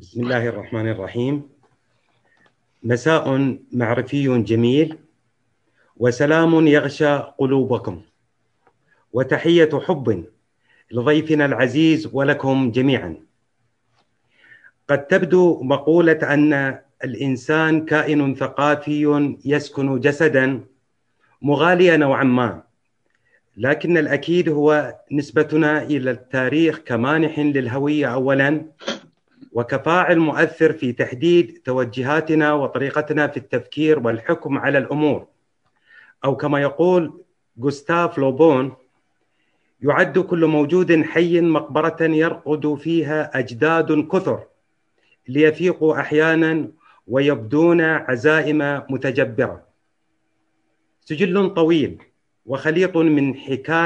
بسم الله الرحمن الرحيم. مساء معرفي جميل وسلام يغشى قلوبكم، وتحية حب لضيفنا العزيز ولكم جميعا. قد تبدو مقولة أن الإنسان كائن ثقافي يسكن جسدا مغالية نوعا ما، لكن الأكيد هو نسبتنا إلى التاريخ كمانح للهوية أولا، وكفاعل مؤثر في تحديد توجهاتنا وطريقتنا في التفكير والحكم على الأمور، أو كما يقول غوستاف لوبون: يعد كل موجود حي مقبرة يرقد فيها أجداد كثر ليفيقوا أحيانا ويبدون عزائم متجبرة. سجل طويل وخليط من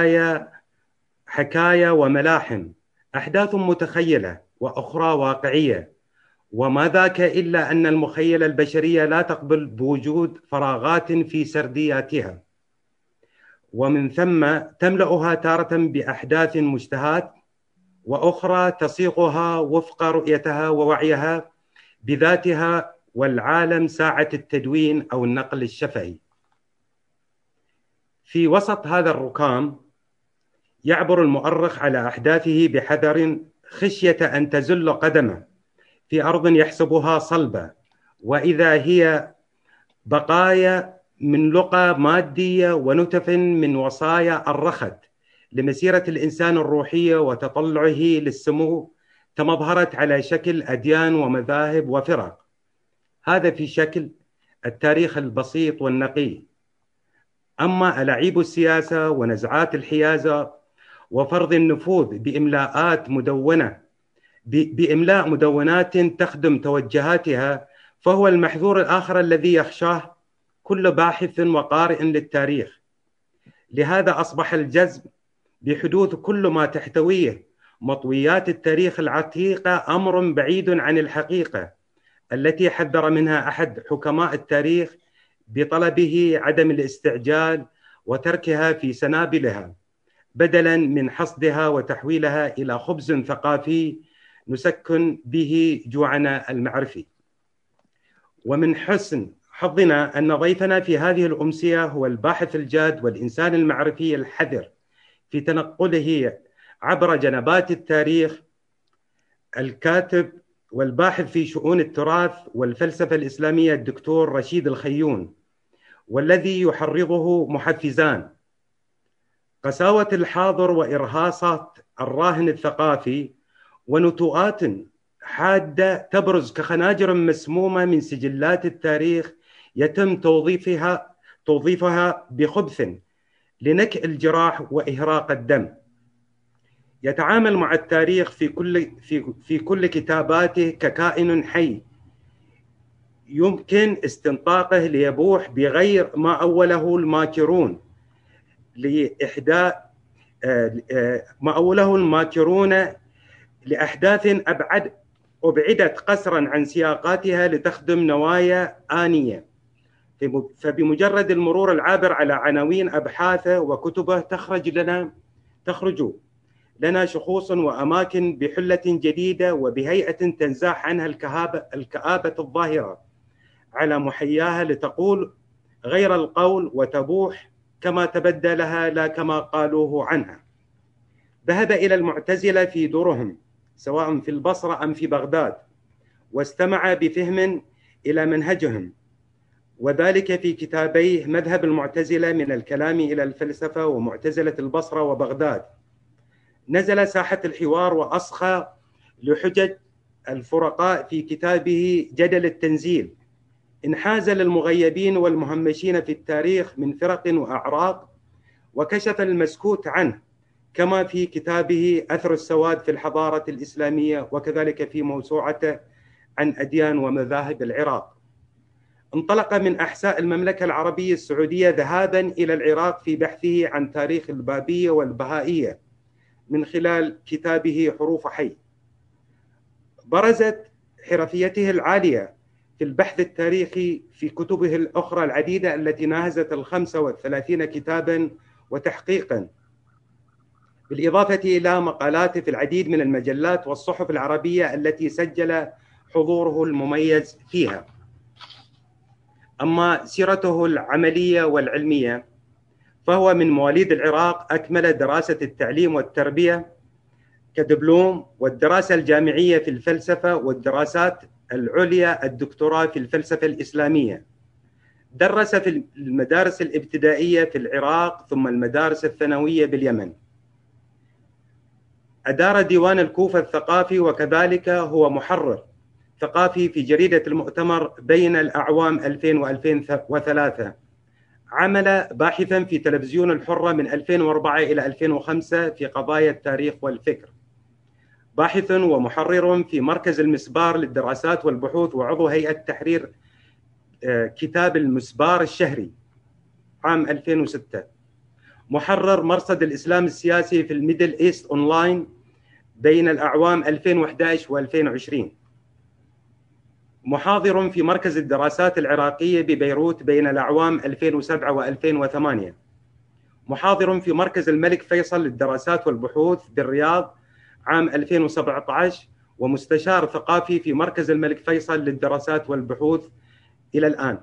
حكاية وملاحم، أحداث متخيلة وأخرى واقعية، وما ذاك إلا أن المخيلة البشرية لا تقبل بوجود فراغات في سردياتها، ومن ثم تملأها تارة بأحداث مشتهاة، وأخرى تصيغها وفق رؤيتها ووعيها بذاتها والعالم ساعة التدوين أو النقل الشفهي. في وسط هذا الركام يعبر المؤرخ على أحداثه بحذر، خشية أن تزل قدمه في أرض يحسبها صلبة، وإذا هي بقايا من لقى مادية ونتف من وصايا الرخد لمسيرة الإنسان الروحية وتطلعه للسمو، تمظهرت على شكل أديان ومذاهب وفرق. هذا في شكل التاريخ البسيط والنقي. أما ألاعيب السياسة ونزعات الحيازة وفرض النفوذ بإملاء مدونات تخدم توجهاتها، فهو المحذور الآخر الذي يخشاه كل باحث وقارئ للتاريخ. لهذا أصبح الجزم بحدوث كل ما تحتويه مطويات التاريخ العتيقة أمر بعيد عن الحقيقة التي حذر منها أحد حكماء التاريخ بطلبه عدم الاستعجال وتركها في سنابلها، بدلا من حصدها وتحويلها إلى خبز ثقافي نسكن به جوعنا المعرفي. ومن حسن حظنا أن ضيفنا في هذه الأمسية هو الباحث الجاد والإنسان المعرفي الحذر في تنقله عبر جنبات التاريخ، الكاتب والباحث في شؤون التراث والفلسفة الإسلامية الدكتور رشيد الخيون، والذي يحرضه محفزان: قساوة الحاضر وإرهاصات الراهن الثقافي، ونتوءات حادة تبرز كخناجر مسمومة من سجلات التاريخ يتم توظيفها بخبث لنكء الجراح وإهراق الدم. يتعامل مع التاريخ في كل كتاباته ككائن حي يمكن استنطاقه ليبوح بغير ما أوله الماكرون لأحداث أبعدت قسرا عن سياقاتها لتخدم نوايا آنية. فبمجرد المرور العابر على عناوين أبحاثه وكتبه تخرج لنا شخوص وأماكن بحلة جديدة وبهيئة تنزاح عنها الكآبة الظاهرة على محياها، لتقول غير القول وتبوح كما تبدى لها لا كما قالوه عنها. ذهب إلى المعتزلة في دورهم سواء في البصرة أم في بغداد، واستمع بفهم إلى منهجهم، وذلك في كتابيه مذهب المعتزلة من الكلام إلى الفلسفة ومعتزلة البصرة وبغداد. نزل ساحة الحوار وأصخى لحجج الفرقاء في كتابه جدل التنزيل. انحاز للمغيبين والمهمشين في التاريخ من فرق وأعراق وكشف المسكوت عنه، كما في كتابه أثر السواد في الحضارة الإسلامية، وكذلك في موسوعته عن أديان ومذاهب العراق. انطلق من أحساء المملكة العربية السعودية ذهابا إلى العراق في بحثه عن تاريخ البابية والبهائية من خلال كتابه حروف حي. برزت حرفيته العالية في البحث التاريخي في كتبه الأخرى العديدة التي ناهزت 35 كتابا وتحقيقا، بالإضافة إلى مقالاته في العديد من المجلات والصحف العربية التي سجل حضوره المميز فيها. أما سيرته العملية والعلمية، فهو من مواليد العراق، أكمل دراسة التعليم والتربية كدبلوم، والدراسة الجامعية في الفلسفة، والدراسات العليا الدكتوراه في الفلسفة الإسلامية. درس في المدارس الابتدائية في العراق، ثم المدارس الثانوية باليمن. أدار ديوان الكوفة الثقافي، وكذلك هو محرر ثقافي في جريدة المؤتمر بين الأعوام 2000 و2003. عمل باحثا في تلفزيون الحرة من 2004 إلى 2005 في قضايا التاريخ والفكر. باحث ومحرر في مركز المسبار للدراسات والبحوث، وعضو هيئة تحرير كتاب المسبار الشهري عام 2006. محرر مرصد الإسلام السياسي في الميدل إيست أونلاين بين الأعوام 2011 و2020. محاضر في مركز الدراسات العراقية ببيروت بين الأعوام 2007 و2008. محاضر في مركز الملك فيصل للدراسات والبحوث بالرياض عام 2017، ومستشار ثقافي في مركز الملك فيصل للدراسات والبحوث إلى الآن.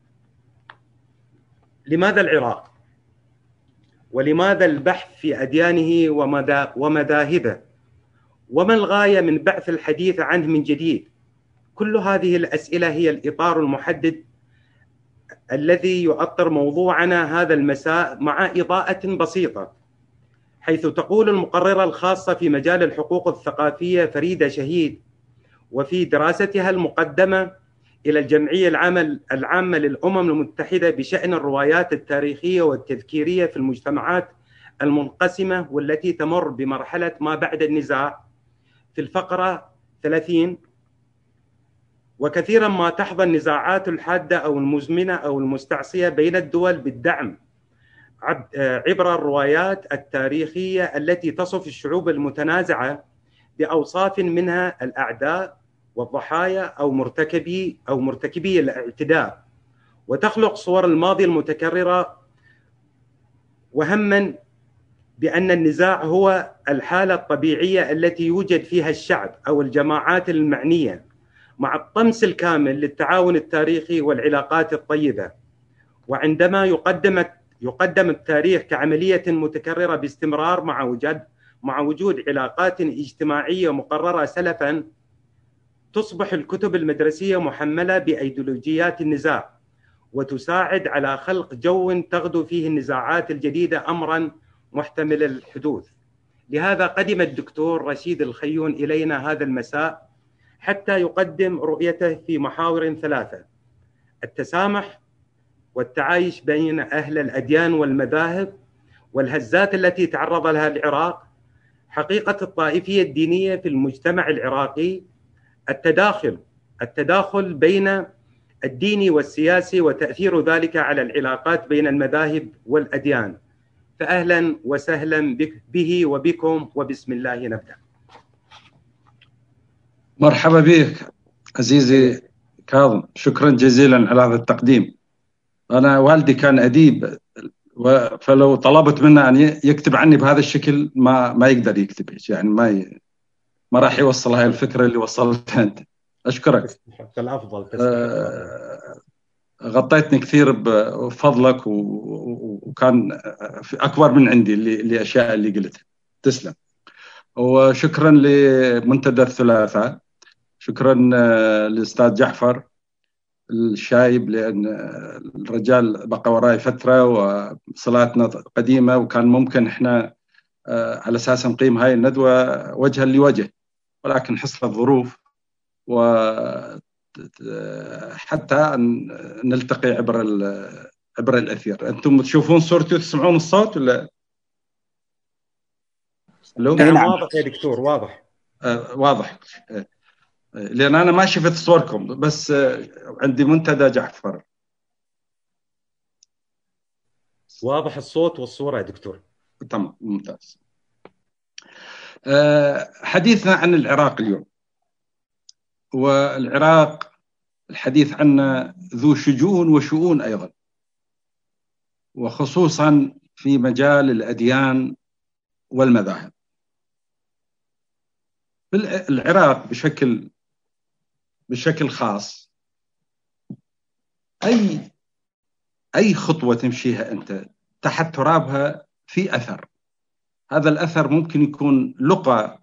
لماذا العراق؟ ولماذا البحث في أديانه ومذاهبه؟ وما الغاية من بعث الحديث عنه من جديد؟ كل هذه الأسئلة هي الإطار المحدد الذي يؤطر موضوعنا هذا المساء، مع إضاءة بسيطة، حيث تقول المقررة الخاصة في مجال الحقوق الثقافية فريدة شهيد، وفي دراستها المقدمة إلى الجمعية العامة للأمم المتحدة بشأن الروايات التاريخية والتذكيرية في المجتمعات المنقسمة والتي تمر بمرحلة ما بعد النزاع، في الفقرة 30: وكثيرا ما تحظى النزاعات الحادة أو المزمنة أو المستعصية بين الدول بالدعم عبر الروايات التاريخية التي تصف الشعوب المتنازعة بأوصاف منها الأعداء والضحايا أو مرتكبي الاعتداء، وتخلق صور الماضي المتكررة، وهما بأن النزاع هو الحالة الطبيعية التي يوجد فيها الشعب أو الجماعات المعنية، مع الطمس الكامل للتعاون التاريخي والعلاقات الطيبة. وعندما يقدم التاريخ كعملية متكررة باستمرار مع وجود علاقات اجتماعية مقررة سلفا، تصبح الكتب المدرسية محملة بأيديولوجيات النزاع، وتساعد على خلق جو تغدو فيه النزاعات الجديدة أمرا محتمل الحدوث. لهذا قدم الدكتور رشيد الخيون إلينا هذا المساء حتى يقدم رؤيته في محاور 3: التسامح والتعايش بين أهل الأديان والمذاهب، والهزات التي تعرض لها العراق، حقيقة الطائفية الدينية في المجتمع العراقي، التداخل بين الديني والسياسي وتأثير ذلك على العلاقات بين المذاهب والأديان. فأهلا وسهلا به وبكم، وبسم الله نبدأ. مرحبا بك عزيزي كاظم، شكرا جزيلا على هذا التقديم. أنا والدي كان أديب، فلو طلبت منه أن يكتب عني بهذا الشكل ما يقدر يكتب، يعني ما راح يوصل هاي الفكرة اللي وصلتها أنت. أشكرك. الأفضل. غطيتني كثير بفضلك، وكان أكبر من عندي الأشياء اللي قلتها. تسلم. وشكرا لمنتدى الثلاثاء، شكرا للأستاذ جعفر الشايب، لأن الرجال بقى وراي فترة وصلاتنا قديمة، وكان ممكن إحنا على أساس نقيم هاي الندوة وجها لوجه، ولكن حصلت ظروف وحتى أن نلتقي عبر الأثير. أنتم تشوفون صورتي وتسمعون الصوت ولا؟ نعم واضح يا دكتور، واضح. واضح، لأن أنا ما شفت صوركم، بس عندي منتدى جعفر. واضح الصوت والصورة يا دكتور. تمام، ممتاز. حديثنا عن العراق اليوم، والعراق الحديث عنه ذو شجون وشؤون أيضا، وخصوصا في مجال الأديان والمذاهب. العراق بشكل بشكل خاص أي خطوة تمشيها أنت تحت ترابها في أثر. هذا الأثر ممكن يكون لقى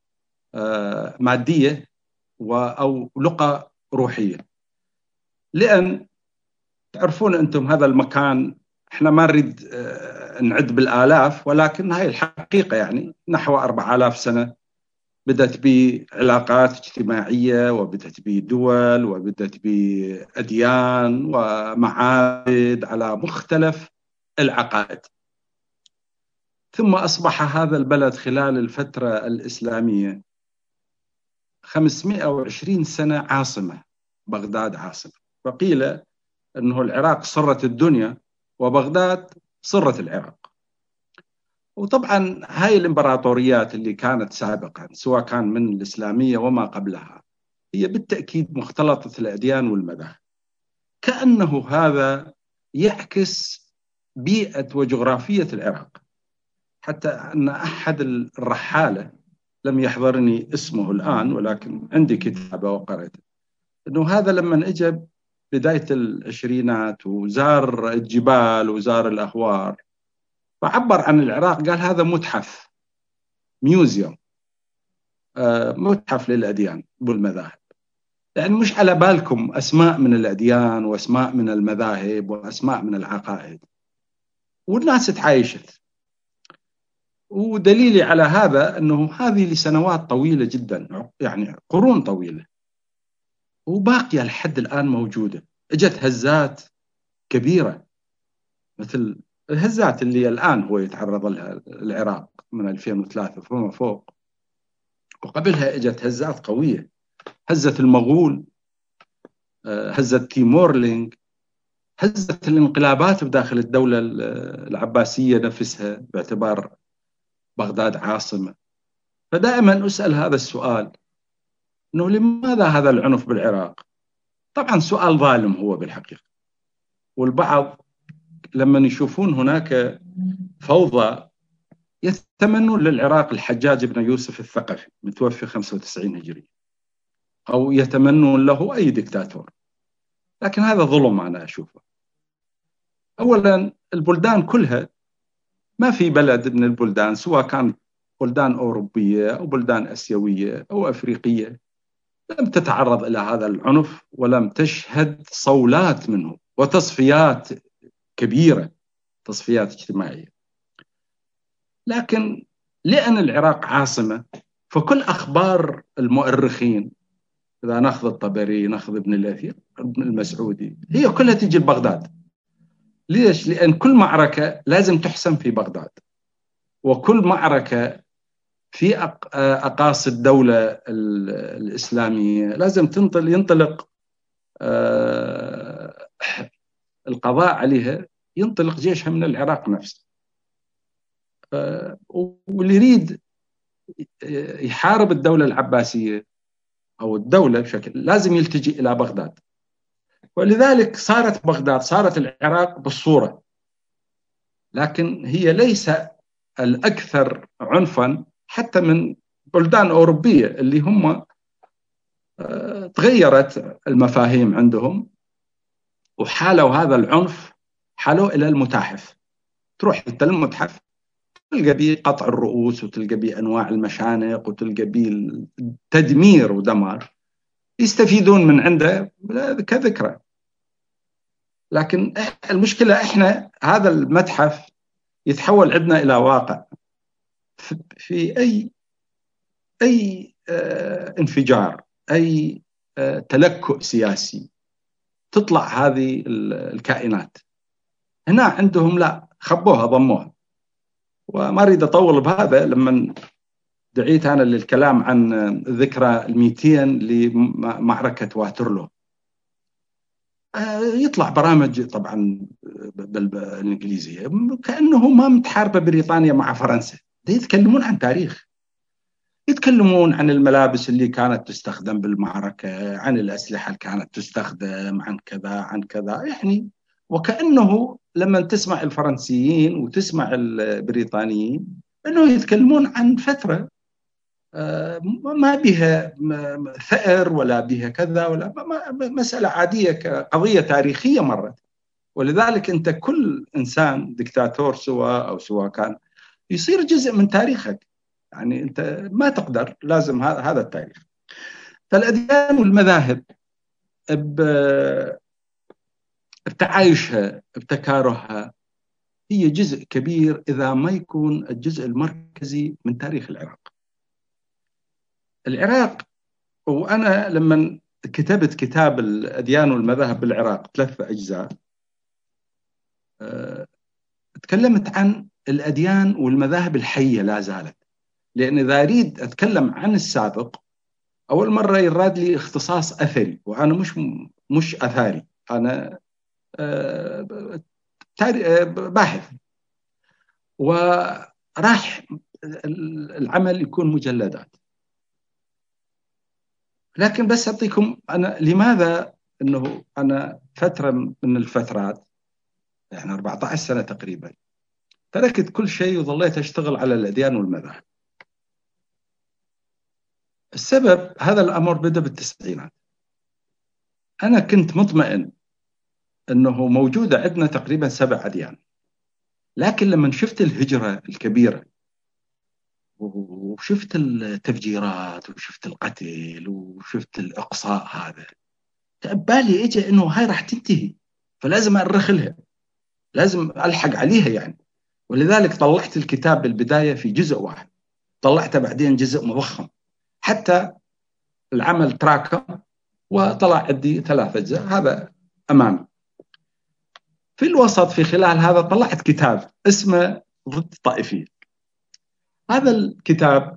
مادية أو لقى روحية، لأن تعرفون أنتم هذا المكان، إحنا ما نريد نعد بالآلاف، ولكن هاي الحقيقة يعني نحو 4000 سنة بدأت بعلاقات اجتماعية، وبدأت بدول، وبدأت بأديان ومعابد على مختلف العقائد. ثم أصبح هذا البلد خلال الفترة الإسلامية 520 سنة عاصمة، بغداد عاصمة. فقيل أنه العراق صرت الدنيا وبغداد صرت العراق. وطبعا هاي الإمبراطوريات اللي كانت سابقا سواء كان من الإسلامية وما قبلها هي بالتأكيد مختلطة الأديان والمذاهب، كأنه هذا يعكس بيئة وجغرافية العراق. حتى أن أحد الرحالة، لم يحضرني اسمه الآن ولكن عندي كتابه وقرأته، أنه هذا لما اجى بداية العشرينات وزار الجبال وزار الأهوار فعبر عن العراق، قال هذا متحف، ميوزيوم، متحف للأديان والمذاهب. يعني مش على بالكم أسماء من الأديان وأسماء من المذاهب وأسماء من العقائد، والناس تعايشت. ودليلي على هذا أنه هذه لسنوات طويلة جدا، يعني قرون طويلة، وباقية لحد الآن موجودة. اجت هزات كبيرة مثل الهزات اللي الآن هو يتعرض لها العراق من 2003 فما فوق، وقبلها اجت هزات قوية، هزة المغول، هزة تيمورلينج، هزة الانقلابات بداخل الدولة العباسية نفسها باعتبار بغداد عاصمة. فدائما أسأل هذا السؤال، أنه لماذا هذا العنف بالعراق؟ طبعا سؤال ظالم هو بالحقيقة، والبعض لما يشوفون هناك فوضى يتمنون للعراق الحجاج بن يوسف الثقفي متوفي 95 هجري، أو يتمنون له أي دكتاتور. لكن هذا ظلم أنا أشوفه. أولا البلدان كلها، ما في بلد من البلدان سواء كان بلدان أوروبية أو بلدان أسيوية أو أفريقية لم تتعرض إلى هذا العنف ولم تشهد صولات منه وتصفيات كبيرة، تصفيات اجتماعية. لكن لأن العراق عاصمة فكل أخبار المؤرخين، إذا نأخذ الطبري نأخذ ابن الأثير ابن المسعودي، هي كلها تيجي لبغداد. ليش؟ لأن كل معركة لازم تحسم في بغداد، وكل معركة في أقاصي الدولة الإسلامية لازم ينطلق القضاء عليها، ينطلق جيشها من العراق نفسه. واللي يريد يحارب الدولة العباسية أو الدولة بشكل لازم يلتجئ إلى بغداد. ولذلك صارت بغداد، صارت العراق بالصورة، لكن هي ليس الأكثر عنفا حتى من بلدان أوروبية اللي هم تغيرت المفاهيم عندهم وحالوا هذا العنف، حالوا إلى المتاحف. تروح أنت للمتحف تلقى بيه قطع الرؤوس، وتلقى بيه أنواع المشانق، وتلقى بيه تدمير ودمار يستفيدون من عنده كذكرى. لكن المشكلة إحنا هذا المتحف يتحول عندنا إلى واقع. في أي انفجار، أي تلكؤ سياسي، تطلع هذه الكائنات. هنا عندهم لا، خبوها ضموها. وما أريد أطول بهذا، لما دعيت أنا للكلام عن ذكرى 200 لمعركة واترلو يطلع برامج طبعا بالإنجليزية كأنه ما متحاربة بريطانيا مع فرنسا، يتكلمون عن تاريخ، يتكلمون عن الملابس اللي كانت تستخدم بالمعركة، عن الأسلحة اللي كانت تستخدم، عن كذا عن كذا. يعني وكأنه لما تسمع الفرنسيين وتسمع البريطانيين أنه يتكلمون عن فترة ما بها ثأر ولا بها كذا، ولا مسألة عادية كقضية تاريخية مرت. ولذلك أنت كل إنسان دكتاتور سواء أو سواء كان يصير جزء من تاريخك، يعني أنت ما تقدر، لازم هذا التاريخ. فالأديان والمذاهب بتعايشها بتكارهها هي جزء كبير، إذا ما يكون الجزء المركزي من تاريخ العراق. وأنا لما كتبت كتاب الأديان والمذاهب بالعراق 3 أجزاء، تكلمت عن الأديان والمذاهب الحية لا زالت، لأن إذا أريد أتكلم عن السابق أول مرة يراد لي اختصاص أثري، وأنا مش أثاري، أنا باحث، وراح العمل يكون مجلدات. لكن بس أعطيكم أنا لماذا أنه أنا فترة من الفترات، يعني 14 سنة تقريبا، تركت كل شيء وظليت أشتغل على الأديان والمذاهب. السبب هذا الأمر بدأ بالتسعينات. أنا كنت مطمئن أنه موجودة عندنا تقريبا 7 أديان، لكن لما شفت الهجرة الكبيرة وشفت التفجيرات وشفت القتل وشفت الإقصاء، هذا بالي إجا أنه هاي راح تنتهي، فلازم أرخ لها، لازم ألحق عليها يعني. ولذلك طلعت الكتاب بالبداية في جزء واحد، طلعته بعدين جزء مضخم، حتى العمل تراكم وطلع عندي 3 أجزاء، هذا أمامي. في الوسط في خلال هذا طلعت كتاب اسمه ضد الطائفية. هذا الكتاب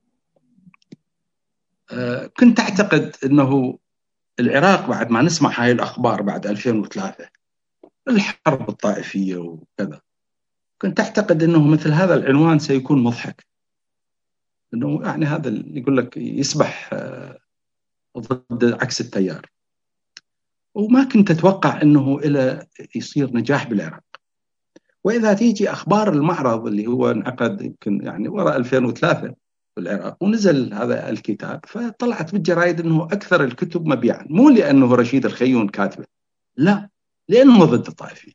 كنت أعتقد أنه العراق بعد ما نسمع هاي الأخبار بعد 2003 الحرب الطائفية وكذا، كنت أعتقد أنه مثل هذا العنوان سيكون مضحك، أنه يعني هذا اللي يقول لك يسبح ضد عكس التيار، وما كنت أتوقع أنه إلى يصير نجاح بالعراق. وإذا تيجي أخبار المعرض اللي هو انعقد يمكن يعني وراء 2003 بالعراق ونزل هذا الكتاب، فطلعت بالجرايد أنه أكثر الكتب مبيعا، مو لأنه رشيد الخيون كاتبه، لا، لأنه ضد الطائفية.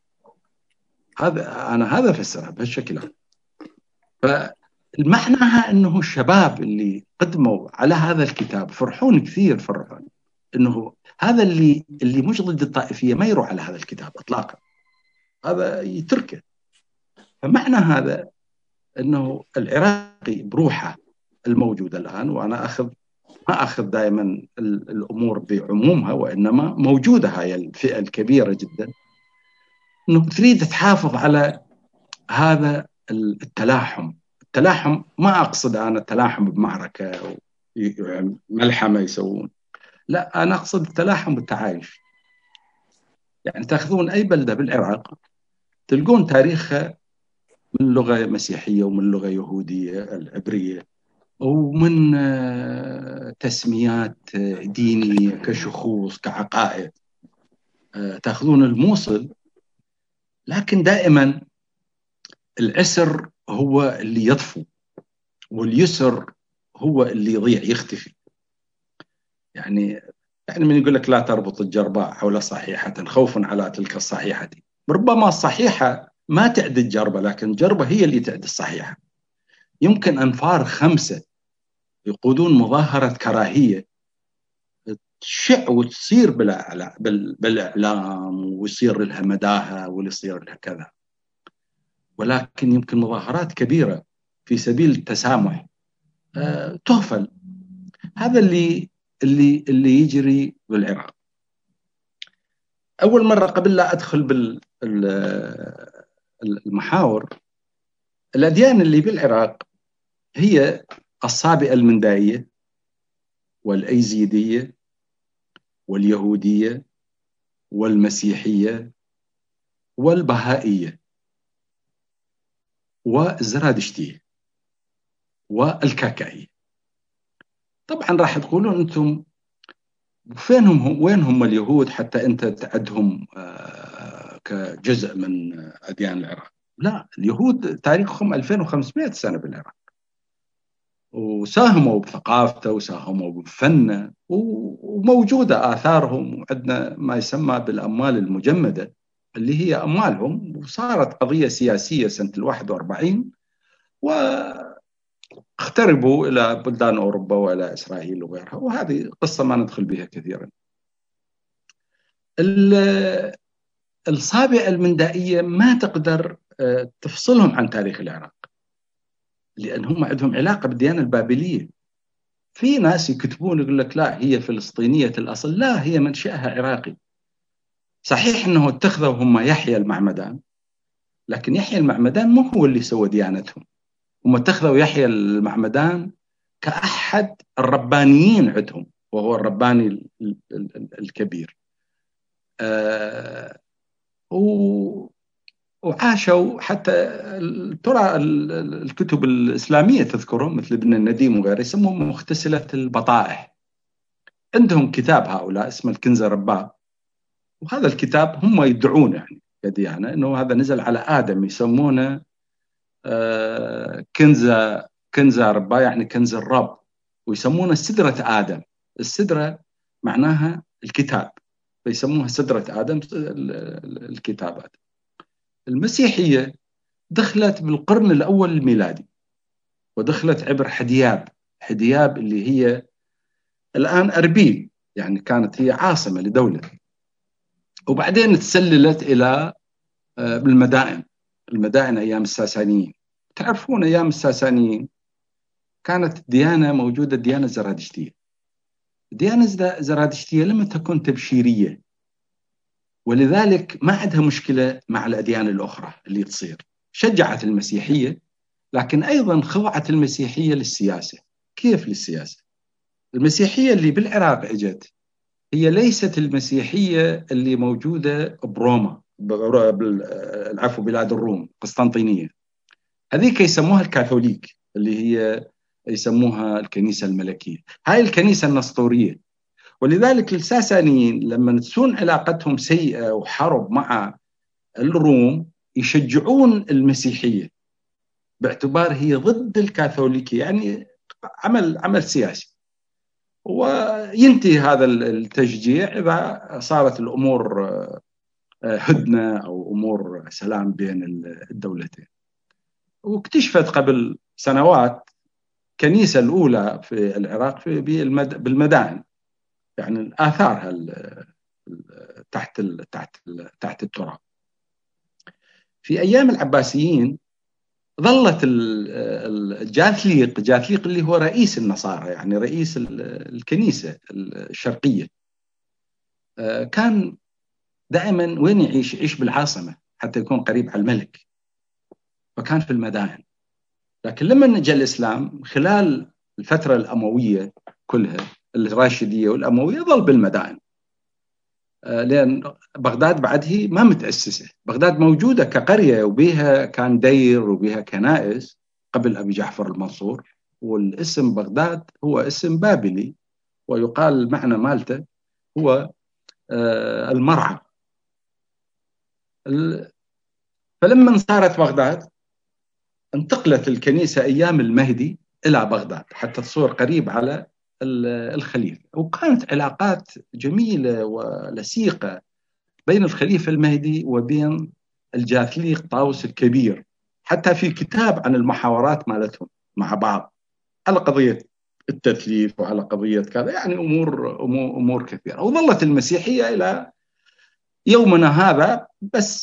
هذا فسرها بهالشكل. فالمعنى أنه الشباب اللي قدموا على هذا الكتاب فرحون كثير، فرحون أنه هذا اللي مش ضد الطائفية ما يروح على هذا الكتاب إطلاقا، هذا يتركه. فمعنى هذا أنه العراقي بروحه الموجودة الآن، وأنا ما أخذ دائما الأمور بعمومها، وإنما موجودة هاي الفئة الكبيرة جدا، أنه تريد تحافظ على هذا التلاحم. ما أقصد أنا التلاحم بمعركة ملحمة يسوون، لا، أنا أقصد التلاحم بالتعايش. يعني تأخذون أي بلدة بالعراق تلقون تاريخها من لغة مسيحية ومن لغة يهودية العبرية، ومن تسميات دينية كشخوص كعقائد. تأخذون الموصل، لكن دائما العسر هو اللي يطفو واليسر هو اللي يضيع يختفي. يعني من يقول لك لا تربط الجرباء حول صحيحة خوفا على تلك الصحيحة، ربما الصحيحة ما تعد الجربة، لكن الجربة هي اللي تعد الصحيحة. يمكن أنفار 5 يقودون مظاهرة كراهية تشع وتصير بالإعلام ويصير لها مداها ويصير لها كذا، ولكن يمكن مظاهرات كبيرة في سبيل التسامح تغفل. هذا اللي يجري بالعراق. أول مرة قبل لا أدخل بالمحاور، الأديان اللي بالعراق هي الصابئة المندائية والأيزيدية واليهودية والمسيحية والبهائية والزرادشتية والكاكائية. طبعا راح تقولون أنتم وين هم اليهود حتى أنت تعدهم كجزء من أديان العراق؟ لا، اليهود تاريخهم 2500 سنة بالعراق، وساهموا بثقافته وساهموا بفنه، وموجودة آثارهم، وعندنا ما يسمى بالأموال المجمدة اللي هي أموالهم، وصارت قضية سياسية سنة 41 واختربوا إلى بلدان أوروبا وإلى إسرائيل وغيرها، وهذه قصة ما ندخل بها كثيرا. الصابئة المندائية ما تقدر تفصلهم عن تاريخ العراق، لأن هم عندهم علاقة بالديانة البابلية. في ناس يكتبون يقول لك لا هي فلسطينية الأصل، لا هي منشأها عراقي. صحيح أنه اتخذوا هم يحيى المعمدان، لكن يحيى المعمدان مو هو اللي سوى ديانتهم، هم اتخذوا يحيى المعمدان كأحد الربانيين عندهم، وهو الرباني الكبير. وعاشوا حتى ترى الكتب الإسلامية تذكرهم مثل ابن النديم وغيره، يسموهم مغتسلة البطائح. عندهم كتاب هؤلاء اسمه الكنز رباه، وهذا الكتاب هم يدعون يعني كديانة أنه هذا نزل على آدم، يسمونه كنز رباه يعني كنز الرب، ويسمونه سدرة آدم. السدرة معناها الكتاب، فيسموها سدرة آدم الكتابات. المسيحية دخلت بالقرن الأول الميلادي، ودخلت عبر حدياب اللي هي الآن أربيل، يعني كانت هي عاصمة لدولة، وبعدين تسللت إلى المدائن أيام الساسانيين. تعرفون أيام الساسانيين كانت ديانة موجودة، الديانة الزرادشتية. الديانة الزرادشتية لم تكن تبشيرية، ولذلك ما عندها مشكلة مع الأديان الأخرى اللي تصير. شجعت المسيحية، لكن أيضا خضعت المسيحية للسياسة. كيف للسياسة؟ المسيحية اللي بالعراق اجت هي ليست المسيحية اللي موجودة بروما، العفو بلاد الروم، قسطنطينية. هذيك يسموها الكاثوليك، اللي هي يسموها الكنيسة الملكية، هاي الكنيسة النسطورية. ولذلك الساسانيين لما تكون علاقتهم سيئة وحرب مع الروم يشجعون المسيحية باعتبار هي ضد الكاثوليكية، يعني عمل سياسي. وينتهي هذا التشجيع إذا صارت الأمور هدنة أو أمور سلام بين الدولتين. واكتشفت قبل سنوات كنيسة الأولى في العراق بالمدائن، يعني آثارها تحت التراب. في أيام العباسيين ظلت جاثليق اللي هو رئيس النصارى، يعني رئيس الكنيسة الشرقية، كان دائما وين يعيش بالعاصمة حتى يكون قريب على الملك، فكان في المدائن. لكن لما جاء الإسلام خلال الفترة الأموية كلها، الراشدية والأموية، ظل بالمدائن، لأن بغداد بعده ما متأسسة. بغداد موجودة كقرية وبيها كان دير وبيها كنائس قبل أبي جعفر المنصور، والاسم بغداد هو اسم بابلي، ويقال المعنى مالته هو المرعى. فلما صارت بغداد انتقلت الكنيسة أيام المهدي إلى بغداد حتى تصير قريب على الخليفة، وكانت علاقات جميلة ولسيقة بين الخليفة المهدي وبين الجاثليق طاووس الكبير، حتى في كتاب عن المحاورات مالتهم مع بعض على قضية التثليث وعلى قضية كذا، يعني أمور كثيرة. وظلت المسيحية إلى يومنا هذا، بس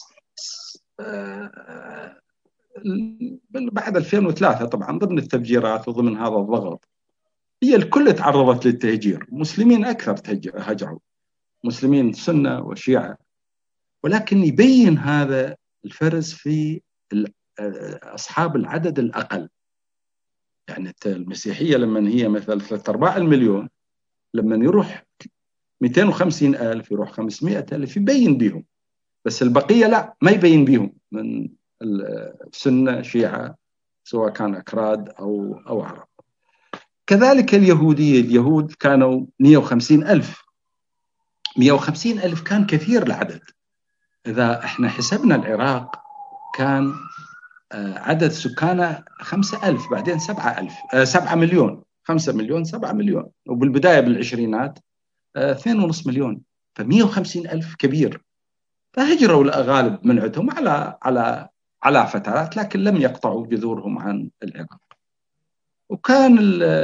بعد 2003 طبعا ضمن التفجيرات وضمن هذا الضغط هي الكل تعرضت للتهجير. مسلمين أكثر هجروا، مسلمين سنة وشيعة، ولكن يبين هذا الفرز في أصحاب العدد الأقل. يعني المسيحية لما هي مثل 3/4 المليون، لما يروح 250,000 يروح 500,000 يبين بيهم، بس البقية لا، ما يبين بيهم، من السنة شيعة سواء كان أكراد أو عرب. كذلك اليهود كانوا 150,000. 150,000 كان كثير العدد. إذا إحنا حسبنا العراق كان عدد سكانه 5000 بعدين 7000 7 مليون 5 مليون 7 مليون وبالبداية بالعشرينات 2.5 مليون ف150,000 كبير. فهجروا الأغالب من عندهم على فترات لكن لم يقطعوا جذورهم عن العراق. وكان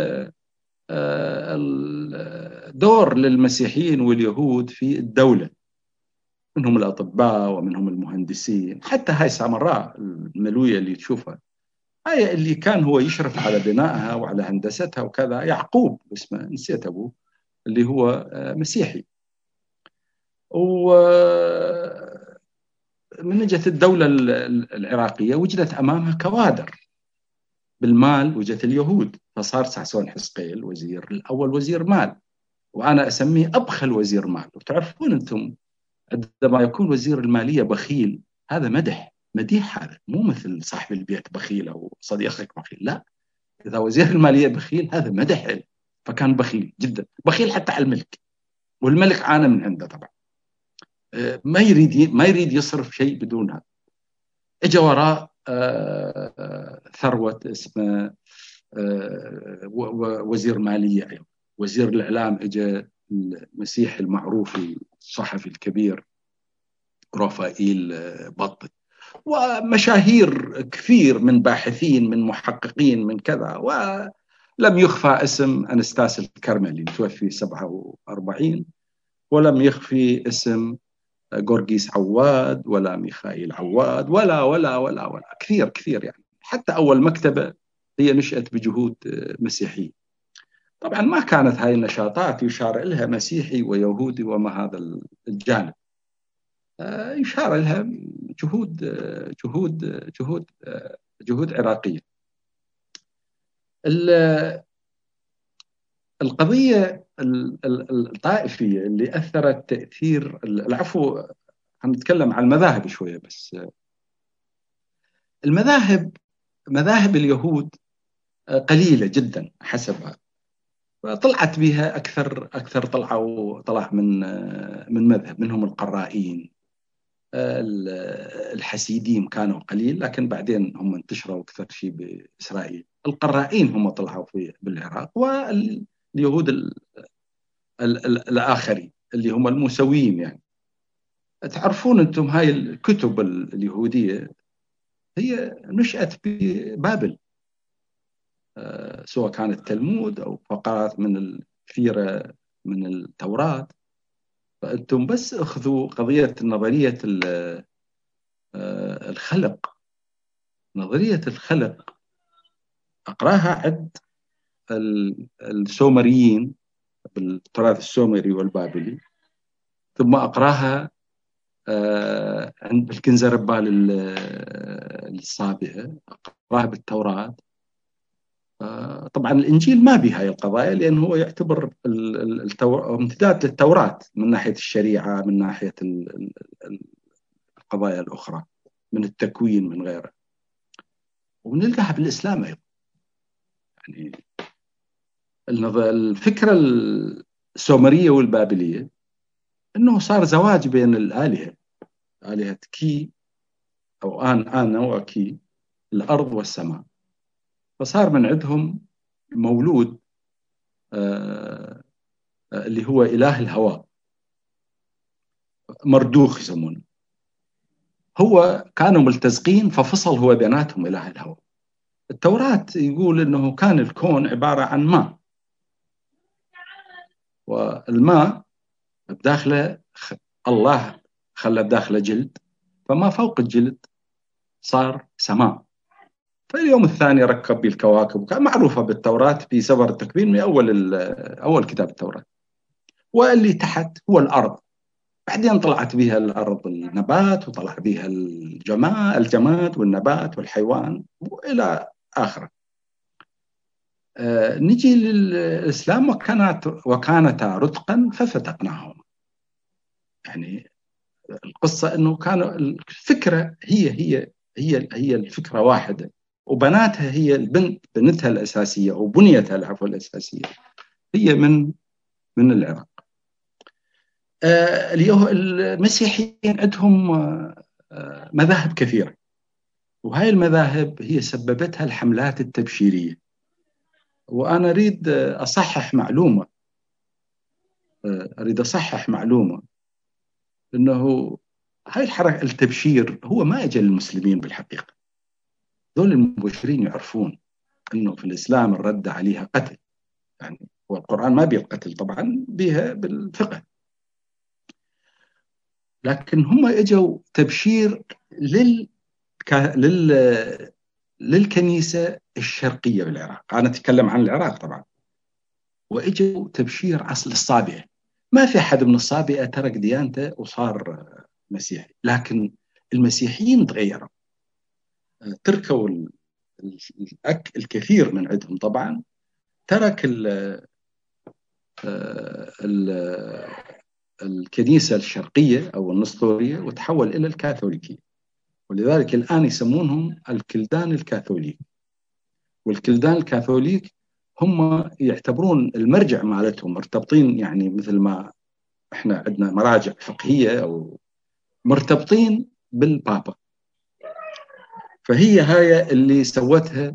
الدور للمسيحيين واليهود في الدولة، منهم الأطباء ومنهم المهندسين، حتى هاي سامراء الملوية اللي تشوفها هاي اللي كان هو يشرف على بنائها وعلى هندستها وكذا، يعقوب اسمه نسيت أبوه، اللي هو مسيحي. ومن جهة الدولة العراقية وجدت أمامها كوادر بالمال، وجدت اليهود، فصار سعسون حسقيل الأول وزير مال، وأنا أسميه أبخل وزير مال. وتعرفون أنتم عندما يكون وزير المالية بخيل هذا مديح، هذا مو مثل صاحب البيت بخيل أو صديقك بخيل، لا، إذا وزير المالية بخيل هذا مدح. فكان بخيل جدا، بخيل حتى على الملك، والملك عانى من عنده طبعا، ما يريد يصرف شيء بدون هذا. اجى وراء ثروة اسمه وزير مالية أيضا. وزير الإعلام اجى المسيحي المعروف الصحفي الكبير رافائيل بطي، ومشاهير كثير من باحثين من محققين من كذا. ولم يخفى اسم أنستاس الكرملي توفي 47، ولم يخفي اسم جورجيس عواد ولا ميخائيل عواد ولا ولا ولا ولا كثير كثير يعني. حتى أول مكتبة هي نشأت بجهود مسيحية. طبعا ما كانت هاي النشاطات يشار لها مسيحي ويهودي وما هذا الجانب، يشار لها جهود عراقية. القضية الطائفية اللي أثرت تأثير العفو، هنتكلم عن المذاهب شوية بس. مذاهب اليهود قليلة جدا حسبها، طلعت بها أكثر طلع من مذهب، منهم القرائين. الحسيديم كانوا قليل لكن بعدين هم انتشروا أكثر شيء بإسرائيل. القرائين هم طلعوا بالعراق، واليهود الآخرين اللي هم الموسويين. يعني تعرفون أنتم هاي الكتب اليهودية هي نشأت ببابل، سواء كانت التلمود أو فقرات من الكثيرة من التوراة. فأنتم بس أخذوا قضية نظرية الخلق، نظرية الخلق أقراها عند السومريين بالتراث السومري والبابلي، ثم أقراها عند الكنزربال الصابئة، أقراها بالتوراة. طبعا الإنجيل ما به هاي القضايا لأنه هو يعتبر امتداد للتوراة من ناحية الشريعة، من ناحية القضايا الأخرى، من التكوين من غيره. ونلقاها بالإسلام أيضا. يعني الفكرة السومرية والبابلية أنه صار زواج بين الآلهة، آلهة كي أو أنا وكي، الأرض والسماء. فصار من عندهم مولود اللي هو إله الهواء، مردوخ يسمونه. هو كانوا ملتزقين ففصل هو بيناتهم إله الهواء. التوراة يقول أنه كان الكون عبارة عن ماء، والماء بداخله الله خلى بداخله جلد، فما فوق الجلد صار سماء. فاليوم الثاني ركب بالكواكب، وكان معروفة بالتوراة في سفر التكوين من أول كتاب التوراة. واللي تحت هو الأرض، بعدين طلعت بها الأرض النبات، وطلع بها الجماد والنبات والحيوان وإلى آخره. نجي للإسلام، وكانتا رتقا ففتقناهما. يعني القصة أنه كانوا الفكرة هي الفكرة واحدة، وبناتها هي بنتها الأساسية أو بنيتها العفو الأساسية هي من العراق. المسيحيين عندهم مذاهب كثيرة، وهاي المذاهب هي سببتها الحملات التبشيرية. وأنا أريد أصحح معلومة أنه هاي الحركة التبشير هو ما أجى للمسلمين بالحقيقة. ذول المبشرين يعرفون أنه في الإسلام الرد عليها قتل، يعني هو القرآن ما بيه القتل طبعا، بيها بالفقه، لكن هم اجوا تبشير للكنيسة الشرقية بالعراق. أنا أتكلم عن العراق طبعا. وإجوا تبشير عصر الصابئة. ما في أحد من الصابئة ترك ديانته وصار مسيحي، لكن المسيحيين تغيروا، تركوا الكثير من عندهم طبعا، ترك الكنيسة الشرقية أو النسطورية وتحول إلى الكاثوليكية. ولذلك الآن يسمونهم الكلدان الكاثوليك. والكلدان الكاثوليك هم يعتبرون المرجع مالتهم مرتبطين، يعني مثل ما احنا عندنا مراجع فقهية أو مرتبطين بالبابا. فهي هاي اللي سوتها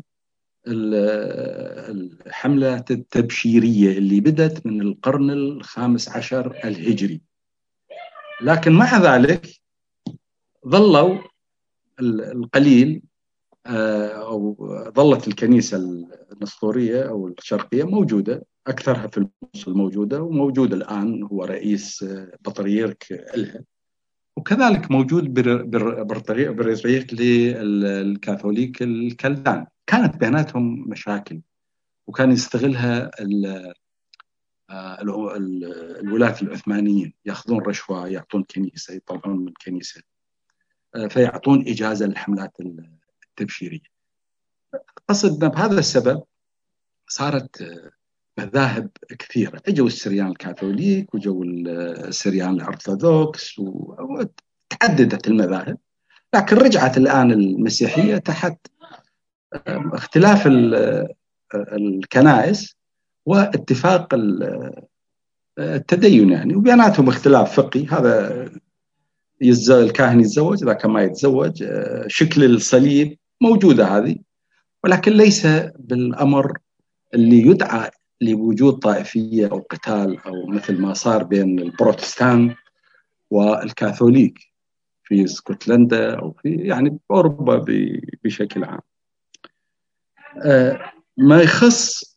الحملة التبشيرية اللي بدت من القرن الخامس عشر الهجري. لكن مع ذلك ظلوا القليل، أو ظلت الكنيسة النسطورية أو الشرقية موجودة، أكثرها في الموصل موجودة، وموجود الآن هو رئيس بطريرك لها، وكذلك موجود برطريرك للكاثوليك الكلدان. كانت بيناتهم مشاكل، وكان يستغلها الولاة العثمانيين، يأخذون رشوة، يعطون كنيسة، يطلعون من كنيسة، فيعطون إجازة للحملات التبشيرية. قصدنا بهذا السبب صارت مذاهب كثيرة. اجوا السريان الكاثوليك، وجوا السريان الأرثوذكس، وتعددت المذاهب. لكن رجعت الآن المسيحية تحت اختلاف الكنائس واتفاق التدين، يعني وبيناتهم اختلاف فقهي. هذا الكاهن يتزوج، ذاك ما يتزوج، شكل الصليب موجودة هذه، ولكن ليس بالأمر اللي يدعى لوجود طائفية أو قتال، أو مثل ما صار بين البروتستان والكاثوليك في اسكتلندا أو في يعني أوروبا بشكل عام. ما يخص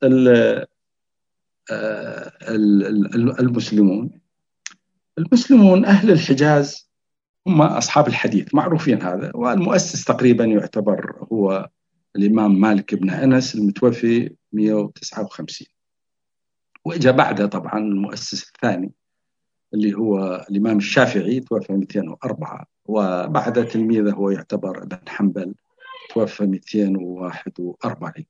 المسلمون أهل الحجاز هم أصحاب الحديث، معروفين هذا. والمؤسس تقريبا يعتبر هو الإمام مالك بن أنس المتوفي 159، وإجا بعده طبعا المؤسس الثاني اللي هو الإمام الشافعي توفى 204، وبعد تلميذه هو يعتبر ابن حنبل توفى 241.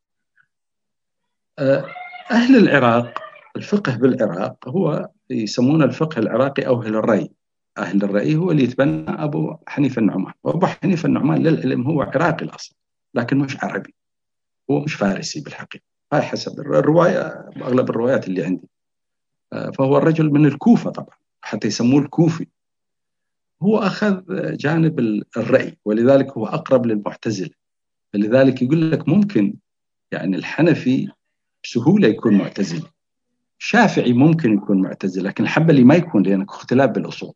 أهل العراق، الفقه بالعراق هو يسمونه الفقه العراقي أو أهل الرأي. أهل الرأي هو اللي يتبنى أبو حنيفة النعمان. وأبو حنيفة النعمان للعلم هو عراقي الأصل، لكن مش عربي، هو مش فارسي بالحقيقة، هاي حسب الرواية، أغلب الروايات اللي عندي. فهو الرجل من الكوفة طبعا، حتى يسموه الكوفي. هو أخذ جانب الرأي، ولذلك هو أقرب للمعتزلة. فلذلك يقول لك ممكن يعني الحنفي بسهولة يكون معتزلي، الشافعي ممكن يكون معتزلي، لكن الحنبلي ما يكون، لأنه اختلاف بالأصول.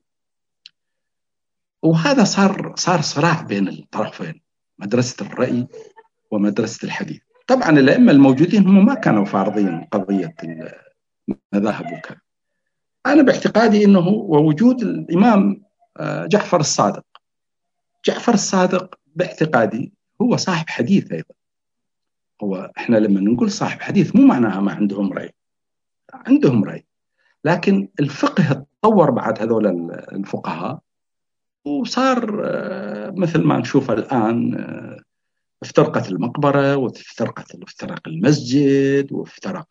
وهذا صار صراع بين الطرفين، مدرسة الرأي ومدرسة الحديث. طبعا الأئمة الموجودين هم ما كانوا فارضين قضية المذاهب وكذا. أنا باعتقادي أنه ووجود الإمام جعفر الصادق. جعفر الصادق باعتقادي هو صاحب حديث أيضا. هو إحنا لما نقول صاحب حديث مو معناها ما عندهم رأي، عندهم رأي، لكن الفقه تطور بعد هذول الفقهاء، وصار مثل ما نشوف الآن، افترقت المقبرة، وافترق المسجد، وافترق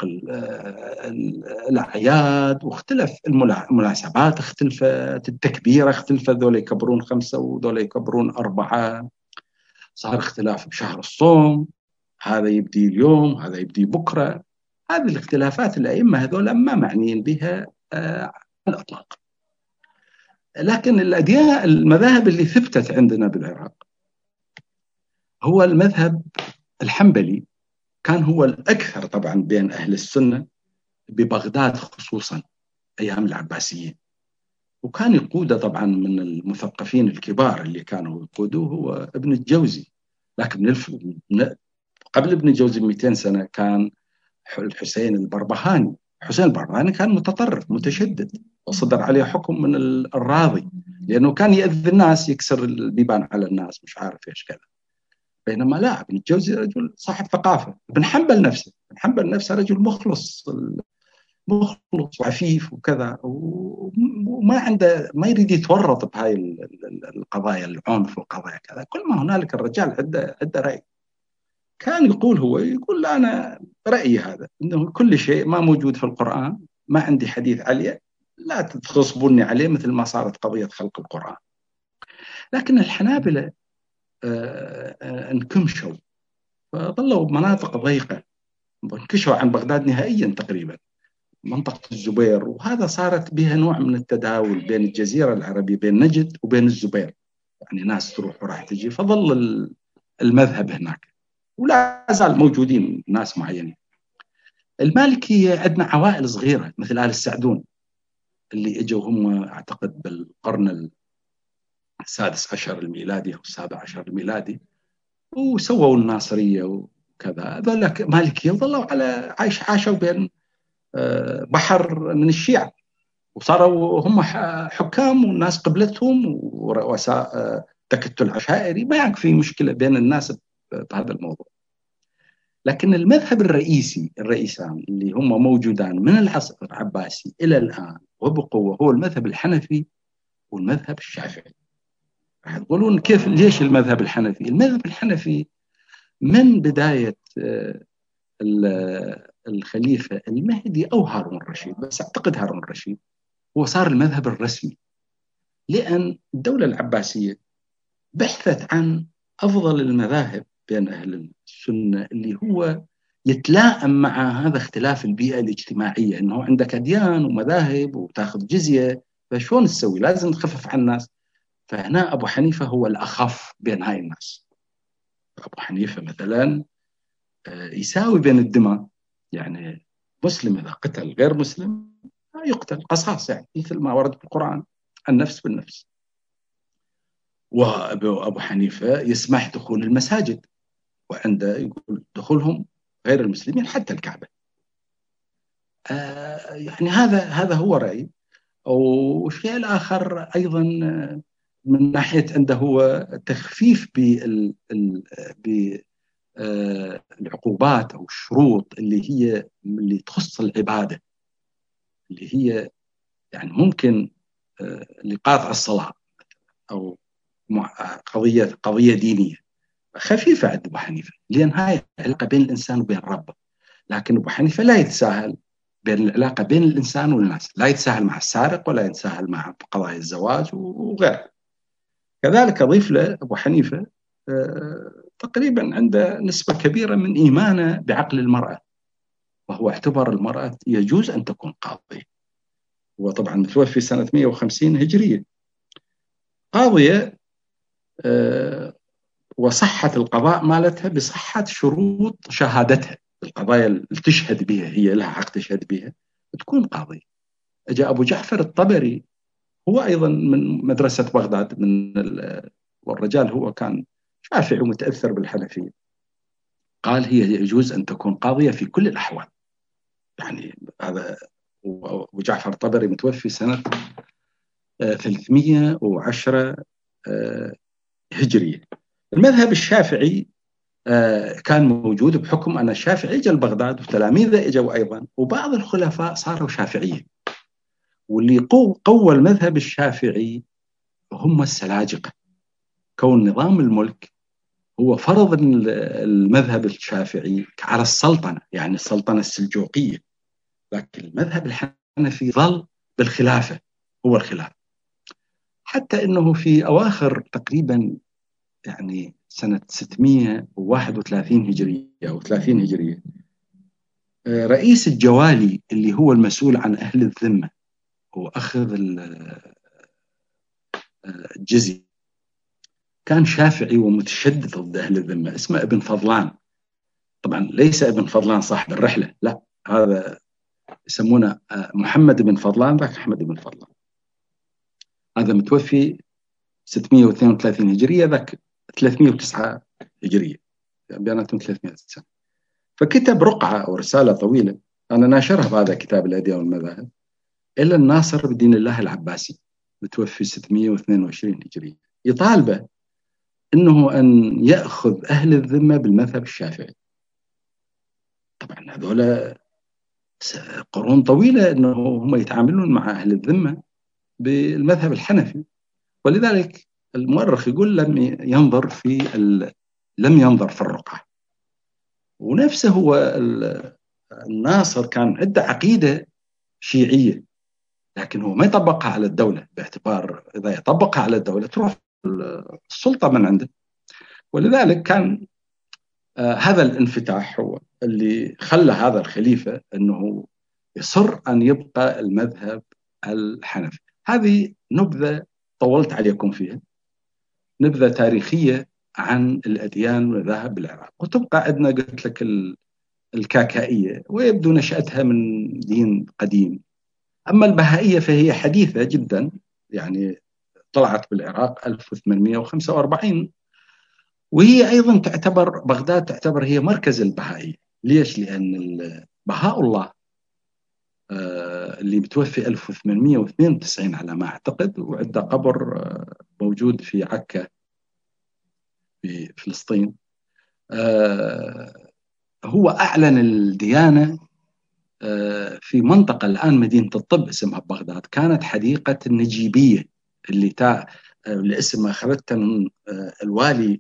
الأعياد، واختلف المناسبات، اختلفت التكبيرة، اختلفت ذولا يكبرون 5 وذولا يكبرون 4. صار اختلاف بشهر الصوم، هذا يبدي اليوم، هذا يبدي بكرة. هذه الاختلافات الأئمة هذولا ما معنيين بها على الإطلاق. لكن الأديان، المذاهب اللي ثبتت عندنا بالعراق هو المذهب الحنبلي كان هو الأكثر طبعا بين أهل السنة ببغداد خصوصا أيام العباسيين، وكان يقوده طبعا من المثقفين الكبار اللي كانوا يقودوه هو ابن الجوزي. لكن قبل ابن الجوزي ب 200 سنة كان الحسين البربهاني. حسين البربهاني كان متطرف متشدد، وصدر عليه حكم من الراضي لأنه كان يأذي الناس، يكسر البيبان على الناس، مش عارف إيش كذا. بينما لا، ابن الجوزي رجل صاحب ثقافة. ابن حنبل نفسه رجل مخلص وعفيف وكذا، وما عنده، ما يريد يتورط بهاي القضايا، العنف والقضايا كذا. كل ما هنالك الرجال عنده رأي. كان يقول لا، أنا رأيي هذا، إنه كل شيء ما موجود في القرآن ما عندي حديث عليه، لا تغصبوني عليه، مثل ما صارت قضية خلق القرآن. لكن الحنابلة انكمشوا، فظلوا بمناطق ضيقة، انكشوا عن بغداد نهائيا تقريبا، منطقة الزبير، وهذا صارت بها نوع من التداول بين الجزيرة العربية، بين نجد وبين الزبير، يعني ناس تروح وراح تجي، فظل المذهب هناك، ولا زال موجودين ناس معينين. المالكية عندنا عوائل صغيرة مثل آل السعدون اللي اجوا هم اعتقد بالقرن السادس عشر الميلادي او السابع عشر الميلادي، وسووا الناصرية وكذا. هذول مالكية وظلوا على عاشوا بين بحر من الشيعة، وصاروا هم حكام والناس قبلتهم ورؤساء تكتل عشائري، ما يكفي مشكلة بين الناس بهذا الموضوع. لكن المذهب الرئيسان اللي هم موجودان من العصر العباسي إلى الآن وبقوة هو المذهب الحنفي والمذهب الشافعي. راح تقولون كيف، ليش المذهب الحنفي؟ المذهب الحنفي من بداية الخليفة المهدي أو هارون الرشيد، بس أعتقد هارون الرشيد هو صار المذهب الرسمي، لأن الدولة العباسية بحثت عن أفضل المذاهب بين أهل السنة اللي هو يتلائم مع هذا اختلاف البيئة الاجتماعية، أنه عندك أديان ومذاهب وتاخذ جزية، فشون تسوي؟ لازم تخفف عن الناس. فهنا أبو حنيفة هو الأخف بين هاي الناس. أبو حنيفة مثلا يساوي بين الدماء، يعني مسلم إذا قتل غير مسلم يقتل قصاص، يعني مثل ما ورد في القرآن، النفس بالنفس. وأبو حنيفة يسمح دخول المساجد، وعنده يقول دخولهم غير المسلمين حتى الكعبة. يعني هذا هو رأي. والشيء الآخر أيضا من ناحية عنده هو تخفيف بالعقوبات أو الشروط اللي تخص العبادة، اللي هي يعني ممكن لقاطع الصلاة أو قضية دينية خفيفة عند أبو حنيفة، لأن هاي علاقة بين الإنسان وبين ربه. لكن أبو حنيفة لا يتساهل بين العلاقة بين الإنسان والناس، لا يتساهل مع السارق ولا يتساهل مع قضايا الزواج وغيره. كذلك أضيف له أبو حنيفة تقريبا عنده نسبة كبيرة من إيمانه بعقل المرأة، وهو اعتبر المرأة يجوز أن تكون قاضية. وطبعا متوفي سنة 150 هجرية، قاضية وصحة القضاء مالتها بصحة شروط شهادتها، القضايا اللي تشهد بها، هي لها حق تشهد بها، تكون قاضية. جاء أبو جعفر الطبري هو أيضا من مدرسة بغداد، والرجال هو كان شافعي ومتأثر بالحنفية، قال هي يجوز أن تكون قاضية في كل الأحوال. يعني هذا أبو جعفر الطبري متوفي سنة 310 هجرية. المذهب الشافعي كان موجود بحكم أن الشافعي جاء بغداد وتلاميذه اجوا أيضا، وبعض الخلفاء صاروا شافعيين، واللي قوى المذهب الشافعي هم السلاجقة. كون نظام الملك هو فرض المذهب الشافعي على السلطنة، يعني السلطنة السلجوقية، لكن المذهب الحنفي ظل بالخلافة، هو الخلافة. حتى أنه في أواخر تقريبا يعني سنة 631 هجرية أو 30 هجرية، رئيس الجوالي اللي هو المسؤول عن أهل الذمة وأخذ الجزية، كان شافعي ومتشدد ضد أهل الذمة، اسمه ابن فضلان. طبعا ليس ابن فضلان صاحب الرحلة، لا، هذا يسمونه محمد بن فضلان، ذاك أحمد بن فضلان. هذا متوفي 632 هجرية، ذاك 309 هجرية، بيناتهم 300 سنة. فكتب رقعة أو رسالة طويلة، أنا ناشرها بهذا كتاب الأديان والمذاهب، إلى الناصر بدين الله العباسي، متوفي 622 هجرية، يطالبه أنه أن يأخذ أهل الذمة بالمذهب الشافعي. طبعا هذول قرون طويلة أنه هم يتعاملون مع أهل الذمة بالمذهب الحنفي، ولذلك المؤرخ يقول لم ينظر في الرقعة. ونفسه هو الناصر كان عنده عقيدة شيعية، لكن هو ما يطبقها على الدولة، باعتبار إذا يطبقها على الدولة تروح السلطة من عنده. ولذلك كان هذا الانفتاح هو اللي خلى هذا الخليفة أنه يصر أن يبقى المذهب الحنفي. هذه نبذة طولت عليكم فيها، نبذة تاريخية عن الأديان والمذاهب بالعراق. وتبقى عندنا قلت لك الكاكائية، ويبدو نشأتها من دين قديم. أما البهائية فهي حديثة جدا، يعني طلعت بالعراق 1845، وهي أيضا بغداد تعتبر هي مركز البهائية. ليش؟ لأن بهاء الله اللي متوفي 1892 على ما أعتقد، وعنده قبر موجود في عكا في فلسطين، هو أعلن الديانة في منطقة الآن مدينة الطب اسمها بغداد، كانت حديقة النجيبية اللي اسمها أخذتها من الوالي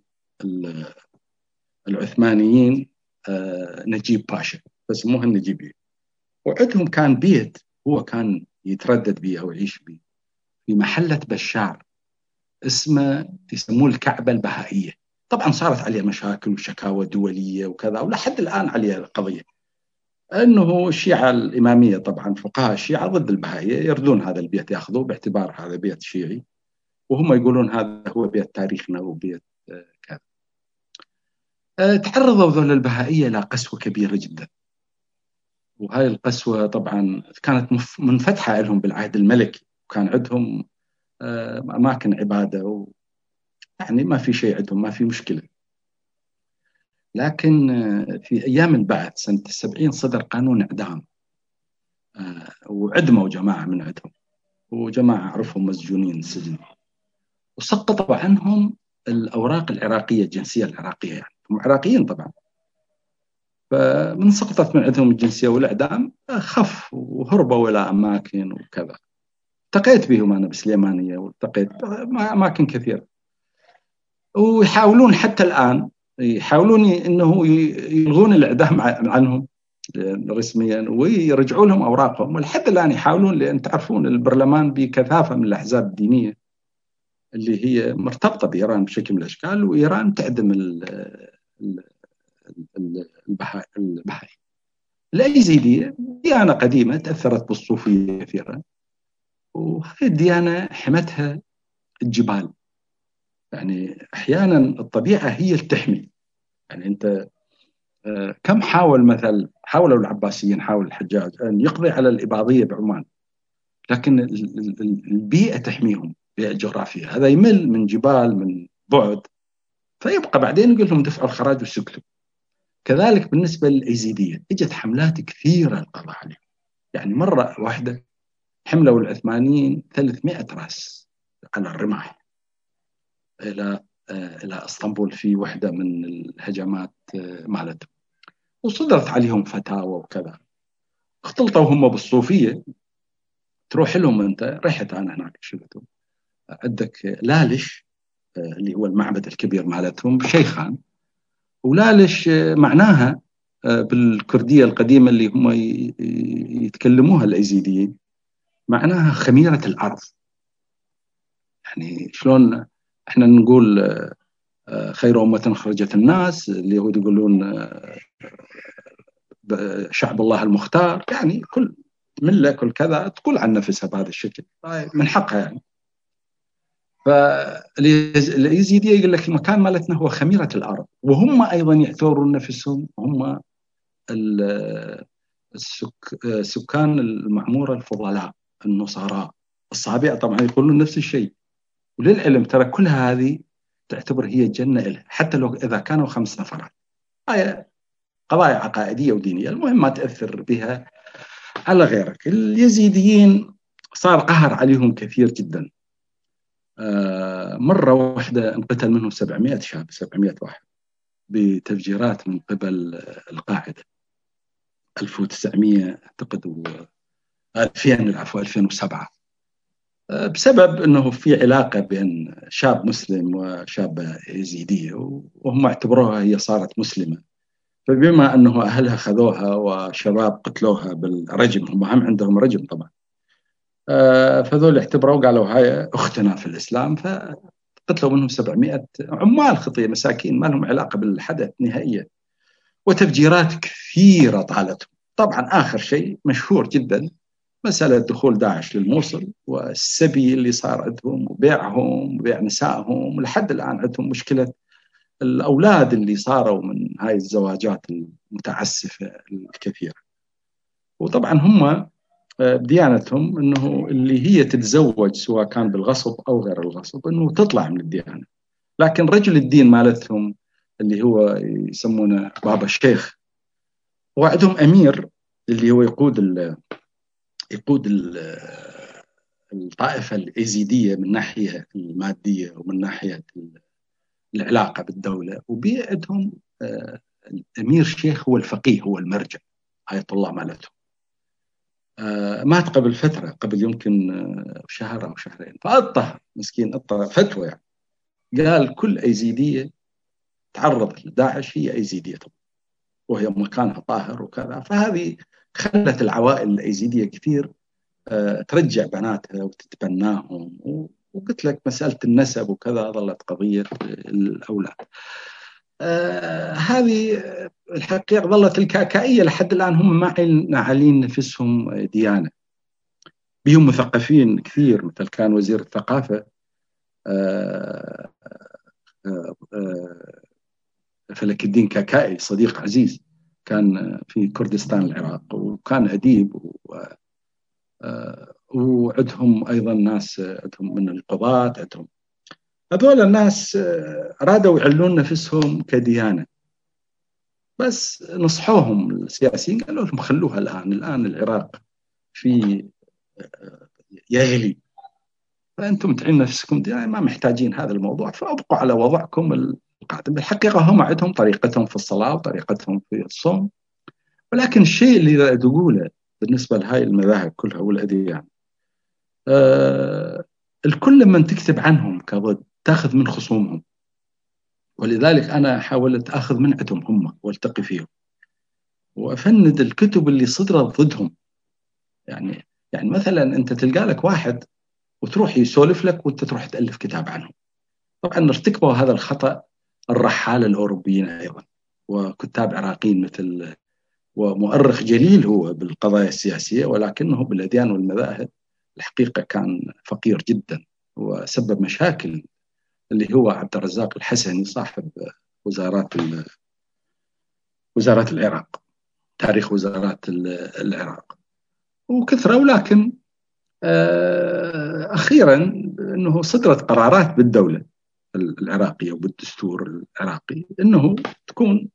العثمانيين نجيب باشا، فسموها النجيبية. وعندهم كان بيت هو كان يتردد به أو يعيش به في محلة بشار، اسمه يسموه الكعبة البهائية. طبعا صارت عليه مشاكل وشكاوى دولية وكذا، ولحد الآن عليه القضية أنه الشيعة الإمامية، طبعا فقهاء الشيعة ضد البهائية، يردون هذا البيت، يأخذوه باعتبار هذا بيت شيعي، وهم يقولون هذا هو بيت تاريخنا وبيت كذا. تعرضوا ذول البهائية إلى قسوة كبيرة جدا، وهاي القسوة طبعا كانت منفتحة لهم بالعهد الملكي، وكان عندهم أماكن عبادة، يعني ما في شيء عندهم، ما في مشكلة. لكن في أيام البعث سنة 70 صدر قانون إعدام، وعدموا جماعة من عندهم، وجماعة أعرفهم مسجونين السجن، وسقطوا عنهم الأوراق العراقية، الجنسية العراقية، يعني هم عراقيين طبعا. فمن سقطت من عندهم الجنسية والإعدام خف وهربوا إلى أماكن وكذا. التقيت بهم أنا بسليمانية، والتقيت أماكن كثيرة، ويحاولون حتى الآن يحاولون أنه يلغون الإعدام عنهم رسميا ويرجعوا لهم أوراقهم، ولحد الآن يحاولون، لأن تعرفون البرلمان بكثافة من الأحزاب الدينية اللي هي مرتبطة بإيران بشكل من الأشكال، وإيران تعدم البهائي. الأيزيدية ديانة قديمة تأثرت بالصوفية كثيرا، وهذه الديانة حمتها الجبال، يعني أحيانا الطبيعة هي اللي تحمي. يعني أنت كم حاولوا العباسيين، حاول الحجاج أن يقضي على الإباضية بعمان، لكن البيئة تحميهم، البيئة الجغرافية، هذا يمل من جبال من بعد، فيبقى بعدين يقول لهم دفعوا الخراج وسكتوا. كذلك بالنسبة للأيزيدية، اجت حملات كثيرة القضاء عليهم. يعني مرة واحدة حملوا العثمانيين 300 رأس على الرماح إلى اسطنبول في واحدة من الهجمات مالتهم، وصدرت عليهم فتاوى وكذا. اختلطوا هم بالصوفية، تروح لهم أنت، رحت أنا هناك شفتهم، عندك لالش اللي هو المعبد الكبير مالتهم شيخان، ولالش معناها بالكردية القديمة اللي هم يتكلموها الأيزيديين، معناها خميرة الأرض. يعني شلون احنا نقول خير أمة خرجت الناس، اليهود يقولون شعب الله المختار، يعني كل ملة كل كذا تقول عن نفسها بهذا الشكل، من حقها يعني. فاليزيدية يقول لك المكان مالتنا هو خميرة الأرض، وهم أيضا يعتبرون نفسهم هم سكان المعمورة الفضلاء النصارى الصابئة، طبعا يقولون نفس الشيء. وللعلم ترى كل هذه تعتبر هي جنة له، حتى لو إذا كانوا 5 نفرات. هاي قضايا عقائدية ودينية، المهم ما تأثر بها على غيرك. اليزيديين صار قهر عليهم كثير جدا. مرة واحدة انقتل منهم 700 شاب، 700 واحد بتفجيرات من قبل القاعدة 1900 أعتقد 2007، بسبب أنه في علاقة بين شاب مسلم وشابة يزيدية، وهم اعتبروها هي صارت مسلمة، فبما أنه أهلها خذوها وشباب قتلوها بالرجم، هم عندهم رجم طبعا، فذول اعتبروا قالوا هاي أختنا في الإسلام، فقتلوا منهم 700 عمال خطية مساكين ما لهم علاقة بالحدث نهائيا. وتفجيرات كثيرة طالتهم. طبعا آخر شيء مشهور جدا مسألة دخول داعش للموصل والسبي اللي صار عندهم وبيعهم وبيع نسائهم، ولحد الآن عندهم مشكلة الأولاد اللي صاروا من هاي الزواجات المتعسفة الكثيرة. وطبعا هم بديانتهم أنه اللي هي تتزوج سواء كان بالغصب أو غير الغصب أنه تطلع من الديانة، لكن رجل الدين مالتهم اللي هو يسمونه بابا الشيخ، وعندهم أمير اللي هو يقود الطائفة الإيزيدية من ناحية المادية ومن ناحية العلاقة بالدولة، وبيعدهم الأمير شيخ هو الفقيه هو المرجع آية الله مالتهم. مات قبل فترة، قبل يمكن شهر أو شهرين، فأطه مسكين أطه فتوى يعني، قال كل أيزيدية تعرضت لداعش هي أيزيدية طبعا، وهي مكانها طاهر وكذا. فهذه خلت العوائل الأيزيدية كثير ترجع بناتها وتتبناهم، وقلت لك مسألة النسب وكذا ظلت قضية الأولاد. هذه الحقيقة ظلت الكاكائية لحد الآن، هم ما ناعلين نفسهم ديانة، بهم مثقفين كثير، مثل كان وزير الثقافة فلك الدين كاكائي صديق عزيز، كان في كردستان العراق وكان أديب، وعندهم أيضا ناس عندهم من القضاة، عندهم هذول الناس أرادوا يعلون نفسهم كديانة، بس نصحوهم السياسيين قالوا لهم خلوها الآن العراق في يغلي، فأنتم تعين نفسكم ديانة ما محتاجين هذا الموضوع، فأبقوا على وضعكم القادم. بالحقيقة هم عندهم طريقتهم في الصلاة وطريقتهم في الصوم، ولكن الشيء اللي تقوله بالنسبة لهاي المذاهب كلها والأديان الكل لما تكتب عنهم كضد تأخذ من خصومهم، ولذلك أنا حاولت أخذ من عندهم هم والتقي فيهم وأفند الكتب اللي صدرت ضدهم. يعني مثلا أنت تلقى لك واحد وتروح يسولف لك وأنت تروح تألف كتاب عنه. طبعا ارتكبوا هذا الخطأ الرحالة الأوروبيين أيضا، وكتاب عراقيين مثل ومؤرخ جليل هو بالقضايا السياسية، ولكنه بالأديان والمذاهب الحقيقة كان فقير جدا وسبب مشاكل، اللي هو عبد الرزاق الحسني صاحب وزارات العراق، تاريخ وزارات العراق وكثرة. ولكن أخيرا أنه صدرت قرارات بالدولة العراقية وبالدستور العراقي أنه تكون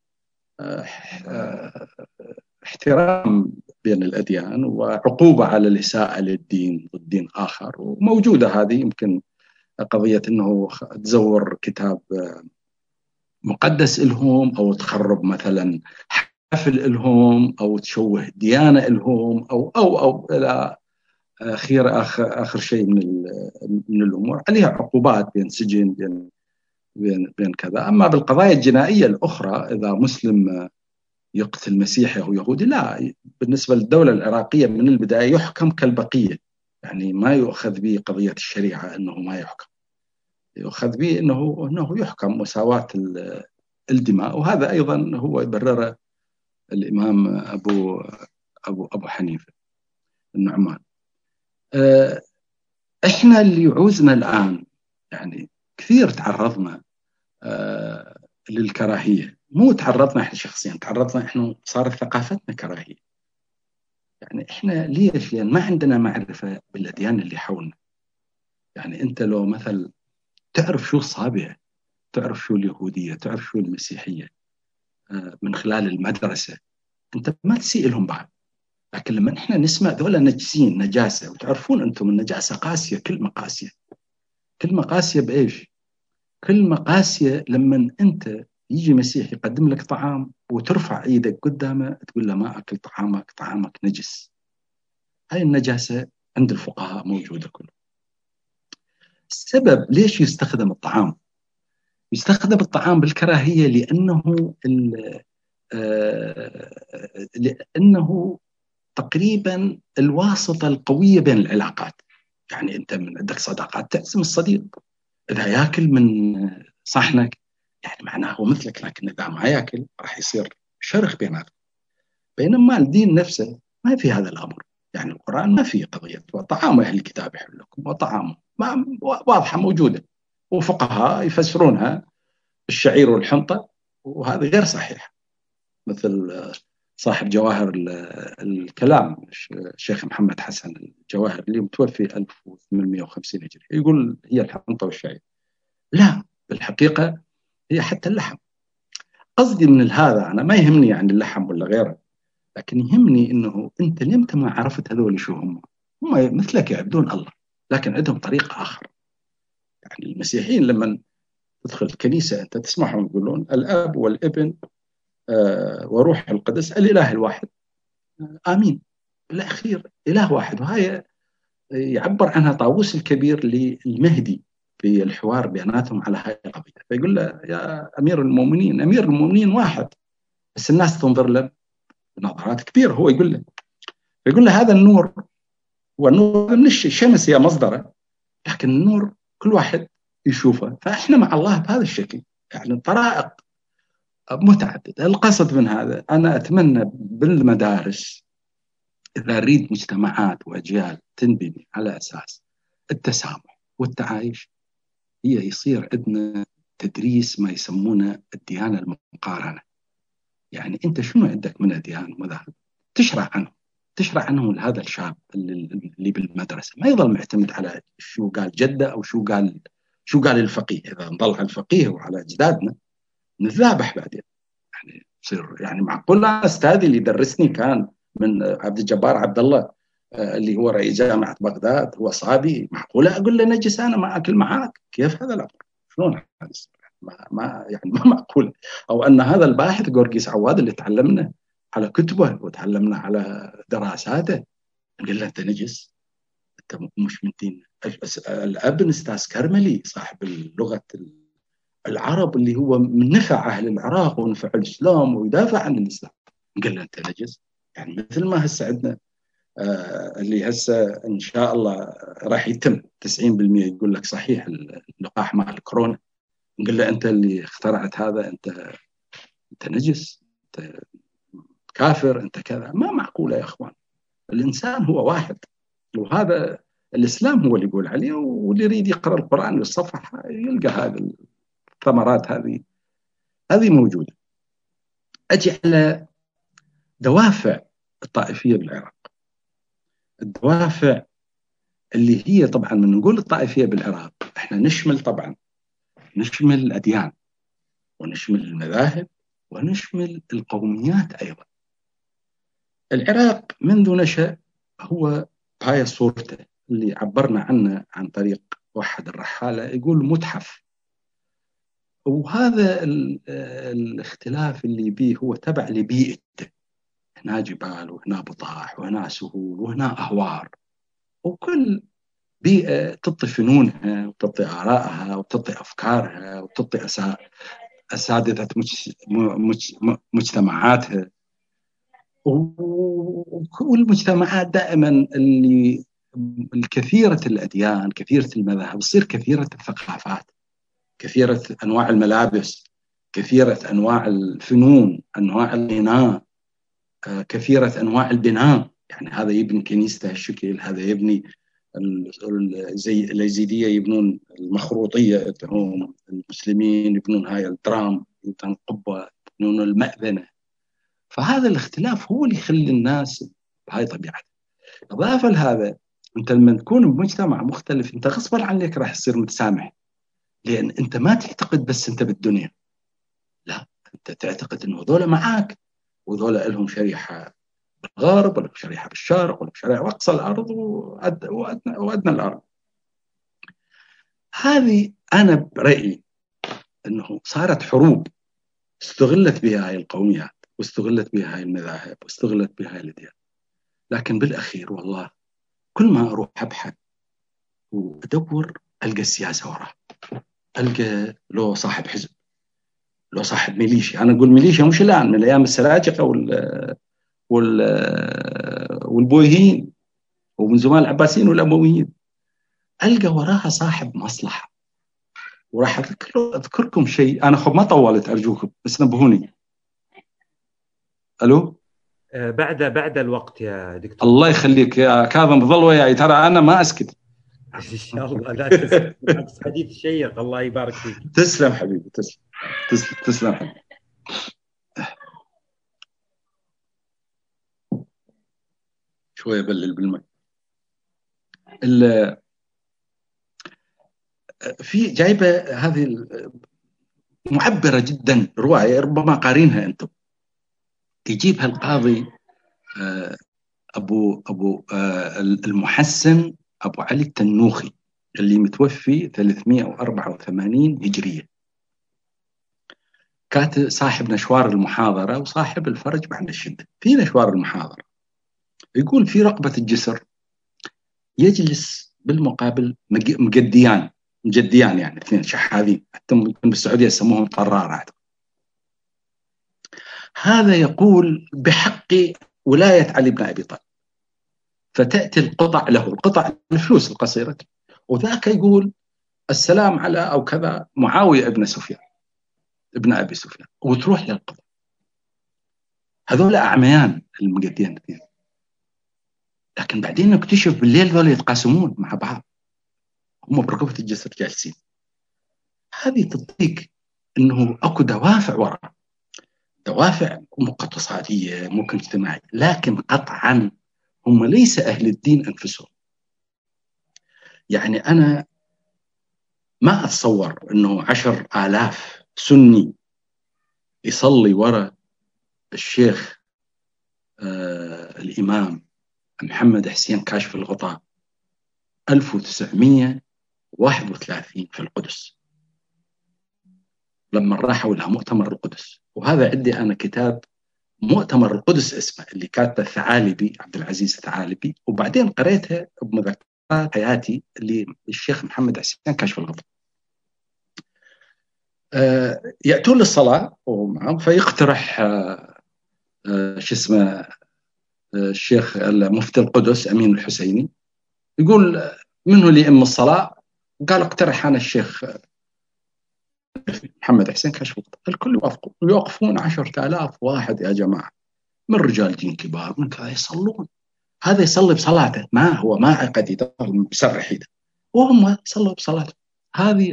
احترام بين الأديان وعقوبة على الإساءة للدين ضد دين آخر، وموجودة هذه. يمكن قضية أنه تزور كتاب مقدس إلهم أو تخرب مثلا حفل إلهم أو تشوه ديانة إلهم أو إلى آخر شيء من الأمور عليها عقوبات بين سجن بين كذا. أما بالقضايا الجنائية الأخرى إذا مسلم يقتل مسيحي أو يهودي، لا، بالنسبة للدولة العراقية من البداية يحكم كالبقية، يعني ما يؤخذ به قضية الشريعة أنه ما يحكم، يؤخذ به أنه يحكم مساواة الدماء. وهذا أيضا هو يبرره الإمام أبو حنيفة النعمان. إحنا اللي يعوزنا الآن يعني كثير تعرضنا للكراهية، مو تعرضنا احنا شخصيا، تعرضنا احنا، صارت ثقافتنا كراهية. يعني احنا ليش؟ لأن ما عندنا معرفة بالأديان اللي حولنا. يعني انت لو مثل تعرف شو الصابئة، تعرف شو اليهودية، تعرف شو المسيحية من خلال المدرسة، انت ما تسيء لهم بعد. لكن لما احنا نسمع ذولا نجسين نجاسة، وتعرفون انتم النجاسة قاسية، كلمة قاسية. كلمة قاسية بإيش؟ كلمة قاسية لما انت يجي مسيح يقدم لك طعام وترفع ايدك قدامه تقول له ما اكل طعامك، طعامك نجس. هاي النجاسة عند الفقهاء موجودة كله. السبب ليش يستخدم الطعام؟ يستخدم الطعام بالكراهية لأنه تقريبا الواسطة القوية بين العلاقات. يعني أنت من عندك صداقات تعزم الصديق، إذا يأكل من صحنك يعني معناه هو مثلك، لكن إذا ما يأكل راح يصير شرخ بيناتكم. بينما الدين نفسه ما في هذا الأمر. يعني القرآن ما فيه قضية وطعام أهل الكتاب يحل لكم وطعام، ما واضحة موجودة، وفقهاء يفسرونها الشعير والحنطة، وهذا غير صحيح. مثل صاحب جواهر الكلام الشيخ محمد حسن الجواهر اللي متوفي 1850 هجري، يقول هي الحنطة والشعير. لا، بالحقيقة هي حتى اللحم. قصدي من هذا أنا ما يهمني يعني اللحم ولا غيره، لكن يهمني أنه أنت لمتى ما عرفت هذول شو هم مثلك يعبدون الله، لكن عندهم طريق آخر. يعني المسيحيين لما تدخل الكنيسة أنت تسمعهم يقولون الأب والابن وروح القدس الإله الواحد، آمين. بالأخير إله واحد. وهي يعبر عنها طاووس الكبير للمهدي في الحوار بيناتهم على هاي القضية، فيقول له يا أمير المؤمنين، أمير المؤمنين واحد، بس الناس تنظر له بنظرات كبيرة. هو يقول له هذا النور، والنور من الشمس هي مصدره، لكن النور كل واحد يشوفه. فإحنا مع الله بهذا الشكل، يعني الطرائق متعددة. القصد من هذا أنا أتمنى بالمدارس إذا أريد مجتمعات وأجيال تنبني على أساس التسامح والتعايش، هي يصير عندنا تدريس ما يسمونه الديانة المقارنة. يعني أنت شنو عندك من أديان ومذاهب تشرح عنه لهذا الشاب اللي بالمدرسة، ما يظل معتمد على شو قال جده أو شو قال الفقيه. إذا نضل على الفقيه وعلى أجدادنا نذابح بعدين. يعني يصير يعني معقول أستاذي اللي درسني كان من عبد الجبار عبد الله اللي هو رئيس جامعة بغداد، هو صابي، معقولة أقول له نجس أنا ما أكل معاك؟ كيف هذا الأمر؟ شلون هذا؟ ما معقول. أو أن هذا الباحث قورقيس عواد اللي تعلمنا على كتبه وتعلمنا على دراساته نقول له أنت نجس، أنت مش من دين. الابن أستاذ كرملي صاحب اللغة العرب اللي هو من نفع أهل العراق ونفع الإسلام ويدافع عن الإسلام، نقول له أنت نجس. يعني مثل ما هسه عندنا اللي هسه إن شاء الله راح يتم 90% يقول لك صحيح اللقاح مع الكورونا، نقول له أنت اللي اخترعت هذا، أنت نجس، أنت كافر، أنت كذا. ما معقولة يا أخوان. الإنسان هو واحد، وهذا الإسلام هو اللي يقول عليه، واللي يريد يقرأ القرآن والصفحة يلقى هذه الثمرات هذه موجودة. أجي على دوافع الطائفية بالعراق. الدوافع اللي هي طبعا من نقول الطائفية بالعراق احنا نشمل الأديان ونشمل المذاهب ونشمل القوميات أيضا. العراق منذ نشأ هو هاي صورته اللي عبرنا عنه عن طريق وحد الرحالة، يقول متحف. وهذا الاختلاف اللي بيه هو تبع لبيئته، هنا جبال وهنا بطاح وهنا سهول وهنا أهوار، وكل بيئة تعطي فنونها وتعطي آرائها وتعطي أفكارها وتعطي أساتذة مجتمعاتها. والمجتمعات دائما اللي كثيرة الأديان كثيرة المذاهب تصير كثيرة الثقافات، كثيرة أنواع الملابس، كثيرة أنواع الفنون، أنواع الغناء، كثيرة أنواع البناء. يعني هذا يبني كنيسته هالشكل، هذا يبني زي اليزيدية يبنون المخروطية، هم المسلمين يبنون هاي الدرام، يبنون قبة، يبنون المأذنة. فهذا الاختلاف هو اللي يخلي الناس بهاي طبيعته. إضافة لهذا، أنت لما تكون بمجتمع مختلف أنت غصبا عنك راح تصير متسامح، لأن أنت ما تعتقد بس أنت بالدنيا، لا، أنت تعتقد أنه هذول معاك، وهذول لهم شريحة بالغرب، ولا شريحة بالشرق، ولا شريحة أقصى الأرض وأدنى الأرض. هذه أنا برأيي أنه صارت حروب استغلت بها هاي القوميات، واستغلت بها هاي المذاهب، واستغلت بها هاي الأديان. لكن بالأخير والله كل ما أروح أبحث وأدور ألقى السياسة وراه، ألقى له صاحب حزب، له صاحب ميليشيا. أنا أقول ميليشيا مش الآن، من أيام السلاجقة والبويهيين، ومن زمان العباسيين والأمويين. ألقى وراها صاحب مصلحة. وراح أذكركم شيء، أنا خب ما طولت أرجوكم بس نبهوني. ألو؟ بعد الوقت يا دكتور. الله يخليك يا كاظم، ظل وياي، ترى أنا ما أسكت. إن شاء الله لا تسكت، بالعكس حديث شيق، الله يبارك فيك. تسلم حبيبي، تسلم حبيبي. شوية بلل بالماء. في جايبة هذه معبرة جدا، رواية ربما قارينها أنتم. يجيبها القاضي أبو المحسن أبو علي التنوخي اللي متوفي 384 هجرية. كاتب صاحب نشوار المحاضرة وصاحب الفرج بعد الشدة. في نشوار المحاضرة يقول في رقبة الجسر يجلس بالمقابل مجديان يعني اثنين شحاذين، حتى ممكن بالسعودية يسموهم طرارة. هذا يقول بحق ولاية علي بن أبي طالب، فتأتي القطع له، القطع الفلوس القصيرة، وذاك يقول السلام على أو كذا معاوية ابن أبي سفيان، وتروح للقطع. هذول أعميان المجديان اثنين، لكن بعدين نكتشف بالليل ذول يتقاسمون مع بعض، هم بركبة الجسر جالسين. هذه تدرك أنه أكو دوافع وراء، دوافع اقتصادية ممكن اجتماعية، لكن قطعا هم ليس أهل الدين أنفسهم. يعني أنا ما أتصور أنه 10,000 سني يصلي وراء الشيخ الإمام محمد حسين كاشف الغطاء 1931 في القدس، لما راحوا لها مؤتمر القدس. وهذا عندي أنا كتاب مؤتمر القدس اسمه، اللي كاتبه الثعالبي، عبد العزيز الثعالبي، وبعدين قريتها بمذكرات حياتي اللي الشيخ محمد حسين كاشف الغطاء. يأتون للصلاة ومعهم، فيقترح شو اسمه الشيخ مفتي القدس أمين الحسيني، يقول منه اللي يأم الصلاة؟ قال اقترح أنا الشيخ محمد حسين كاشف الغطاء. الكل يوقفون 10,000 واحد يا جماعة، من رجال دين كبار من كذا يصلون. هذا يصلي بصلاته، ما عقد بسرح يده، وهم صلوا بصلاته. هذه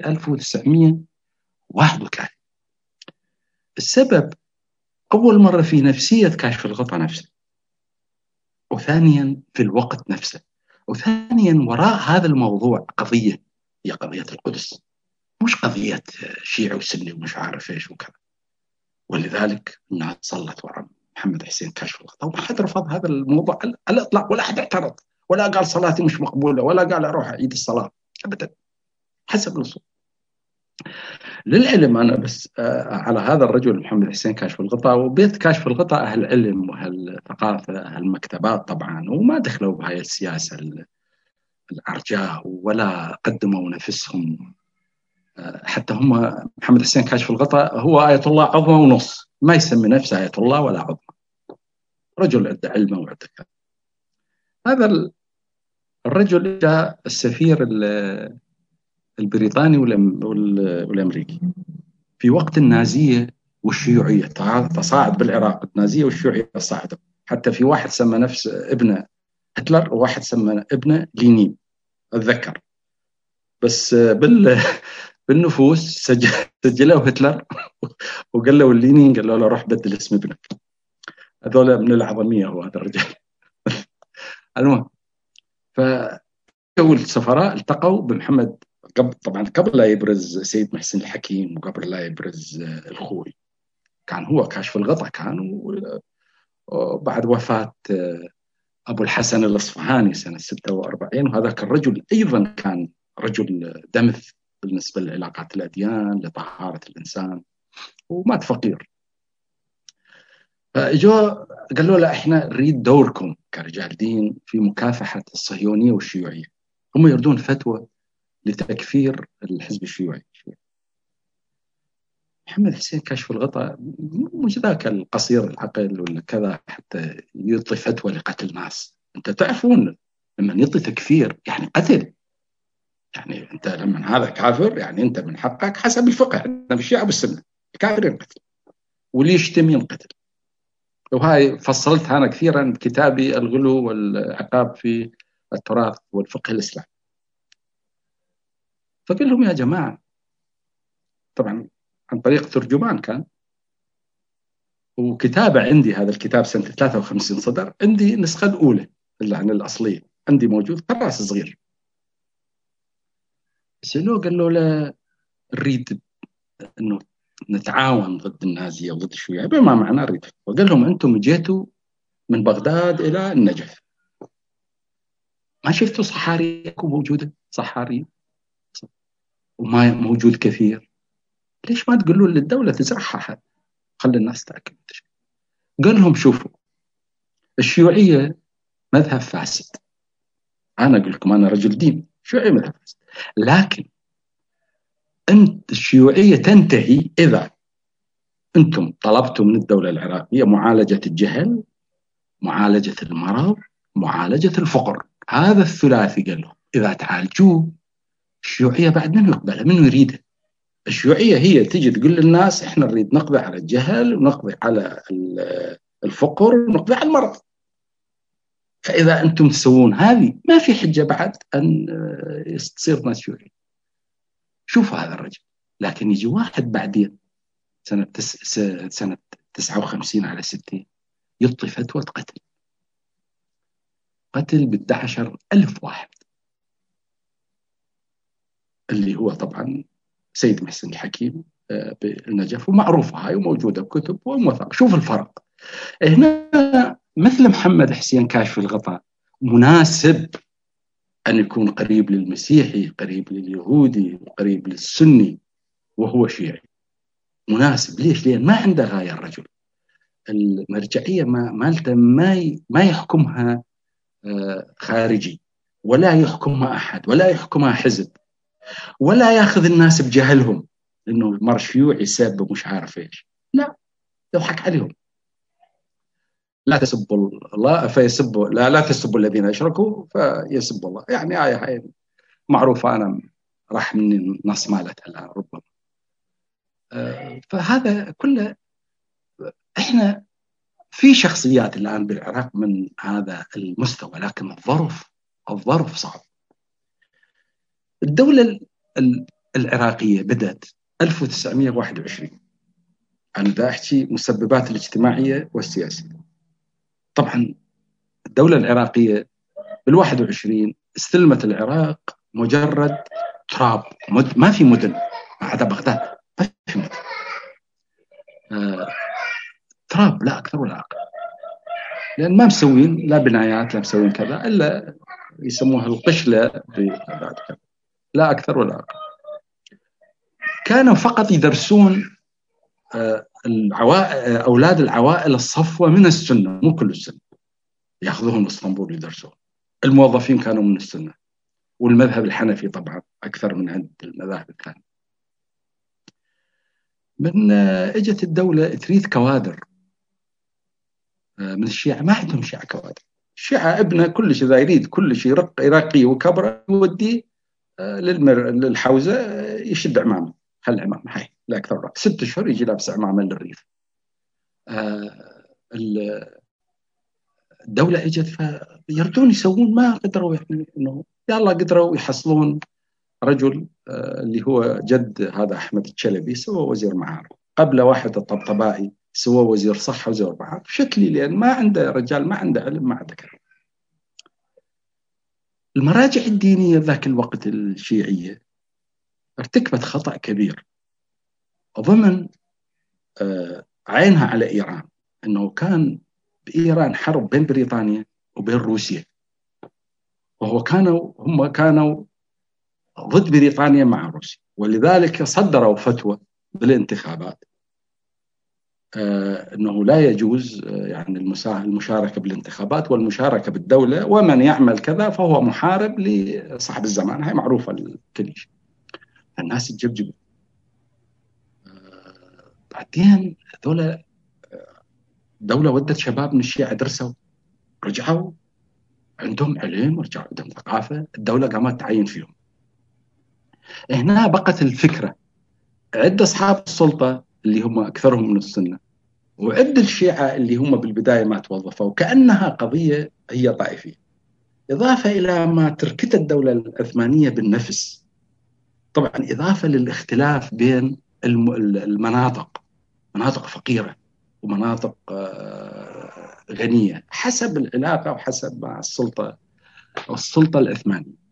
1931. السبب أول مرة في نفسية كاشف الغطاء نفسه، وثانيا في الوقت نفسه، وثانيا وراء هذا الموضوع قضية، هي قضية القدس، مش قضية شيعي وسني ومش عارف ايش وكذا. ولذلك الناس صلت وراء محمد حسين كاشف الغطاء، وما حد رفض هذا الموضوع على الإطلاق، ولا حد اعترض، ولا قال صلاتي مش مقبولة، ولا قال أروح أعيد الصلاة، أبدا، حسب النصوص. للعلم أنا بس على هذا الرجل محمد حسين كاشف الغطاء، وبيت كاشف الغطاء أهل علم وأهل ثقافة، أهل مكتبات طبعا، وما دخلوا بهاي السياسة العرجاء، ولا قدموا نفسهم. حتى هم محمد حسين كاشف الغطاء هو آية الله عظمى ونص، ما يسمي نفسه آية الله ولا عظمى، رجل عنده علم وعنده كذا. هذا الرجل جاء السفير البريطاني والأمريكي في وقت النازية والشيوعية، تصاعد بالعراق النازية والشيوعية تصاعدوا، حتى في واحد سمى نفسه ابنه هتلر، وواحد سمى ابنه لينين، أتذكر بس بالنفوس سجلوا هتلر وقال له اللينين، قال له روح بدل اسم ابنك. هذول من العظمية هو هذا الرجال. المهم، فأول السفراء التقوا بمحمد طبعا قبل لا يبرز سيد محسن الحكيم وقبل لا يبرز الخوي. كان هو كاشف الغطاء، كان بعد وفاة أبو الحسن الأصفهاني سنة 46، وهذاك الرجل أيضا كان رجل دمث بالنسبة لعلاقات الأديان، لطهارة الإنسان، ومات فقير. فاجوا قالوا له احنا نريد دوركم كرجال دين في مكافحة الصهيونية والشيوعية. هم يردون فتوى لتكفير الحزب الشيوعي. محمد حسين كاشف الغطاء مش ذاك القصير العقل ولا كذا حتى يعطي فتوى لقتل ناس. انت تعرفون لما يعطي تكفير يعني قتل، يعني انت لما هذا كافر يعني انت من حقك حسب الفقه، احنا بالشيعة والسنة الكافر ينقتل واللي يشتم ينقتل. وهاي فصلتها أنا كثيرا بكتابي الغلو والعقاب في التراث والفقه الإسلامي. فقال لهم يا جماعة، طبعا عن طريق ترجمان كان، وكتابة عندي هذا الكتاب سنة 53 صدر، عندي النسخة الأولى يعني الأصلية عندي موجود كراس صغير. سألوه قال له لا نريد أنه نتعاون ضد النازية وضد الشيوعية، بما معناه نريد. وقال لهم أنتم جيتوا من بغداد إلى النجف، ما شفتوا صحاريكم موجودة؟ صحاري وما موجود كثير، ليش ما تقولون للدولة تزرعها، خلي الناس تأكل؟ قال لهم شوفوا، الشيوعية مذهب فاسد، أنا أقول لكم أنا رجل دين، الشيوعية مذهب فاسد، لكن أنت الشيوعية تنتهي إذا أنتم طلبتوا من الدولة العراقية معالجة الجهل، معالجة المرض، معالجة الفقر. هذا الثلاثي قال لهم إذا تعالجوه الشيوعية بعد منه يقبلها، منه يريدها. الشيوعية هي تجي تقول للناس احنا نريد نقضي على الجهل ونقضي على الفقر ونقضي على المرض. فإذا أنتم تسوون هذه ما في حجة بعد أن تصير ناس شيوعية. شوفوا هذا الرجل. لكن يجي واحد بعدين سنة 59 على 60 يعطي فتوى قتل ب11,000 واحد، اللي هو طبعا سيد محسن الحكيم بالنجف، ومعروفة هاي وموجودة بكتب وموثقة. شوف الفرق هنا. مثل محمد حسين كاشف الغطاء مناسب أن يكون قريب للمسيحي، قريب لليهودي، قريب للسني، وهو شيعي. مناسب ليش؟ لأن ما عنده غاية الرجل. المرجعية مالته ما يحكمها خارجي، ولا يحكمها أحد، ولا يحكمها حزب، ولا ياخذ الناس بجهلهم إنه المر شيوعي سب مش عارف إيش، لا، يضحك عليهم. لا تسبوا الله فيسبوا، لا تسبوا الذين اشركوا فيسبوا الله، يعني آية هاي معروفة، أنا راح من نص مالتها الآن ربما. فهذا كله إحنا في شخصيات الآن بالعراق من هذا المستوى، لكن الظرف صعب. الدولة العراقية بدأت 1921. أنا دا أحكي مسببات الاجتماعية والسياسية. طبعا الدولة العراقية بال21 استلمت العراق مجرد تراب، ما في مدن ما عدا بغداد، ما في مدن، تراب لا أكثر ولا أقل، لأن ما مسوين لا بنايات لا مسوين كذا، إلا يسموها القشلة لا أكثر ولا أقل. كانوا فقط يدرسون أولاد العوائل الصفوة من السنة، مو كل السنة، يأخذوهم اسطنبول يدرسون. الموظفين كانوا من السنة، والمذهب الحنفي طبعا أكثر من عند المذاهب الثانية. من اجت الدولة تريد كوادر من الشيعة، ما عندهم شيعة كوادر. الشيعة ابنه كل شيء إذا يريد كل شيء عراقي وكبره يوديه للحوزة يشد عمامه، خلي عمامه هاي لا أكثر. 6 أشهر يجي لابس عمامه للريف. الدولة اجت فيردون يسوون ما قدروا، يعني انه يلا قدروا يحصلون رجل اللي هو جد هذا أحمد الشلبي سوى وزير معارف، قبل واحد الطبطبائي سوى وزير صحة وزير معارف، شكلي لأن ما عنده رجال، ما عنده علم، ما عنده كلام. المراجع الدينية ذاك الوقت الشيعية ارتكبت خطأ كبير ضمن عينها على إيران، أنه كان بإيران حرب بين بريطانيا وبين روسيا، هم كانوا ضد بريطانيا مع روسيا، ولذلك صدروا فتوى بالانتخابات أنه لا يجوز يعني المشاركة بالانتخابات والمشاركة بالدولة، ومن يعمل كذا فهو محارب لصاحب الزمان. هاي معروفة الكل شيء. الناس تجبجبوا. بعدين هذول دولة ودت شباب من الشيعة درسوا، رجعوا عندهم علم، رجعوا عندهم ثقافة، الدولة قامت تعين فيهم. هنا بقت الفكرة عند أصحاب السلطة اللي هم أكثرهم من السنة، وعند الشيعة اللي هم بالبداية ما توظفوا، كأنها قضية هي طائفية، إضافة إلى ما تركت الدولة العثمانية بالنفس. طبعا إضافة للاختلاف بين المناطق، مناطق فقيرة ومناطق غنية حسب العلاقة وحسب مع السلطة العثمانية.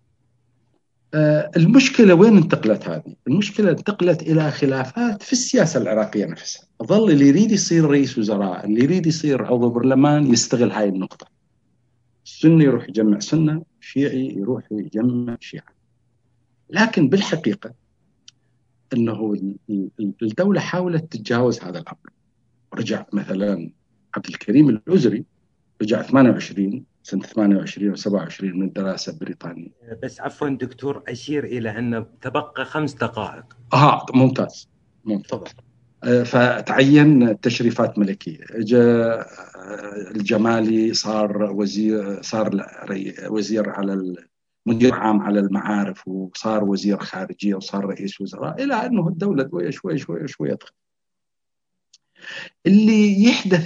المشكلة وين انتقلت هذه؟ المشكلة انتقلت إلى خلافات في السياسة العراقية نفسها. ظل اللي يريد يصير رئيس وزراء، اللي يريد يصير عضو برلمان يستغل هاي النقطة. السني يروح يجمع سنة، شيعي يروح يجمع شيعة. لكن بالحقيقة أنه الدولة حاولت تتجاوز هذا الأمر. رجع مثلا عبد الكريم الأزري، رجع 28 سنة 28 و 27 من دراسة بريطانيا. بس عفوا دكتور، أشير إلى أن تبقى 5 دقائق. ممتاز. فتعين تشريفات ملكية، جاء الجمالي صار وزير على مدير عام على المعارف، وصار وزير خارجية، وصار رئيس وزراء، إلى أنه الدولة شوي شوي شوي يدخل. اللي يحدث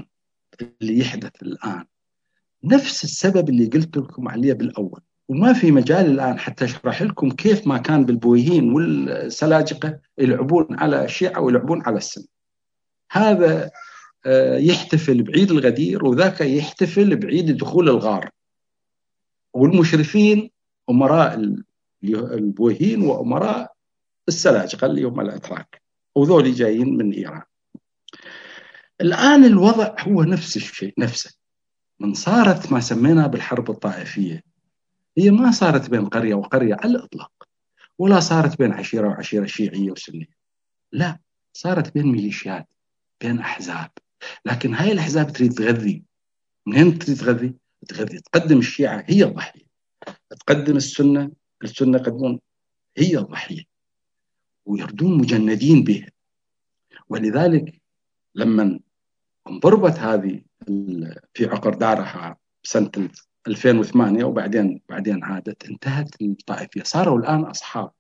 الآن نفس السبب اللي قلت لكم عليه بالأول، وما في مجال الآن حتى أشرح لكم كيف ما كان بالبويهين والسلاجقة يلعبون على الشيعة ويلعبون على السنة. هذا يحتفل بعيد الغدير، وذاك يحتفل بعيد دخول الغار، والمشرفين أمراء البويهين وأمراء السلاجقة اللي هم الأتراك، وذولي جايين من إيران. الآن الوضع هو نفس الشيء نفسه. من صارت ما سمينا بالحرب الطائفية، هي ما صارت بين قرية وقرية على الإطلاق، ولا صارت بين عشيرة وعشيرة شيعية وسنية، لا، صارت بين ميليشيات، بين أحزاب. لكن هاي الأحزاب تريد تغذي. منين تريد تغذي؟ تقدم الشيعة هي الضحية، تقدم السنة يقدمون هي الضحية، ويردون مجندين بها. ولذلك لما انضربت هذه في عقر دارها سنة 2008 وبعدين عادت، انتهت الطائفية، صاروا الآن أصحاب.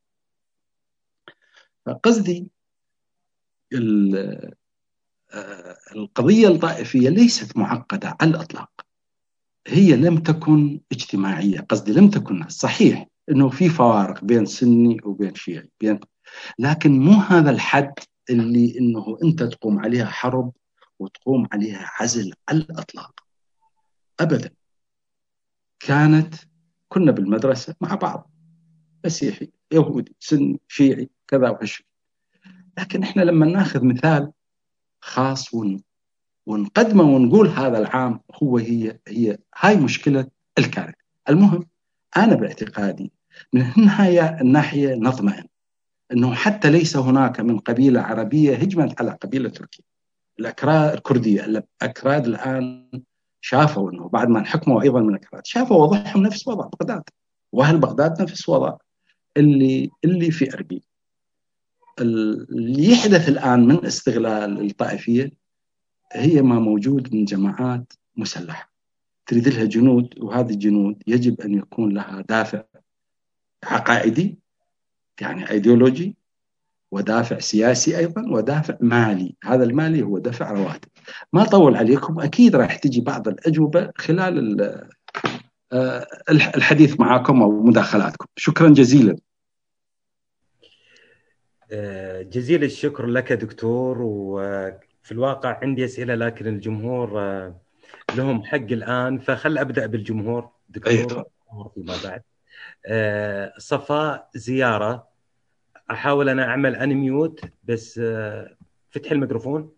فقصدي القضية الطائفية ليست معقدة على الإطلاق، هي لم تكن اجتماعية. قصدي لم تكن، صحيح أنه في فوارق بين سني وبين شيعي، لكن مو هذا الحد اللي أنه أنت تقوم عليها حرب وتقوم عليها عزل على الإطلاق أبدا. كنا بالمدرسة مع بعض، مسيحي يهودي سني شيعي كذا وهالشيء. لكن إحنا لما ناخذ مثال خاص ونقدمه ونقول هذا العام هي هاي مشكلة الكارثة. المهم أنا باعتقادي من الناحية نطمئن أنه حتى ليس هناك من قبيلة عربية هجمت على قبيلة تركية. الكردية الأكراد الآن شافوا أنه بعد ما انحكموا أيضا من الأكراد، شافوا وضعهم نفس وضع بغداد، وأهل بغداد نفس وضع اللي في أربيل. اللي يحدث الآن من استغلال الطائفية هي ما موجود من جماعات مسلحة تريد لها جنود، وهذه الجنود يجب أن يكون لها دافع عقائدي يعني أيديولوجي، ودافع سياسي أيضا، ودافع مالي. هذا المالي هو دفع رواتب. ما طول عليكم، أكيد راح تجي بعض الأجوبة خلال الحديث معكم أو مداخلاتكم. شكرا جزيلا. جزيل الشكر لك دكتور. وفي الواقع عندي أسئلة لكن الجمهور لهم حق الآن، فخل أبدأ بالجمهور دكتور فيما بعد. صفاء زيارة، أحاول أنا أعمل أنميوت بس فتح الميكروفون.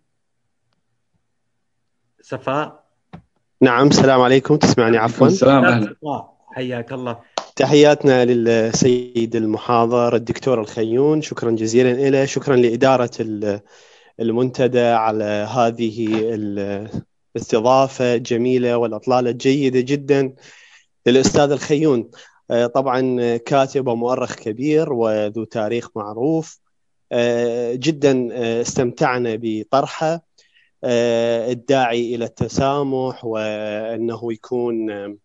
صفاء. نعم، السلام عليكم، تسمعني؟ عفوا. السلام، أهلا. حياك الله. تحياتنا للسيد المحاضر الدكتور الخيون، شكرا جزيلا له، شكرا لإدارة المنتدى على هذه الاستضافة الجميلة والأطلالة الجيدة جدا للأستاذ الخيون. طبعا كاتب ومؤرخ كبير وذو تاريخ معروف جدا. استمتعنا بطرحه الداعي إلى التسامح، وأنه يكون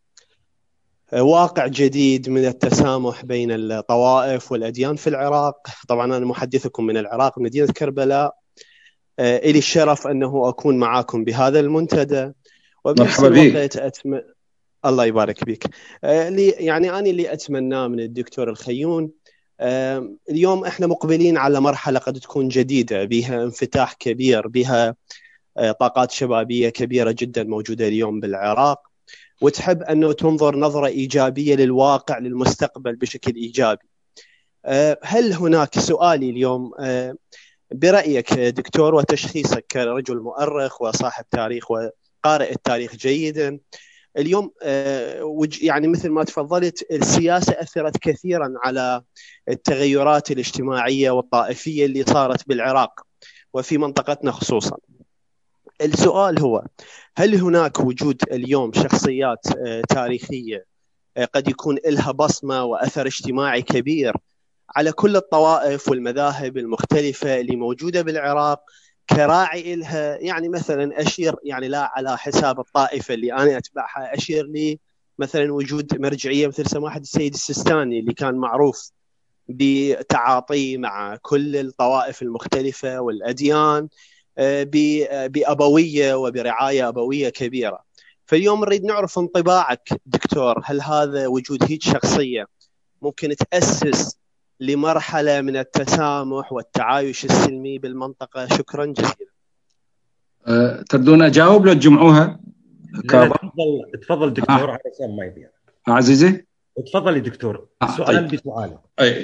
واقع جديد من التسامح بين الطوائف والأديان في العراق. طبعا أنا محدثكم من العراق، مدينة كربلاء. إلي الشرف أنه أكون معكم بهذا المنتدى، وبنفس الوقت الله يبارك بك. يعني أنا اللي أتمناه من الدكتور الخيون، اليوم إحنا مقبلين على مرحلة قد تكون جديدة، بها انفتاح كبير، بها طاقات شبابية كبيرة جدا موجودة اليوم بالعراق، وتحب أنه تنظر نظرة إيجابية للواقع، للمستقبل بشكل إيجابي. هل هناك، سؤالي اليوم برأيك دكتور وتشخيصك كرجل مؤرخ وصاحب تاريخ وقارئ التاريخ جيدا، اليوم يعني مثل ما تفضلت، السياسة أثرت كثيرا على التغيرات الاجتماعية والطائفية اللي صارت بالعراق وفي منطقتنا خصوصا. السؤال هو، هل هناك وجود اليوم شخصيات تاريخية قد يكون لها بصمة وأثر اجتماعي كبير على كل الطوائف والمذاهب المختلفة اللي موجودة بالعراق كراعي لها؟ يعني مثلا أشير، يعني لا على حساب الطائفة اللي أنا أتبعها، أشير لي مثلا وجود مرجعية مثل سماحة السيد السيستاني اللي كان معروف بتعاطي مع كل الطوائف المختلفة والأديان بأبوية وبرعاية أبوية كبيرة. فاليوم نريد نعرف انطباعك دكتور، هل هذا وجود هيك شخصية ممكن تأسس لمرحلة من التسامح والتعايش السلمي بالمنطقة؟ شكرا جزيلا. تردون أجاوب لو تجمعوها؟ تفضل دكتور علشان ما يضيع. عزيزي تفضل يا دكتور. سؤال بسؤال.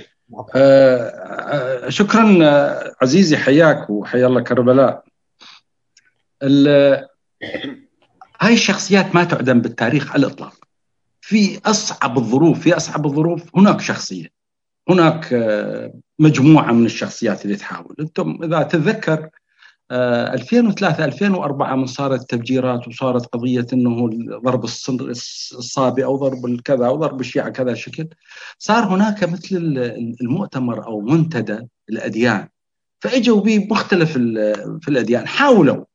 شكرا عزيزي، حياك وحيا الله كربلاء. هاي الشخصيات ما تعدم بالتاريخ على الإطلاق. في أصعب الظروف هناك شخصية، هناك مجموعة من الشخصيات اللي تحاول. أنتم إذا تتذكر 2003-2004 من صارت تفجيرات وصارت قضية أنه ضرب الصابئ أو ضرب الكذا أو ضرب الشيعة كذا شكل، صار هناك مثل المؤتمر أو منتدى الأديان، فأجوا بمختلف في الأديان، حاولوا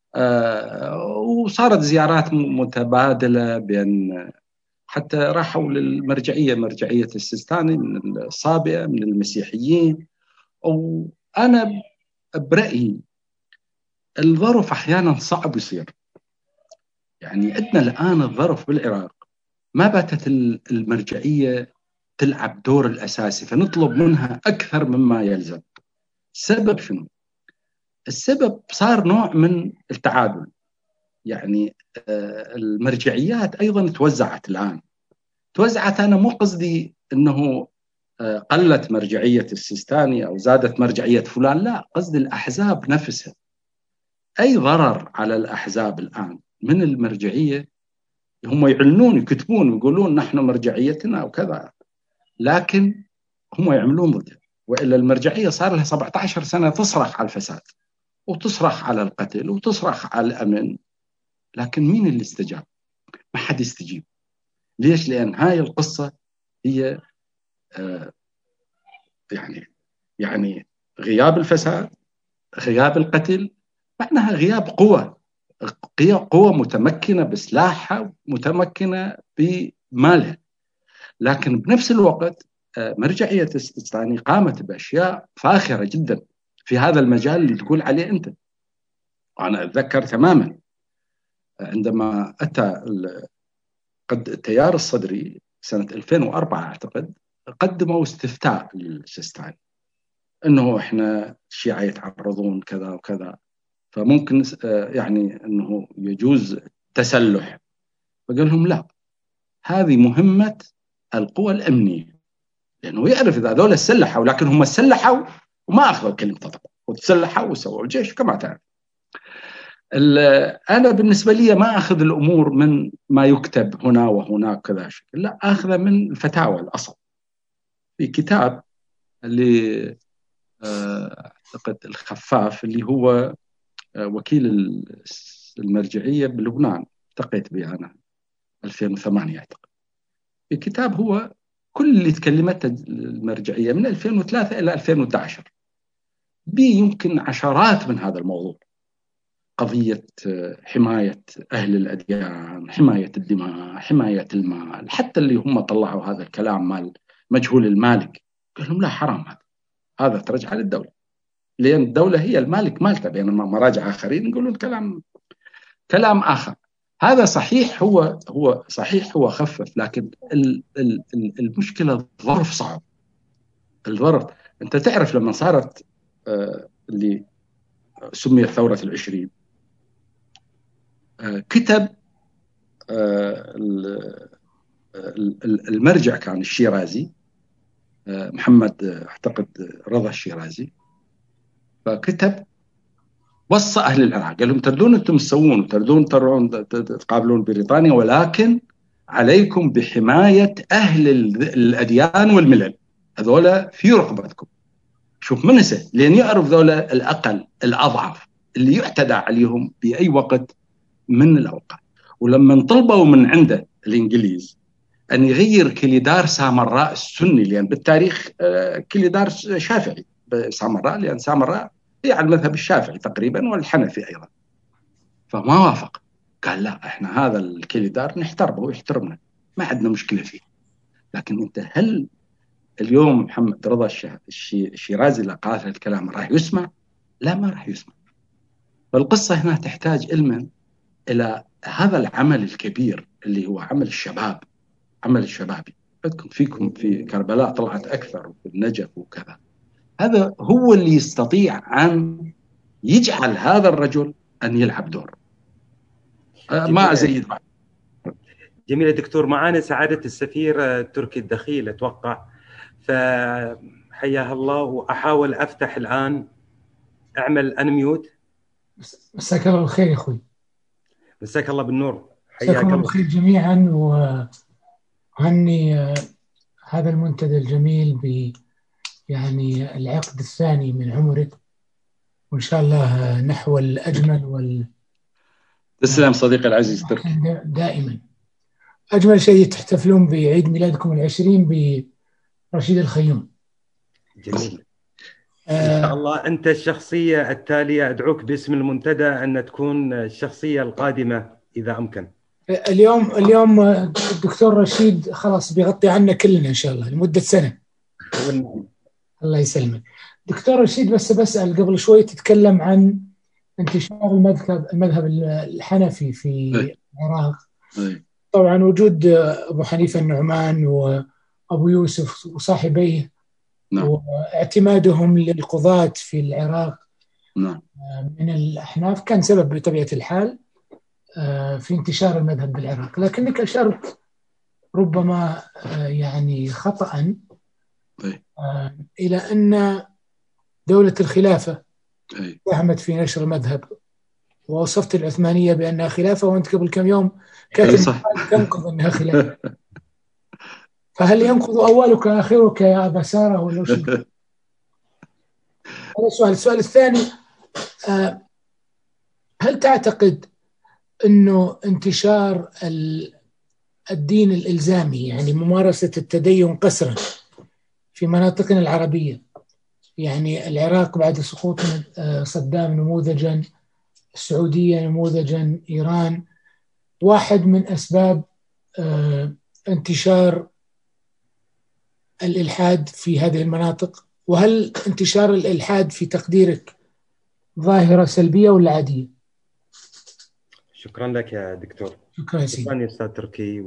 وصارت زيارات متبادلة بين، حتى راحوا للمرجعية، مرجعية السيستاني من الصابئة من المسيحيين. وأنا برأيي الظرف أحيانا صعب يصير. يعني عندنا الآن الظرف بالعراق ما باتت المرجعية تلعب دور الأساسي، فنطلب منها أكثر مما يلزم. السبب شنو؟ السبب صار نوع من التعادل. يعني المرجعيات أيضا توزعت الآن، توزعت. أنا مو قصدي أنه قلت مرجعية السيستاني أو زادت مرجعية فلان، لا، قصدي الأحزاب نفسها. أي ضرر على الأحزاب الآن من المرجعية؟ هم يعلنون يكتبون ويقولون نحن مرجعيتنا وكذا، لكن هم يعملون ضدها. وإلا المرجعية صار لها 17 سنة تصرخ على الفساد وتصرخ على القتل وتصرخ على الأمن، لكن مين اللي استجاب؟ ما حد يستجيب. ليش؟ لأن هاي القصة هي يعني غياب الفساد، غياب القتل، معناها غياب قوة متمكنة بسلاحها، متمكنة بمالها. لكن بنفس الوقت مرجعية السيستاني قامت بأشياء فاخرة جدا في هذا المجال اللي تقول عليه أنت. وأنا أتذكر تماما عندما أتى قد التيار الصدري سنة 2004 أعتقد قدموا استفتاء للسيستاني أنه إحنا الشيعة يتعرضون كذا وكذا، فممكن يعني أنه يجوز تسلح. فقال لهم لا، هذه مهمة القوى الأمنية، لأنه يعرف إذا هذول سلحوا، لكن هم سلحوا وما أخذوا كلمة طلب، وتسلحوا وسووا الجيش كما تعرف. أنا بالنسبة لي ما أخذ الأمور من ما يكتب هنا وهناك كذا شكل، لا، أخذ من الفتاوى الأصل. في كتاب اللي أعتقد الخفاف اللي هو وكيل المرجعية بلبنان، التقيت به أنا 2008 أعتقد. في كتاب هو كل اللي تكلمت المرجعية من 2003 إلى 2011 يمكن عشرات من هذا الموضوع، قضية حماية أهل الأديان، حماية الدماء، حماية المال. حتى اللي هم طلعوا هذا الكلام مال مجهول المالك، قال لهم لا، حرام، هذا ترجع للدولة، لأن الدولة هي المالك مالته، بينما مراجع آخرين يقولون كلام آخر. هذا صحيح، هو صحيح، هو خفف، لكن المشكلة الظرف صعب. الظرف، أنت تعرف لما صارت اللي سميت ثورة 20، كتب المرجع كان الشيرازي، محمد أعتقد رضا الشيرازي، فكتب وصى أهل العراق، قال لهم تردون أنتم تسوون وتردون تقابلون بريطانيا، ولكن عليكم بحماية أهل الأديان والملل، هذولا في رقبتكم. شوف منسى، لأن يعرف ذولا الأقل الأضعف اللي يعتدى عليهم بأي وقت من الأوقات. ولما طلبوا من عنده الإنجليز أن يغير كليدار سامراء السني، لأن بالتاريخ كليدار شافعي سامراء، لأن سامراء هي على المذهب الشافعي تقريبا والحنفي أيضا، فما وافق. قال لا، احنا هذا الكليدار نحترمه ويحترمنا، ما عندنا مشكلة فيه. لكن انت هل اليوم محمد رضا الشيرازي اللي قال هذا الكلام راح يسمع؟ لا، ما راح يسمع. فالقصة هنا تحتاج علما إلى هذا العمل الكبير اللي هو عمل الشباب، عمل الشبابي. فيكم في كربلاء طلعت أكثر، وفي النجف وكذا. هذا هو اللي يستطيع أن يجعل هذا الرجل أن يلعب دور. ما أزيد. جميل دكتور. معانا سعادة السفير تركي الدخيل أتوقع، فحياها الله. وأحاول أفتح الآن، أعمل أنميوت. مساك الله بالخير يا أخوي. مساك الله بالنور. حياك الله بالخير جميعا، وهني هذا المنتدى الجميل ب يعني العقد الثاني من عمرك، وإن شاء الله نحو الأجمل تسلم صديقي العزيز تركي. دائما أجمل شيء تحتفلون بعيد ميلادكم 20 برشيد الخيوم. جميل. إن شاء الله أنت الشخصية التالية، أدعوك باسم المنتدى أن تكون الشخصية القادمة إذا أمكن. اليوم الدكتور رشيد خلاص بيغطي عنا كلنا إن شاء الله لمدة سنة. الله يسلمك دكتور رشيد. بس بسأل قبل شوي تتكلم عن انتشار المذهب الحنفي في العراق. طبعا وجود أبو حنيفة النعمان وأبو يوسف وصاحبيه، واعتمادهم للقضاة في العراق من الأحناف كان سبب بطبيعة الحال في انتشار المذهب بالعراق. لكنك أشرت ربما يعني خطأ إلى أن دولة الخلافة ساهمت في نشر المذهب، ووصفت العثمانية بأنها خلافة، وأنت قبل كم يوم كاتب تنقض أنها خلافة. فهل ينقض أولك آخرك يا أبا سارة ولا شو؟ هذا السؤال الثاني، هل تعتقد أنه انتشار الدين الإلزامي، يعني ممارسة التدين قسرا في مناطقنا العربية، يعني العراق بعد سقوط صدام نموذجا، السعودية نموذجا، إيران، واحد من أسباب انتشار الإلحاد في هذه المناطق؟ وهل انتشار الإلحاد في تقديرك ظاهرة سلبية ولا عادية؟ شكرا لك يا دكتور. شكرا يا سيدي. شكرا يا أستاذ تركي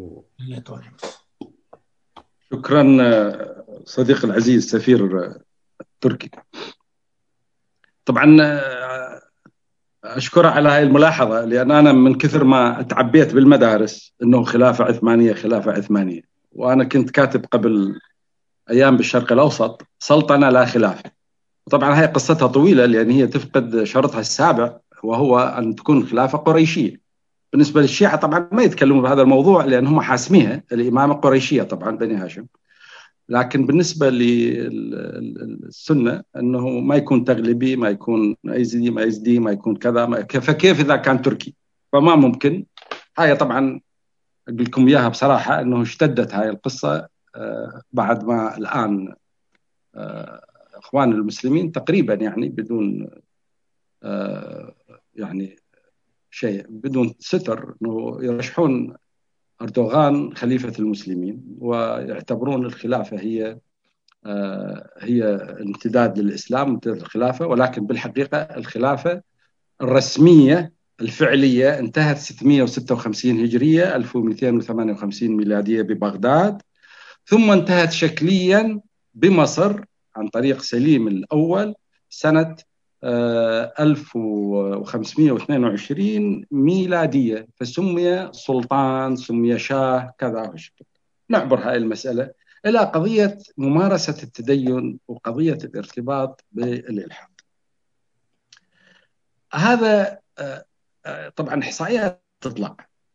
شكرا صديق العزيز سفير تركي. طبعا أشكره على هاي الملاحظة، لأن أنا من كثر ما تعبيت بالمدارس أنه خلافة عثمانية خلافة عثمانية، وأنا كنت كاتب قبل أيام بالشرق الأوسط سلطنة لا خلافة. طبعا هاي قصتها طويلة، لأن هي تفقد شرطها السابع وهو أن تكون خلافة قريشية. بالنسبة للشيعة طبعا ما يتكلمون بهذا الموضوع، لأن هم حاسميها الإمامة قريشية طبعا بني هاشم. لكن بالنسبة للسنة أنه ما يكون تغلبي، ما يكون أيزدي، ما يزدي، ما يكون كذا، فكيف إذا كان تركي؟ فما ممكن. هاي طبعا أقول لكم إياها بصراحة، أنه اشتدت هاي القصة بعد ما الآن إخوان المسلمين تقريبا يعني بدون يعني شيء، بدون ستر، أنه يرشحون أردوغان خليفة المسلمين، ويعتبرون الخلافة هي امتداد للإسلام، امتداد الخلافة. ولكن بالحقيقة الخلافة الرسمية الفعلية انتهت 656 هجرية 1258 ميلادية ببغداد، ثم انتهت شكليا بمصر عن طريق سليم الأول سنة 1522 ميلادية، فسمي سلطان، سمي شاه، كذا. نعبر هاي المسألة إلى قضية ممارسة التدين وقضية الارتباط بالإلحاد. هذا طبعا إحصائيات تطلع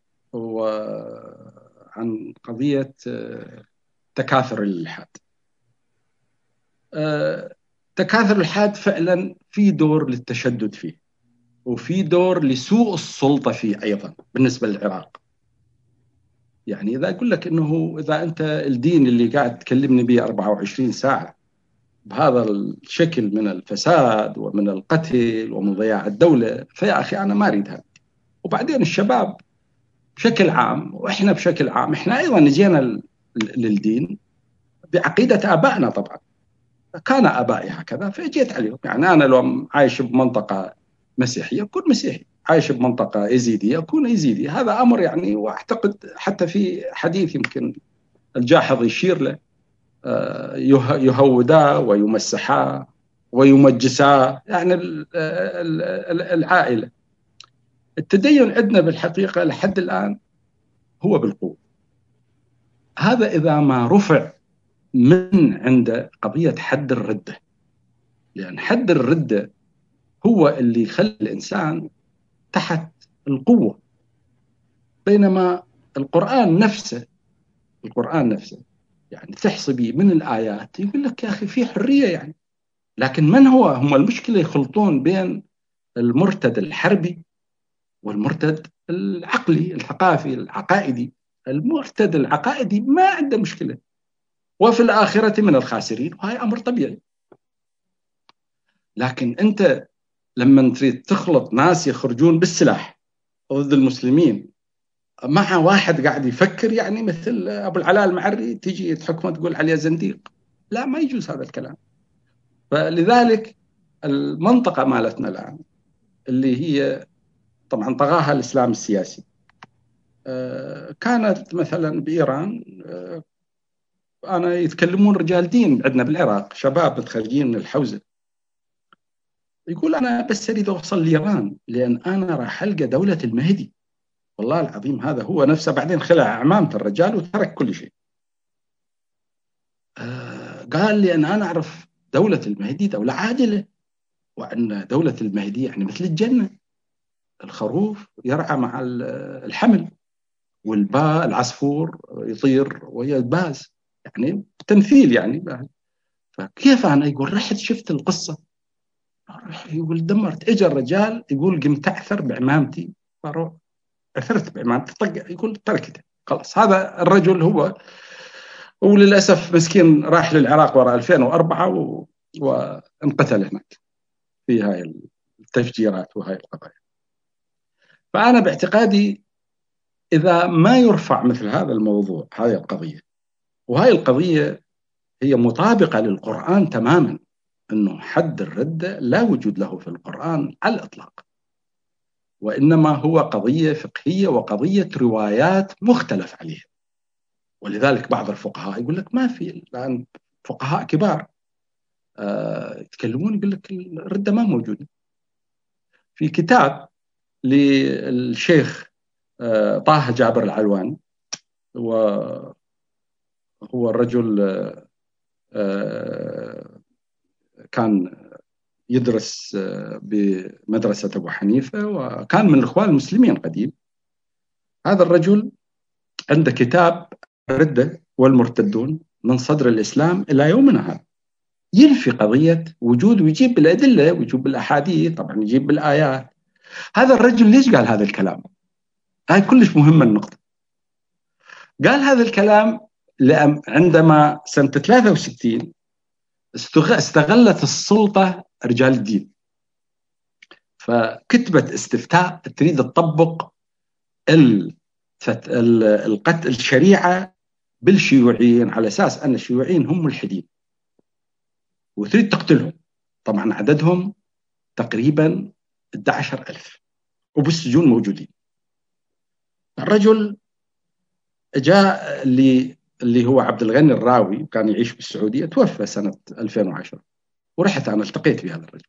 عن قضية تكاثر الإلحاد. تكاثر الإلحاد فعلا في دور للتشدد فيه، وفي دور لسوء السلطة فيه أيضا بالنسبة للعراق. يعني إذا أقول لك أنه إذا أنت الدين اللي قاعد تكلمني به 24 ساعة بهذا الشكل من الفساد ومن القتل ومن ضياع الدولة، فيا أخي أنا ما أريد هذا. وبعدين الشباب بشكل عام وإحنا بشكل عام، إحنا أيضا نجينا للدين بعقيدة آبائنا. طبعا كان آبائي هكذا فجيت عليهم. يعني أنا لو عايش بمنطقة مسيحية أكون مسيحي، عايش بمنطقة يزيدية أكون يزيدي. هذا أمر يعني، وأعتقد حتى في حديث يمكن الجاحظ يشير له، يهودا ويمسحا ويمجسا، يعني العائلة. التدين عندنا بالحقيقة لحد الآن هو بالقوة. هذا إذا ما رفع من عند قضية حد الردة، لأن حد الردة هو اللي يخلي الإنسان تحت القوة. بينما القرآن نفسه يعني تحسبي من الآيات يقول لك يا أخي في حرية يعني. لكن من هم المشكلة يخلطون بين المرتد الحربي والمرتد العقلي الثقافي العقائدي. المرتد العقائدي ما عنده مشكلة، وفي الآخرة من الخاسرين، وهي أمر طبيعي. لكن أنت لما تريد تخلط ناس يخرجون بالسلاح ضد المسلمين مع واحد قاعد يفكر، يعني مثل أبو العلاء المعري، تيجي تحكمه تقول عليه زنديق، لا ما يجوز هذا الكلام. فلذلك المنطقة مالتنا الآن اللي هي طبعا طغاها الإسلام السياسي، كانت مثلا بإيران، أنا يتكلمون رجال دين عندنا بالعراق، شباب متخرجين من الحوزة، يقول أنا بس أريد أوصل لإيران لأن أنا راح ألقى دولة المهدي. والله العظيم هذا هو نفسه. بعدين خلع عمامة الرجال وترك كل شيء. قال لي أنا أعرف دولة المهدي دولة عادلة، وأن دولة المهدي يعني مثل الجنة، الخروف يرعى مع الحمل، العصفور يطير وهي الباز، يعني تمثيل يعني. فكيف أنا؟ يقول رحت شفت القصة، يقول دمرت. اجى الرجال يقول قمت أعثر بعمامتي، فروح عثرت بعمامتي، طق، يقول تركته خلاص. هذا الرجل هو، وللأسف مسكين راح للعراق وراء 2004 وانقتل هناك في هاي التفجيرات وهاي القضايا. فأنا باعتقادي إذا ما يرفع مثل هذا الموضوع، هاي القضية، وهاي القضية هي مطابقة للقرآن تماما، أنه حد الردة لا وجود له في القرآن على الإطلاق. وإنما هو قضية فقهية وقضية روايات مختلف عليها. ولذلك بعض الفقهاء يقول لك ما في الآن فقهاء كبار يتكلمون يقول لك الردة ما موجودة. في كتاب للشيخ طه جابر العلواني، وهو الرجل كان يدرس بمدرسة أبو حنيفة وكان من الإخوان المسلمين قديم. هذا الرجل عنده كتاب الردة والمرتدون من صدر الإسلام إلى يومنا هذا، ينفي قضية وجود ويجيب بالأدلة ويجيب بالأحاديث، طبعا يجيب بالآيات. هذا الرجل ليش قال هذا الكلام؟ هاي كلش مهمة النقطة. قال هذا الكلام عندما سنة 63 استغلت السلطة رجال الدين، فكتبت استفتاء تريد تطبق القتل الشريعة بالشيوعيين على أساس أن الشيوعيين هم ملحدين وتريد تقتلهم. طبعا عددهم تقريبا 11,000 وبالسجون موجودين. الرجل جاء اللي هو عبد الغني الراوي وكان يعيش بالسعودية، توفى سنة 2010 ورحت أنا التقيت بهذا الرجل.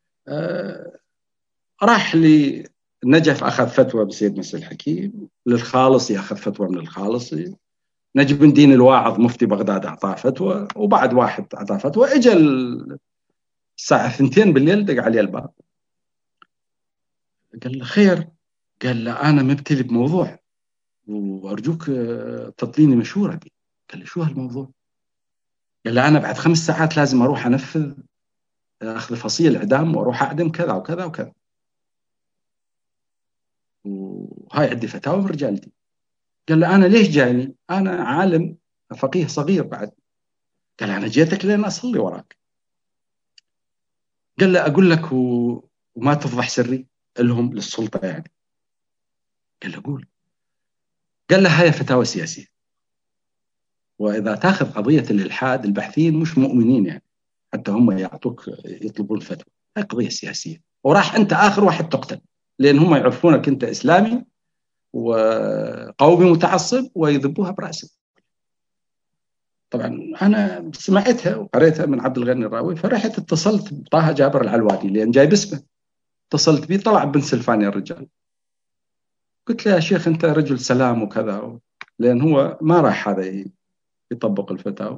راح لنجف أخذ فتوى بسيد مسيح الحكيم، للخالصي أخذ فتوى من الخالصي، نجم الدين الواعظ مفتي بغداد أعطاه فتوى، وبعد واحد أعطاه فتوى. إجا الساعة 2 بالليل دق عليه الباب، قال له خير؟ قال له أنا مبتلي بموضوع وأرجوك تعطيني مشورة بي. قال له شو هالموضوع؟ قال له أنا بعد 5 ساعات لازم أروح أنفذ أخذ فصيل إعدام وأروح أعدم كذا وكذا وكذا، وهاي عندي فتاوى من رجال الدين. قال له أنا ليش جايني؟ أنا عالم فقيه صغير بعد. قال له أنا جيتك لين أصلي وراك. قال له أقول لك وما تفضح سري لهم للسلطة يعني. قال له قول. قال له هاي فتاوى سياسية، وإذا تأخذ قضية الإلحاد البحثيين مش مؤمنين يعني حتى هم يعطوك يطلبون فتوى، هاي قضية سياسية، وراح أنت آخر واحد تقتل لأن هم يعرفونك أنت إسلامي وقومي متعصب ويذبوها برأسك. طبعا أنا سمعتها وقريتها من عبد الغني الراوي، فرحت اتصلت بطه جابر العلواني لأن جاي باسمه، اتصلت بيه طلع بن سلفاني الرجال. قلت له يا شيخ أنت رجل سلام وكذا، لأن هو ما راح هذا يطبق الفتاوى،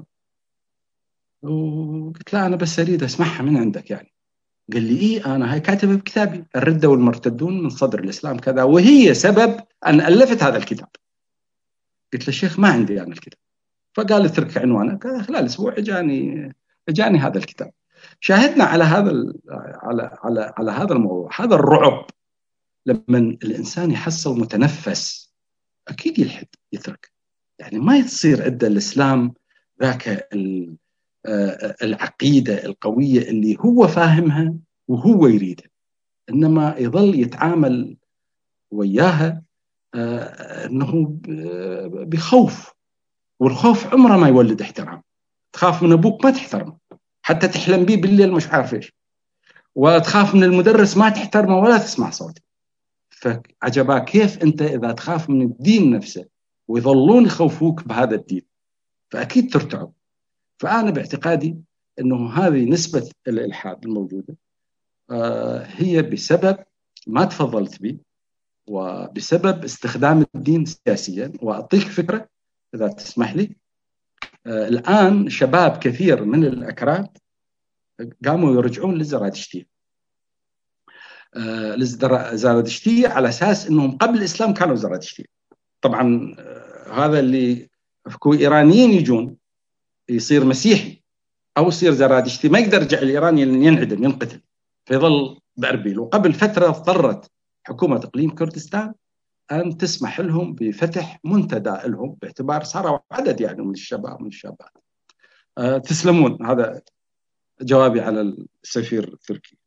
وقلت له أنا بس أريد أسمعها من عندك يعني. قال لي إيه أنا هاي كاتبة بكتابي الردة والمرتدون من صدر الإسلام كذا، وهي سبب أن ألفت هذا الكتاب. قلت له شيخ ما عندي أنا الكتاب. فقال لي اترك عنوانك. خلال أسبوع اجاني هذا الكتاب. شاهدنا على هذا على هذا الموضوع، هذا الرعب. لما الإنسان يحصل متنفس أكيد يلحد يترك، يعني ما يصير عنده الإسلام ذاك العقيدة القوية اللي هو فاهمها وهو يريدها، إنما يظل يتعامل وياها أنه بخوف، والخوف عمره ما يولد احترام. تخاف من أبوك ما تحترمه، حتى تحلم به بالليل مش عارف إيش، وتخاف من المدرس ما تحترمه ولا تسمع صوته. فعجبا كيف أنت إذا تخاف من الدين نفسه ويظلون يخوفوك بهذا الدين فأكيد ترتعب. فأنا باعتقادي أنه هذه نسبة الإلحاد الموجودة هي بسبب ما تفضلت به وبسبب استخدام الدين سياسيا. وأعطيك فكرة إذا تسمح لي، الآن شباب كثير من الأكراد قاموا يرجعون للزرادشتية الزرادشتية على أساس أنهم قبل الإسلام كانوا زرادشتية. طبعا هذا اللي فكوا إيرانيين يجون يصير مسيحي أو يصير زرادشتي ما يقدر يرجع الإيراني لأن ينعدم ينقتل فيظل بأربيل. وقبل فترة اضطرت حكومة إقليم كردستان أن تسمح لهم بفتح منتدى لهم باعتبار صاروا عدد يعني من الشباب من الشابات. تسلمون. هذا جوابي على السفير التركي.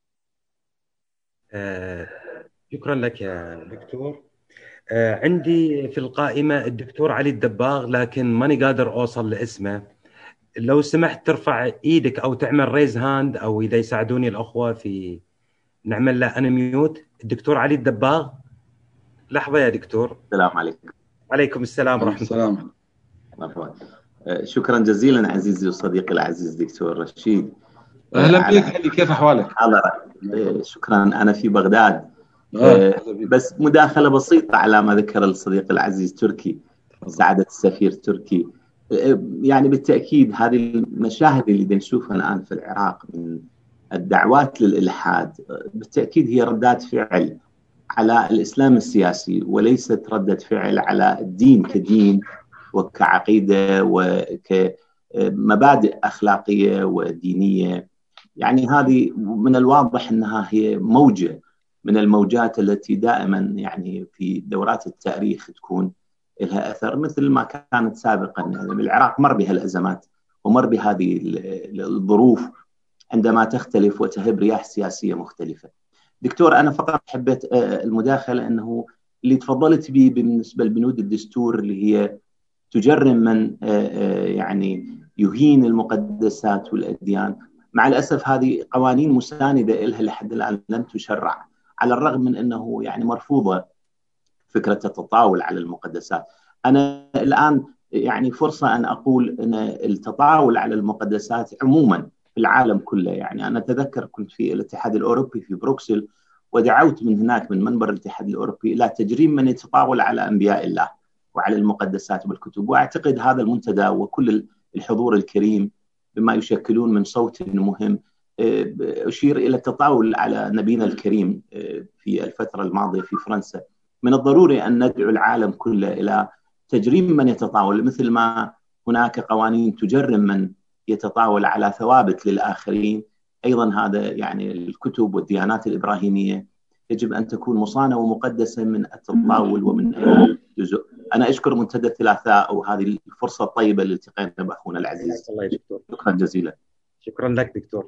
شكرا لك يا دكتور. عندي في القائمة الدكتور علي الدباغ لكن ماني قادر أوصل لاسمه. لو سمحت ترفع إيدك أو تعمل ريز هاند، أو إذا يساعدوني الأخوة في نعمل له انميوت. الدكتور علي الدباغ. لحظة يا دكتور. السلام عليكم. عليكم السلام ورحمة الله. مرحبا. شكرا جزيلا عزيزي وصديقي العزيز دكتور رشيد. أهلا بك علي، كيف أحوالك؟ شكرا. أنا في بغداد. بس مداخلة بسيطة على ما ذكر الصديق العزيز تركي، سعادة السفير تركي. يعني بالتأكيد هذه المشاهد اللي نشوفها الآن في العراق من الدعوات للإلحاد بالتأكيد هي ردات فعل على الإسلام السياسي، وليست ردة فعل على الدين كدين وكعقيدة وكمبادئ أخلاقية ودينية. يعني هذه من الواضح أنها هي موجة من الموجات التي دائما يعني في دورات التاريخ تكون لها أثر، مثل ما كانت سابقا. يعني العراق مر بها الأزمات ومر بهذه الظروف عندما تختلف وتهب رياح سياسية مختلفة. دكتور، أنا فقط حبيت المداخلة أنه اللي تفضلت به بالنسبة لبنود الدستور اللي هي تجرم من يعني يهين المقدسات والأديان. مع الأسف هذه قوانين مساندة إلها لحد الآن لم تشرع، على الرغم من أنه يعني مرفوضة فكرة التطاول على المقدسات. أنا الآن يعني فرصة أن أقول أن التطاول على المقدسات عموما في العالم كله، يعني أنا أتذكر كنت في الاتحاد الأوروبي في بروكسل، ودعوت من هناك من منبر الاتحاد الأوروبي إلى تجريم من يتطاول على أنبياء الله وعلى المقدسات والكتب. وأعتقد هذا المنتدى وكل الحضور الكريم بما يشكلون من صوت مهم أشير إلى التطاول على نبينا الكريم في الفترة الماضية في فرنسا. من الضروري أن ندعو العالم كله إلى تجريم من يتطاول، مثل ما هناك قوانين تجرم من يتطاول على ثوابت للآخرين. أيضا هذا يعني الكتب والديانات الإبراهيمية يجب أن تكون مصانة ومقدسة من التطاول ومن أي جزء. أنا أشكر منتدى الثلاثاء وهذه الفرصة الطيبة اللي التقينا بأخونا العزيز. الله دكتور. شكرا جزيلا. شكرا لك دكتور.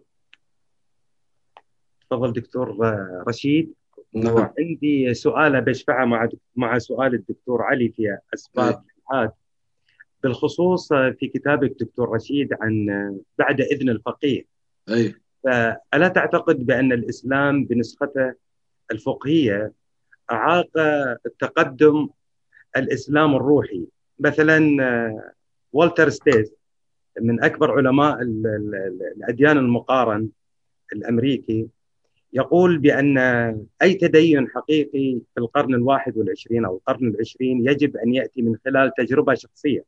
تفضل دكتور رشيد. عندي سؤال بشفعه مع سؤال الدكتور علي في أسباب الإلحاد، بالخصوص في كتابك دكتور رشيد عن بعد إذن الفقيه. فألا تعتقد بأن الإسلام بنسخته الفقهية أعاق تقدم الإسلام الروحي؟ مثلا والتر ستيس من أكبر علماء الأديان المقارن الأمريكي يقول بأن أي تدين حقيقي في القرن 21 أو القرن 20 يجب أن يأتي من خلال تجربة شخصية.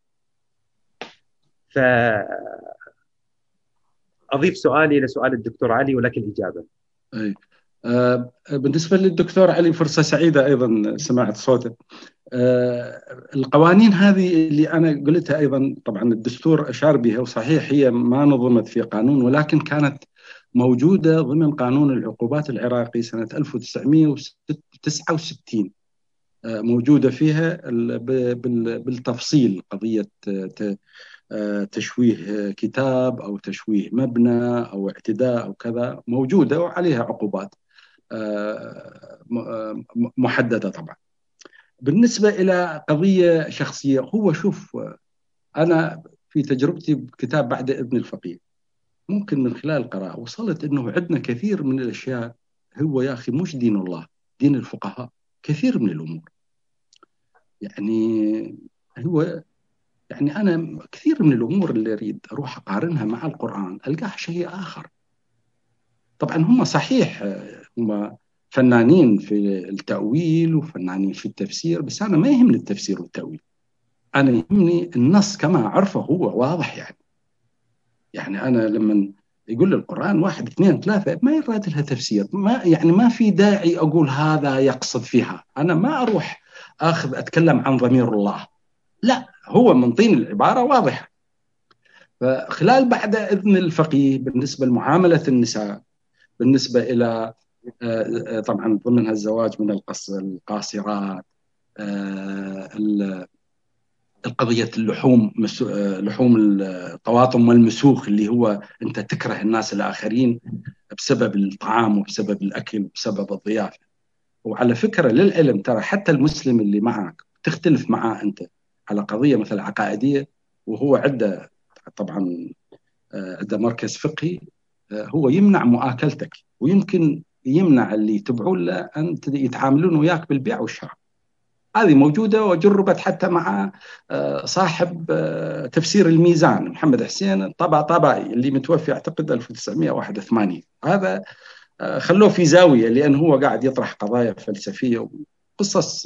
فأضيف سؤالي لسؤال الدكتور علي ولك الإجابة. بالنسبة للدكتور علي فرصة سعيدة أيضا سماعة صوته. القوانين هذه اللي أنا قلتها أيضا طبعا الدستور أشار بها، وصحيح هي ما نظمت في قانون، ولكن كانت موجودة ضمن قانون العقوبات العراقي سنة 1969. موجودة فيها بالتفصيل قضية تشويه كتاب أو تشويه مبنى أو اعتداء أو كذا، موجودة وعليها عقوبات محددة. طبعا بالنسبة إلى قضية شخصية، هو شوف أنا في تجربتي بكتاب بعد إذن الفقيه ممكن من خلال القراءة وصلت أنه عندنا كثير من الأشياء هو يا أخي مش دين الله، دين الفقهاء. كثير من الأمور يعني هو يعني أنا كثير من الأمور اللي أريد أروح أقارنها مع القرآن ألقاها شيء آخر. طبعا هم صحيح هم فنانين في التأويل وفنانين في التفسير، بس أنا ما يهمني التفسير والتأويل، أنا يهمني النص كما عرفه هو واضح. يعني أنا لما يقول القرآن 1 2 3 ما يراد لها تفسير، ما في داعي أقول هذا يقصد فيها. أنا ما أروح أتكلم عن ضمير الله، لا، هو من طين العبارة واضحة. فخلال بعد إذن الفقيه بالنسبة لمعاملة النساء، بالنسبة إلى طبعا ضمنها الزواج من القاصرات، القضية اللحوم، لحوم الطواطم والمسوخ، اللي هو أنت تكره الناس الآخرين بسبب الطعام وبسبب الأكل وبسبب الضيافة. وعلى فكرة للعلم ترى حتى المسلم اللي معك تختلف معه أنت على قضية مثل عقائدية، وهو عنده طبعا عنده مركز فقهي، هو يمنع مؤاكلتك ويمكن يمنع اللي يتبعون له أن يتعاملون وياك بالبيع والشراء. هذه موجودة وجربت حتى مع صاحب تفسير الميزان محمد حسين طباطبائي اللي متوفي أعتقد 1981. هذا خلوه في زاوية لأن هو قاعد يطرح قضايا فلسفية وقصص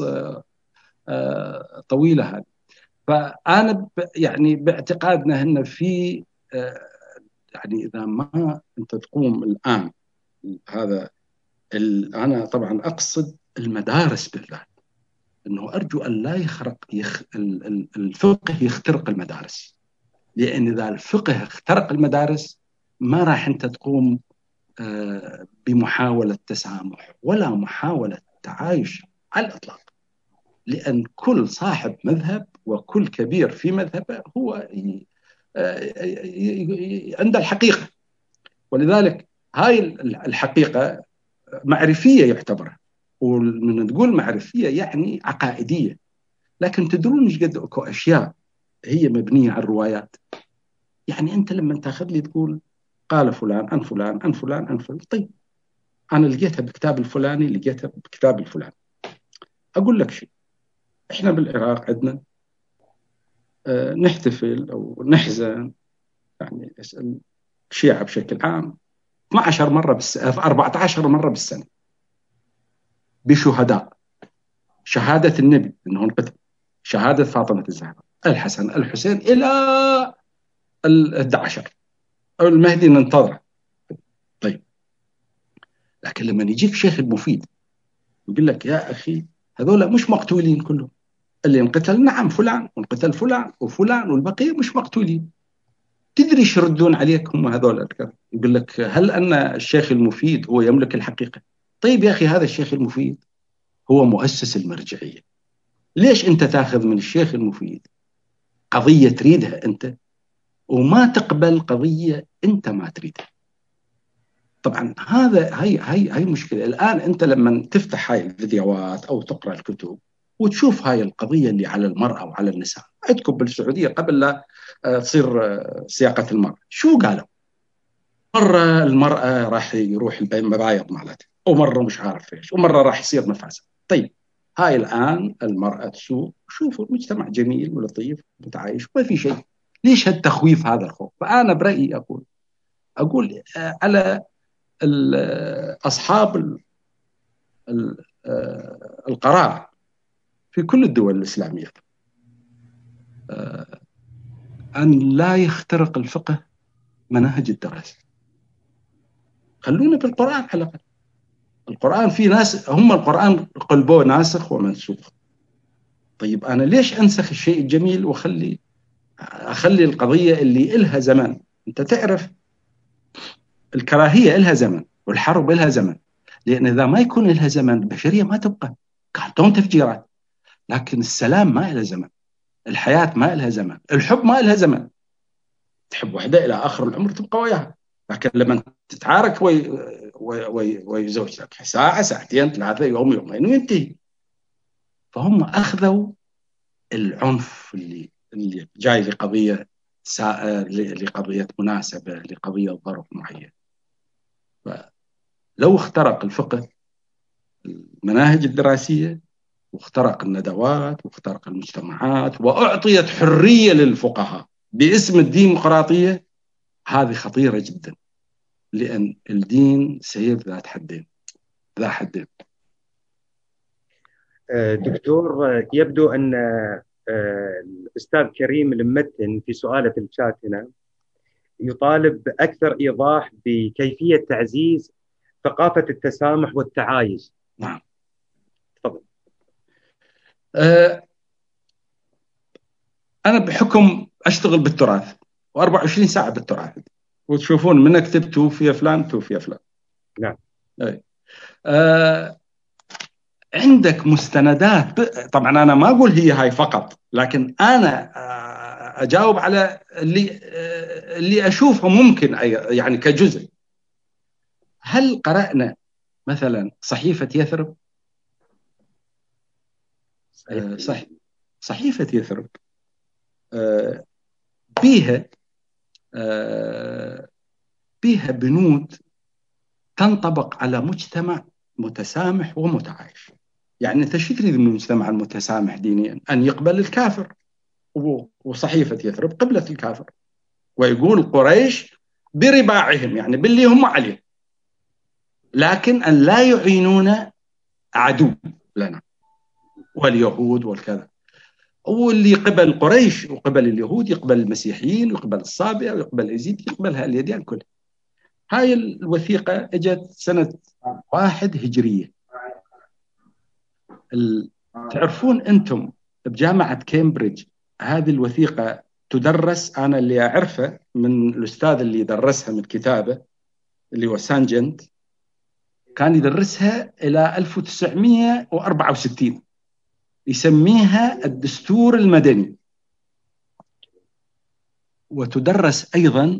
طويلة هذه. فأنا يعني باعتقادنا أن في يعني إذا ما أنت تقوم الآن هذا أنا طبعا أقصد المدارس بالذات، أنه أرجو أن لا الفقه يخترق المدارس، لأن إذا الفقه اخترق المدارس ما راح أنت تقوم بمحاولة تسامح ولا محاولة تعايش على الإطلاق، لأن كل صاحب مذهب وكل كبير في مذهبه هو عنده الحقيقة، ولذلك هاي الحقيقة معرفية يعتبرها، ومن تقول معرفية يعني عقائدية، لكن تدرون ايش قد اكو اشياء هي مبنية على الروايات. يعني انت لما تاخذ لي تقول قال فلان عن فلان عن فلان عن فلان، طيب انا لقيتها بكتاب الفلاني لقيتها بكتاب الفلاني. اقول لك شيء، احنا بالعراق عندنا نحتفل او نحزن، يعني اسال الشيعة بشكل عام 12 مرة 14 مرة بالسنة بشهداء، شهادة النبي انه انقتل، شهادة فاطمة الزهراء، الحسن الحسين الى 11 او المهدي ننتظره. طيب لكن لما يجيك شيخ المفيد يقول لك يا اخي هذول مش مقتولين كلهم، اللي انقتل نعم فلان وانقتل فلان وفلان والبقية مش مقتولين. تدري ايش يردون عليك هم هذول الكلام؟ يقول لك هل ان الشيخ المفيد هو يملك الحقيقة؟ طيب يا اخي هذا الشيخ المفيد هو مؤسس المرجعية، ليش انت تاخذ من الشيخ المفيد قضية تريدها انت وما تقبل قضية انت ما تريدها؟ طبعا هاي مشكلة. الآن أنت لما تفتح هاي الفيديوهات أو تقرأ الكتب وتشوف هاي القضية اللي على المرأة وعلى النساء، عندكم بالسعودية قبل لا تصير سياقة المرأة شو قالوا؟ مرة المرأة راح يروح المبايض مالتها، ومرة مش عارف إيش، ومرة راح يصير نفاسة. طيب هاي الآن المرأة تسوق، شوفوا المجتمع جميل ولطيف متعايش ما في شيء، ليش هالتخويف هذا الخوف؟ فأنا برأيي أقول على أصحاب القرار في كل الدول الإسلامية أن لا يخترق الفقه مناهج الدراسة. خلونا بالقرآن على الأقل. القرآن في ناس هم القرآن قلبوه ناسخ ومنسوخ. طيب أنا ليش أنسخ الشيء الجميل أخلي القضية اللي إلها زمان؟ أنت تعرف الكراهية إلها زمن والحرب إلها زمن، لأن إذا ما يكون إلها زمن البشرية ما تبقى، كانتون تفجيرات. لكن السلام ما إلها زمن، الحياة ما إلها زمن، الحب ما إلها زمن. تحب وحدة إلى آخر العمر تبقى وياها، لكن لما تتعارك وي زوجتك ساعة ساعتين 3 يوم يومين وينتهي. فهم أخذوا العنف اللي جاي لقضية لقضية مناسبة لقضية ظرف معين. فلو اخترق الفقه المناهج الدراسية واخترق الندوات واخترق المجتمعات وأعطيت حرية للفقهاء باسم الديمقراطية، هذه خطيرة جدا، لأن الدين سيف ذات حدين. دكتور، يبدو أن الأستاذ كريم المتن في سؤاله في الشات هنا يطالب بأكثر إيضاح بكيفية تعزيز ثقافة التسامح والتعايش. نعم تفضل. أنا بحكم أشتغل بالتراث و24 ساعة بالتراث، وتشوفون من أكتب توفي فلان توفي فلان. نعم. عندك مستندات، طبعا أنا ما أقول هي هاي فقط، لكن أنا أجاوب على اللي أشوفه ممكن يعني كجزء. هل قرأنا مثلا صحيفة يثرب؟ صحيفة يثرب بيها بنود تنطبق على مجتمع متسامح ومتعايش. يعني أنت شو تريد من المجتمع المتسامح دينيا؟ أن يقبل الكافر، وصحيفة يثرب قبلة الكافر، ويقول قريش برباعهم، يعني باللي هم عليه، لكن أن لا يعينون عدو لنا واليهود والكذا. واللي قبل قريش وقبل اليهود يقبل المسيحيين ويقبل الصابئة ويقبل اليزيد، يقبلها اليدين كلها. هاي الوثيقة اجت سنة 1 هجرية. تعرفون أنتم بجامعة كامبريدج هذه الوثيقة تدرس، أنا اللي أعرفه من الأستاذ اللي درسها من كتابه اللي هو سانجنت، كان يدرسها إلى 1964، يسميها الدستور المدني. وتدرس أيضا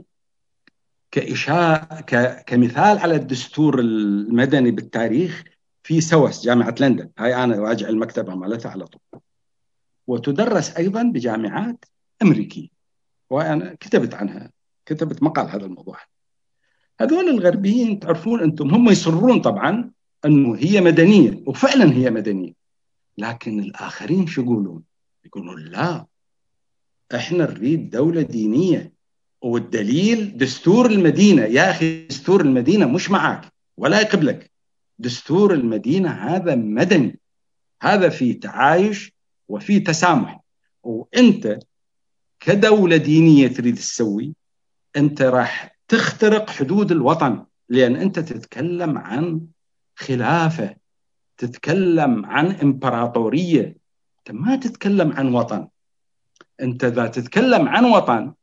كمثال على الدستور المدني بالتاريخ في سوس جامعة لندن، هاي أنا راجع المكتبة مالتها على طول. وتدرس أيضا بجامعات أمريكية، وأنا كتبت عنها، كتبت مقال هذا الموضوع. هذول الغربيين تعرفون أنتم هم يصرون طبعا أنه هي مدنية، وفعلا هي مدنية، لكن الآخرين شو يقولون؟ يقولون لا، إحنا نريد دولة دينية. والدليل دستور المدينة. يا أخي دستور المدينة مش معك ولا يقبلك، دستور المدينة هذا مدني، هذا في تعايش وفي تسامح. وأنت كدولة دينية تريد تسوي، أنت راح تخترق حدود الوطن، لأن أنت تتكلم عن خلافة، تتكلم عن إمبراطورية، أنت ما تتكلم عن وطن. أنت إذا تتكلم عن وطن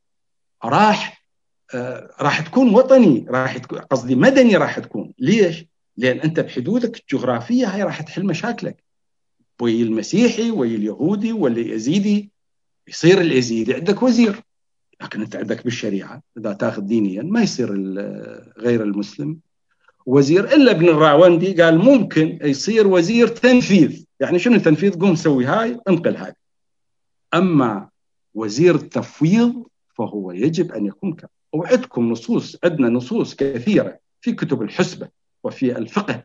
راح تكون وطني، راح قصدي مدني راح تكون. ليش؟ لأن أنت بحدودك الجغرافية هاي راح تحل مشاكلك، ويا المسيحي ويا اليهودي واللي يزيدي يصير اليزيدي عندك وزير، لكن أنت عندك بالشريعة إذا تاخذ دينيا ما يصير غير المسلم وزير. إلا ابن الراوندي قال ممكن يصير وزير تنفيذ. يعني شنو تنفيذ؟ قوم سوي هاي، انقل هاي. أما وزير التفويض فهو يجب أن يكون كذا. وعندكم نصوص، عندنا نصوص كثيرة في كتب الحسبة وفي الفقه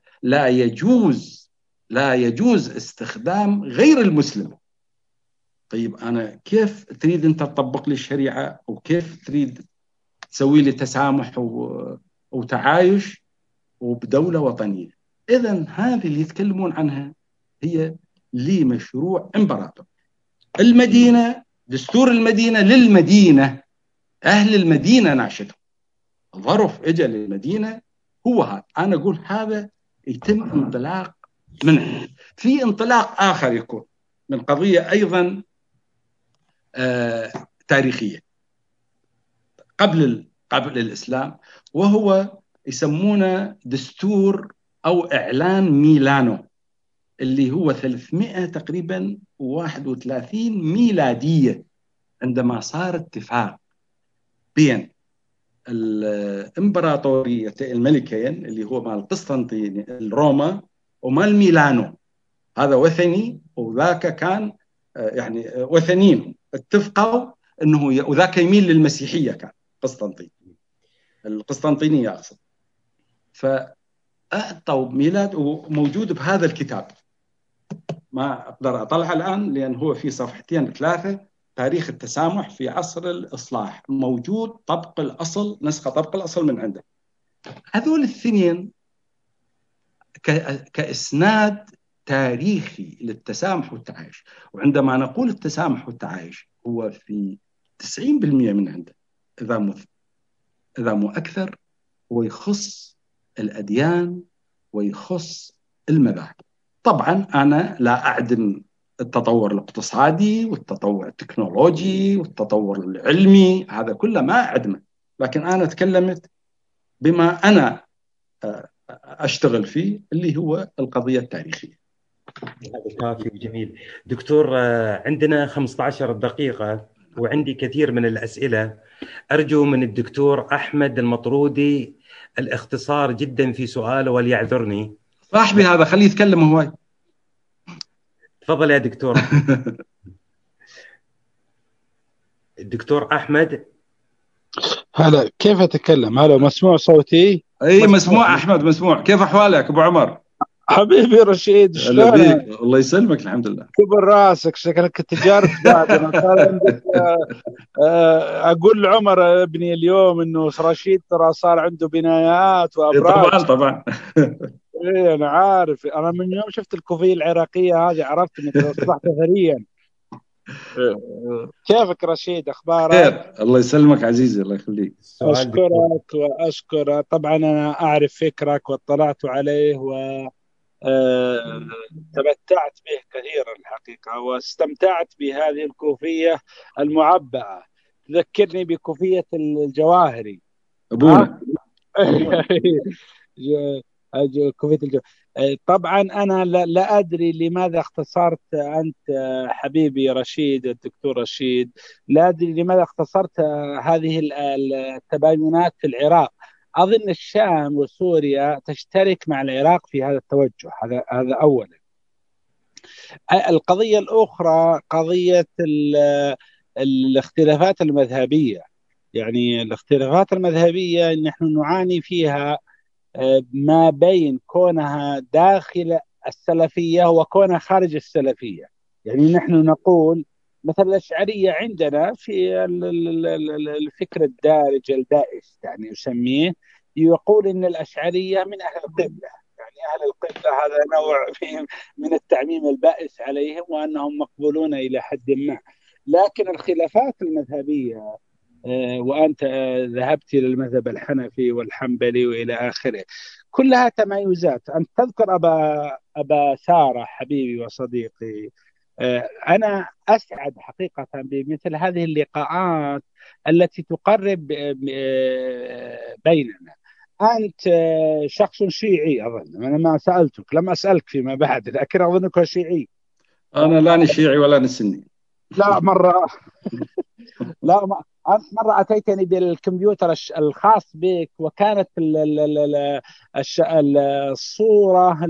لا يجوز استخدام غير المسلم. طيب أنا كيف تريد أنت تطبق لي الشريعة، وكيف تريد تسوي لي تسامح وتعايش وبدولة وطنية؟ إذن هذه اللي يتكلمون عنها هي لمشروع إمبراطور. المدينة، دستور المدينة للمدينة، أهل المدينة ناشدهم، ظرف إجا للمدينة هو هذا. أنا أقول هذا يتم انطلاق منه. في انطلاق آخر يكون من قضية أيضا تاريخية قبل الإسلام، وهو يسمونه دستور أو إعلان ميلانو، اللي هو 300 تقريبا 31 ميلادية، عندما صار اتفاق بين الإمبراطورية الملكين اللي هو مال قسطنطين الروما ومال ميلانو. هذا وثني وذاك كان يعني وثنيين، اتفقوا أنه وذاك يميل للمسيحية، كان قسطنطين القسطنطينية أقصد. فأعطوا ميلاد وموجود بهذا الكتاب، ما أقدر أطلع الآن لأن هو في صفحتين 3، تاريخ التسامح في عصر الإصلاح، موجود طبق الأصل، نسخة طبق الأصل من عنده. هذول الاثنين كإسناد تاريخي للتسامح والتعايش. وعندما نقول التسامح والتعايش هو في 90% من عنده، إذا مو أكثر، ويخص الأديان ويخص المذاهب. طبعا أنا لا أعدم التطور الاقتصادي والتطور التكنولوجي والتطور العلمي، هذا كله ما أعدمه، لكن أنا تكلمت بما أنا أشتغل فيه اللي هو القضية التاريخية. هذا كافي وجميل. دكتور، عندنا 15 دقيقة وعندي كثير من الأسئلة. أرجو من الدكتور أحمد المطرودي الاختصار جدا في سؤاله وليعذرني. صاحبي هذا خليه يتكلم هواي. تفضل يا دكتور. الدكتور أحمد. هلا، كيف أتكلم؟ هلا، مسموع صوتي؟ اي مسموع احمد، مسموع. كيف احوالك ابو عمر؟ حبيبي رشيد، شلونك؟ الله يسلمك، الحمد لله. كبر راسك، شكلك تجارة بعد. انا صار عندك اقول لعمر ابني اليوم انه رشيد ترى صار عنده بنايات وابراج. طبعا ايه انا عارف، انا من يوم شفت الكوفية العراقية هذه عرفت انك اصبحت ثريا. كيفك رشيد؟ اخبارك؟ خير، الله يسلمك عزيزي، الله يخليك. اشكرك واشكر. طبعا انا اعرف فكرك واطلعت عليه و تمتعت به كثيرا الحقيقة، واستمتعت بهذه الكوفية المعبأة، تذكرني بكوفية الجواهري أبونا. كوفية الجواهري. طبعا أنا لا أدري لماذا اختصرت أنت حبيبي رشيد، الدكتور رشيد، لا أدري لماذا اختصرت هذه التباينات في العراق. أظن الشام وسوريا تشترك مع العراق في هذا التوجه، هذا أولا. القضية الأخرى قضية الاختلافات المذهبية. يعني الاختلافات المذهبية نحن نعاني فيها ما بين كونها داخل السلفية وكونها خارج السلفية. يعني نحن نقول مثلا الأشعرية عندنا في الفكر الدارج البائس، يعني يسميه، يقول إن الأشعرية من أهل القبلة. يعني أهل القبلة هذا نوع من التعميم البائس عليهم، وأنهم مقبولون إلى حد ما. لكن الخلافات المذهبية، وأنت ذهبت إلى المذهب الحنفي والحنبلي وإلى آخره، كلها تمايزات. أنت تذكر أبا سارة حبيبي وصديقي، أنا أسعد حقيقة بمثل هذه اللقاءات التي تقرب بيننا. أنت شخص شيعي أظن، أنا ما سألتك، لم أسألك فيما بعد، لكن أظنك شيعي. أنا لا شيعي ولا سني. لا مرة لا أنت مرة أتيتني بالكمبيوتر الخاص بك، وكانت الصورة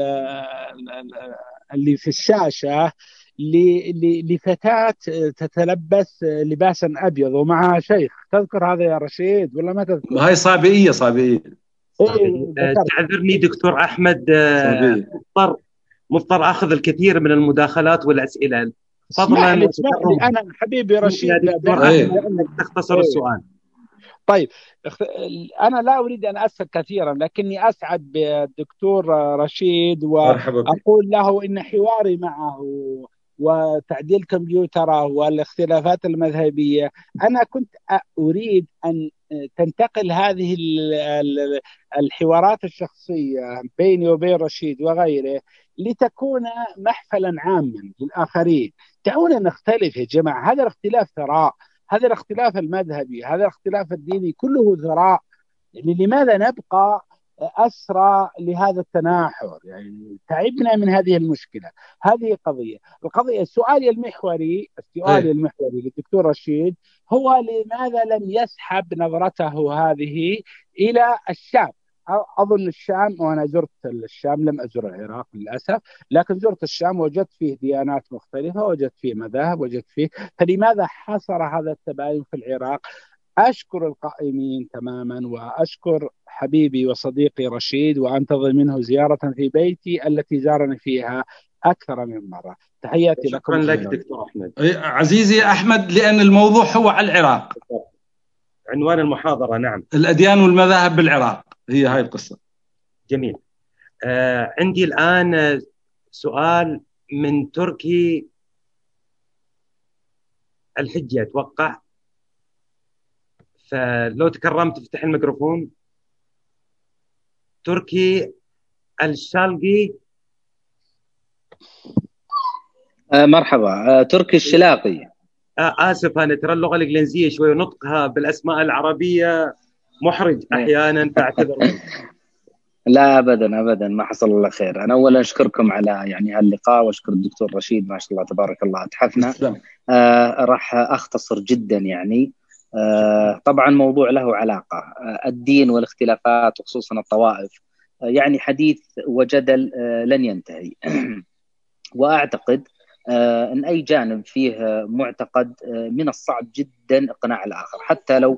اللي في الشاشة لفتاة تتلبس لباسا أبيض ومعها شيخ. تذكر هذا يا رشيد ولا ما تذكر؟ هاي صابئية. تعذرني دكتور أحمد، مضطر أخذ الكثير من المداخلات والأسئلة. فضلا أنا حبيبي رشيد لأنك تختصر السؤال. طيب أنا لا أريد أن أسأل كثيرا، لكني أسعد بالدكتور رشيد وأقول له إن حواري معه وتعديل كمبيوتره والاختلافات المذهبية، أنا كنت أريد أن تنتقل هذه الحوارات الشخصية بيني وبين رشيد وغيره لتكون محفلا عاما للآخرين. دعونا نختلف يا جماعة، هذا الاختلاف ثراء، هذا الاختلاف المذهبي، هذا الاختلاف الديني كله ثراء. يعني لماذا نبقى أسرى لهذا التناحر؟ يعني تعبنا من هذه المشكلة. هذه قضية. السؤال المحوري للدكتور رشيد هو لماذا لم يسحب نظرته هذه إلى الشام؟ أظن الشام، وأنا زرت الشام، لم أزر العراق للأسف، لكن زرت الشام وجدت فيه ديانات مختلفة، وجدت فيه مذاهب، وجدت فيه، فلماذا حصر هذا التباين في العراق؟ أشكر القائمين تماما، وأشكر حبيبي وصديقي رشيد، وأنتظر منه زيارة في بيتي التي زارني فيها أكثر من مرة. تحياتي لكم. شكرا لك دكتور أحمد. عزيزي أحمد، لأن الموضوع هو على العراق، عنوان المحاضرة. نعم، الأديان والمذاهب بالعراق، هي هاي القصة. جميل. عندي الآن سؤال من تركي الحجة أتوقع، فلو تكرمت تفتح الميكروفون. تركي الشالقي. مرحبا. تركي الشلاقي. آسف، أنا ترى اللغة الإنجليزية شوي نطقها بالأسماء العربية محرج أحيانا، فاعتذر. لا أبدا أبدا، ما حصل الله خير. أنا أولا أشكركم على يعني هاللقاء، وأشكر الدكتور رشيد، ما شاء الله تبارك الله أتحفنا. راح أختصر جدا يعني. طبعا موضوع له علاقة، الدين والاختلافات وخصوصا الطوائف، يعني حديث وجدل لن ينتهي. وأعتقد أن أي جانب فيه معتقد من الصعب جدا إقناع الآخر، حتى لو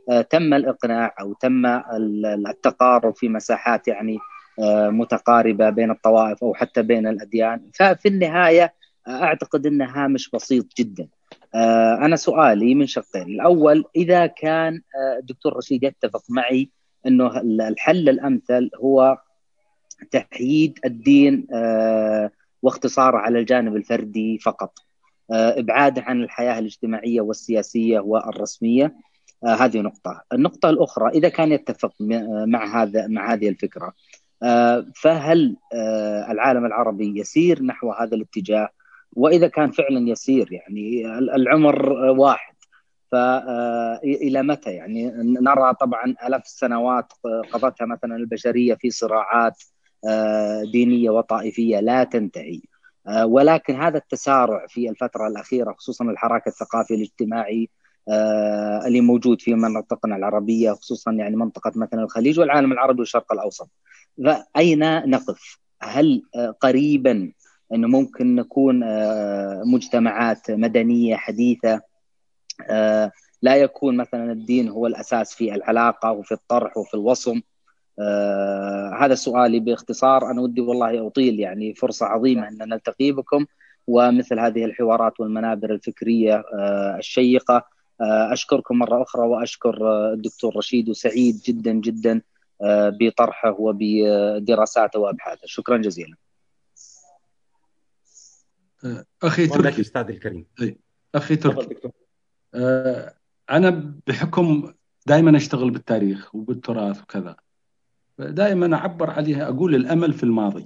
تم الإقناع أو تم التقارب في مساحات يعني متقاربة بين الطوائف أو حتى بين الأديان. ففي النهاية أعتقد أن هامش بسيط جدا. أنا سؤالي من شقين. الأول، إذا كان الدكتور رشيد يتفق معي أنه الحل الأمثل هو تحييد الدين واختصاره على الجانب الفردي فقط، إبعاده عن الحياة الاجتماعية والسياسية والرسمية، هذه نقطة. النقطة الأخرى، إذا كان يتفق مع هذه الفكرة، فهل العالم العربي يسير نحو هذا الاتجاه؟ وإذا كان فعلا يسير، يعني العمر واحد، فإلى متى؟ يعني نرى طبعا آلاف السنوات قضتها مثلا البشرية في صراعات دينية وطائفية لا تنتهي، ولكن هذا التسارع في الفترة الأخيرة خصوصا الحراك الثقافي الاجتماعي اللي موجود في مناطقنا العربية، خصوصا يعني منطقة مثلا الخليج والعالم العربي والشرق الأوسط، فأين نقف؟ هل قريبا أنه ممكن نكون مجتمعات مدنية حديثة لا يكون مثلا الدين هو الأساس في العلاقة وفي الطرح وفي الوصم؟ هذا سؤالي باختصار. أنا ودي والله أطيل، يعني فرصة عظيمة أن نلتقي بكم ومثل هذه الحوارات والمنابر الفكرية الشيقة. أشكركم مرة أخرى، وأشكر الدكتور رشيد، وسعيد جدا جدا بطرحه وبدراساته وأبحاثه. شكرا جزيلا. أخي تركي، أستاذ الكريم. أخي تركي، أنا بحكم دائما أشتغل بالتاريخ وبالتراث وكذا، دائما أعبر عليها، أقول الأمل في الماضي.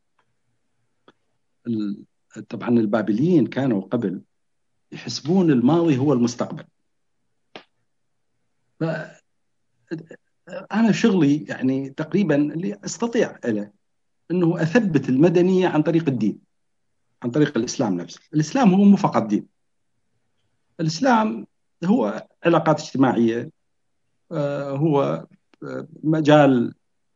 طبعا البابليين كانوا قبل يحسبون الماضي هو المستقبل. أنا شغلي يعني تقريبا اللي أستطيع له أنه أثبت المدنية عن طريق الدين، عن طريق الإسلام نفسه. الإسلام هو مو فقط دين، الإسلام هو علاقات اجتماعية، هو مجال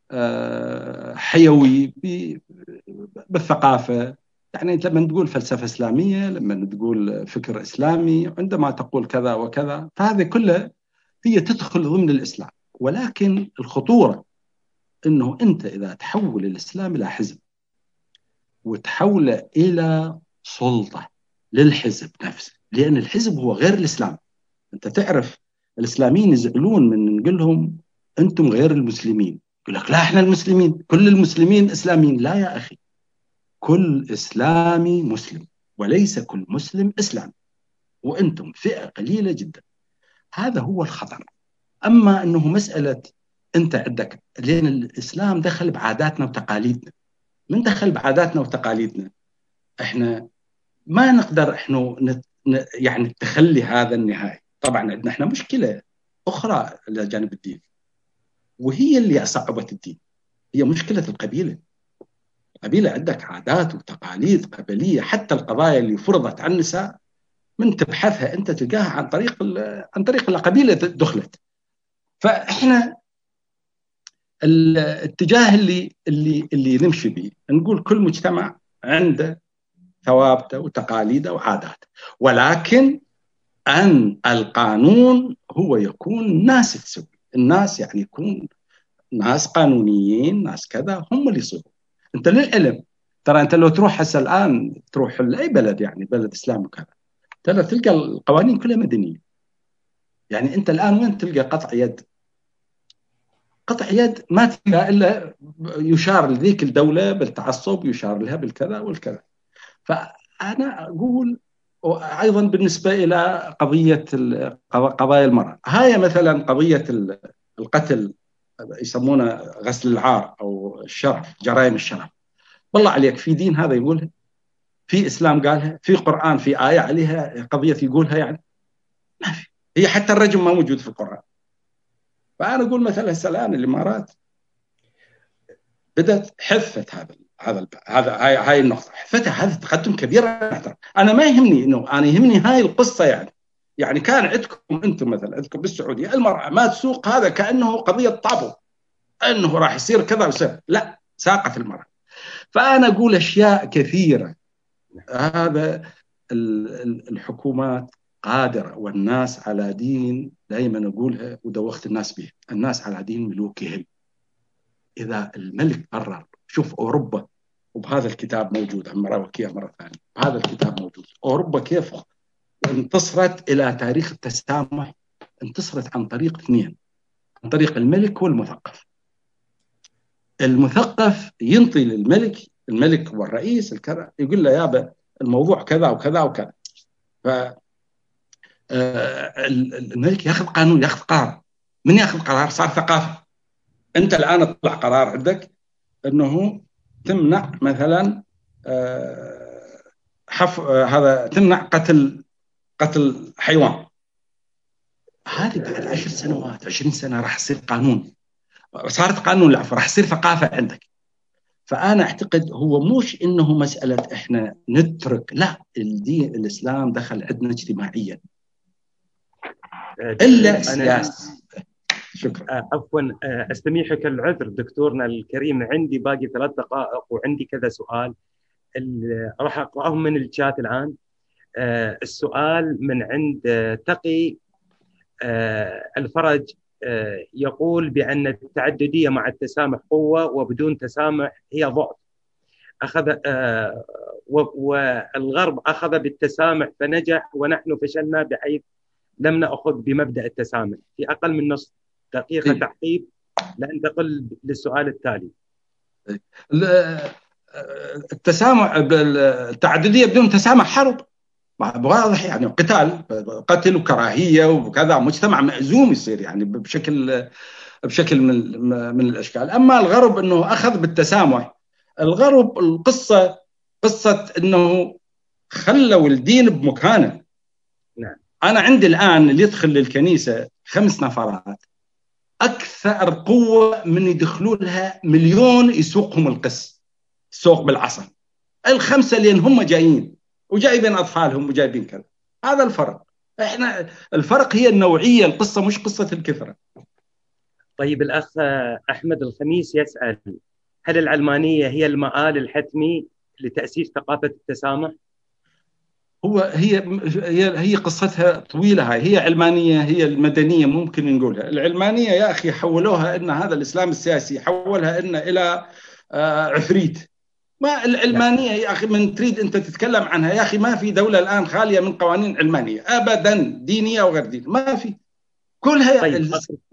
حيوي بالثقافة. يعني لما تقول فلسفة إسلامية، لما تقول فكر إسلامي، عندما تقول كذا وكذا، فهذه كلها هي تدخل ضمن الإسلام. ولكن الخطورة أنه أنت إذا تحول الإسلام إلى حزب وتحوله إلى سلطة للحزب نفسه، لأن الحزب هو غير الإسلام. أنت تعرف الإسلاميين يزعلون من نقول لهم أنتم غير المسلمين، يقول لك لا إحنا المسلمين، كل المسلمين إسلاميين. لا يا أخي، كل إسلامي مسلم وليس كل مسلم إسلام، وأنتم فئة قليلة جدا. هذا هو الخطر. أما أنه مسألة أنت عندك، لأن الإسلام دخل بعاداتنا وتقاليدنا. من دخل بعاداتنا وتقاليدنا إحنا ما نقدر إحنا يعني التخلي هذا النهائي. طبعا عندنا إحنا مشكلة أخرى إلى جانب الدين، وهي اللي صعبت الدين، هي مشكلة القبيلة. قبيلة عندك عادات وتقاليد قبلية، حتى القضايا اللي فرضت على النساء من تبحثها أنت تلقاها عن طريق القبيلة دخلت. فإحنا الاتجاه اللي نمشي به، نقول كل مجتمع عنده ثوابته وتقاليده وعاداته، ولكن أن القانون هو يكون ناس تسوي، الناس يعني يكون ناس قانونيين، ناس كذا هم اللي يصيروا. أنت للعلم ترى أنت لو تروح هسه الآن تروح لأي بلد، يعني بلد إسلام وكذا، ترى تلقى القوانين كلها مدنية. يعني أنت الآن وين تلقى قطع يد؟ قطع يد ما تلقى إلا يشار لذيك الدولة بالتعصب، يشار لها بالكذا والكذا. فأنا أقول أيضا بالنسبة إلى قضايا المرأة، هاي مثلا قضية القتل يسمونه غسل العار أو الشرف، جرائم الشرف. والله عليك في دين هذا يقولها؟ في إسلام قالها؟ في قرآن في آية عليها قضية يقولها؟ يعني ما في. هي حتى الرجم ما موجود في القرآن. فأنا أقول مثلا الآن الإمارات بدأت حفت هاي النقطة، حفتها، هذا تقدم كبير. أنا ما يهمني إنه أنا يهمني هاي القصة. يعني كان عندكم أنتم مثلا عندكم بالسعودية المرأة ما تسوق، هذا كأنه قضية طابو، أنه راح يصير كذا ويصير. لا، ساقت المرأة. فأنا أقول أشياء كثيرة. هذا الحكومات قادرة، والناس على دين، دائما أقولها ودوخت الناس بها، الناس على دين ملوكهم. إذا الملك قرر، شوف أوروبا، وبهذا الكتاب موجود، مرة وكيا مرة ثانية، بهذا الكتاب موجود أوروبا كيف انتصرت إلى تاريخ التسامح. انتصرت عن طريق اثنين، عن طريق الملك والمثقف. المثقف ينطي للملك، الملك والرئيس الكذا، يقول له يابا الموضوع كذا وكذا وكذا. الملك ياخذ قانون، ياخذ قرار. من ياخذ قرار؟ صار ثقافة. أنت الآن طلع قرار عندك أنه تمنع مثلا هذا، تمنع قتل حيوان. هذه بعد 10 سنوات 20 سنة راح يصير قانون، صارت قانون العفو، راح يصير ثقافة عندك. فأنا أعتقد هو مش إنه مسألة إحنا نترك، لا، الدين الإسلام دخل عندنا اجتماعيا إلا سياسي. شكرا. عفوا، استميحك العذر دكتورنا الكريم، عندي باقي 3 دقائق وعندي كذا سؤال راح أقرأهم من الشات الآن. السؤال من عند تقي الفرج، يقول بأن التعددية مع التسامح قوة وبدون تسامح هي ضعف. والغرب أخذ بالتسامح فنجح، ونحن فشلنا بحيث لم نأخذ بمبدأ التسامح. في أقل من نصف دقيقة تعقيب لأنتقل للسؤال التالي. التسامح، التعددية بدون تسامح حرب واضح، يعني قتل وكراهية وكذا، مجتمع مأزوم يصير يعني بشكل من الأشكال. أما الغرب أنه أخذ بالتسامح، الغرب قصة أنه خلوا الدين بمكانه. نعم. أنا عندي الآن اللي يدخل للكنيسة 5 نفرات أكثر قوة من يدخلوا لها مليون يسوقهم القس، السوق بالعصا. ال5 لأن هم جايين وجايبين أطفالهم وجايبين كذا. هذا الفرق. إحنا الفرق هي النوعية، القصة مش قصة الكثرة. طيب، الأخ أحمد الخميس يسأل: هل العلمانية هي المآل الحتمي لتأسيس ثقافة التسامح؟ هي قصتها طويلة. هي علمانية، هي المدنية ممكن نقولها. العلمانية يا أخي حولوها إن هذا الإسلام السياسي، حولها إن إلى عفريت. ما العلمانية يا أخي من تريد أنت تتكلم عنها يا أخي، ما في دولة الآن خالية من قوانين علمانية أبدا، دينية وغير دينية، ما في. كلها طيب.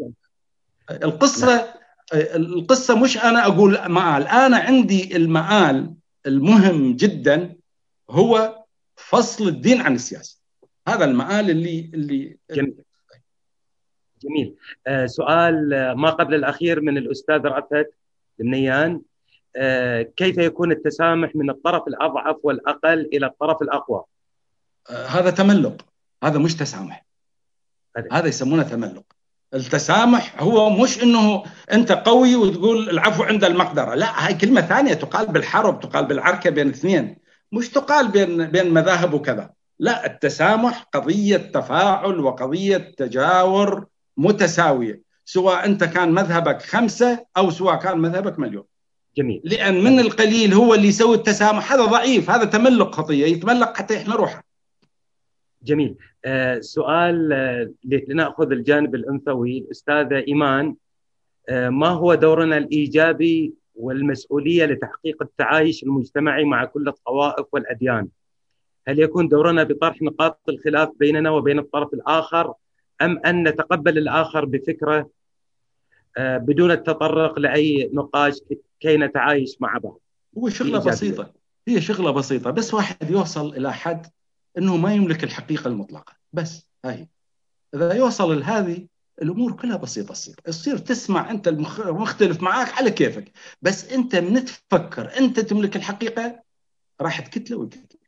القصة مش أنا أقول مآل. أنا عندي المآل المهم جدا هو فصل الدين عن السياسة. هذا المآل اللي جميل. سؤال ما قبل الأخير من الأستاذ رأفت المنيان: كيف يكون التسامح من الطرف الأضعف والأقل إلى الطرف الأقوى؟ هذا تملق، هذا مش تسامح، هذا يسمونه تملق. التسامح هو مش إنه أنت قوي وتقول العفو عند المقدرة، لا، هاي كلمة ثانية تقال بالحرب، تقال بالعركة بين اثنين، مش تقال بين مذاهب وكذا. لا، التسامح قضية تفاعل وقضية تجاور متساوية، سواء أنت كان مذهبك 5 أو سواء كان مذهبك 1,000,000. جميل. لأن من القليل هو اللي يسوي التسامح، هذا ضعيف، هذا تملق، خطية يتملق حتى يحمي روحه. جميل. سؤال لنأخذ الجانب الأنثوي. الأستاذة إيمان: ما هو دورنا الإيجابي والمسؤولية لتحقيق التعايش المجتمعي مع كل الطوائف والأديان؟ هل يكون دورنا بطرح نقاط الخلاف بيننا وبين الطرف الآخر، أم أن نتقبل الآخر بفكرة بدون التطرق لأي نقاش كي نتعايش مع بعض؟ هو شغلة بسيطة، هي شغلة بسيطة، بس واحد يوصل إلى حد أنه ما يملك الحقيقة المطلقة، بس هاي إذا يوصل لهذه الأمور كلها بسيطة. تصير تسمع أنت المختلف معاك على كيفك، بس أنت من تفكر أنت تملك الحقيقة راح تكتله ويكتله.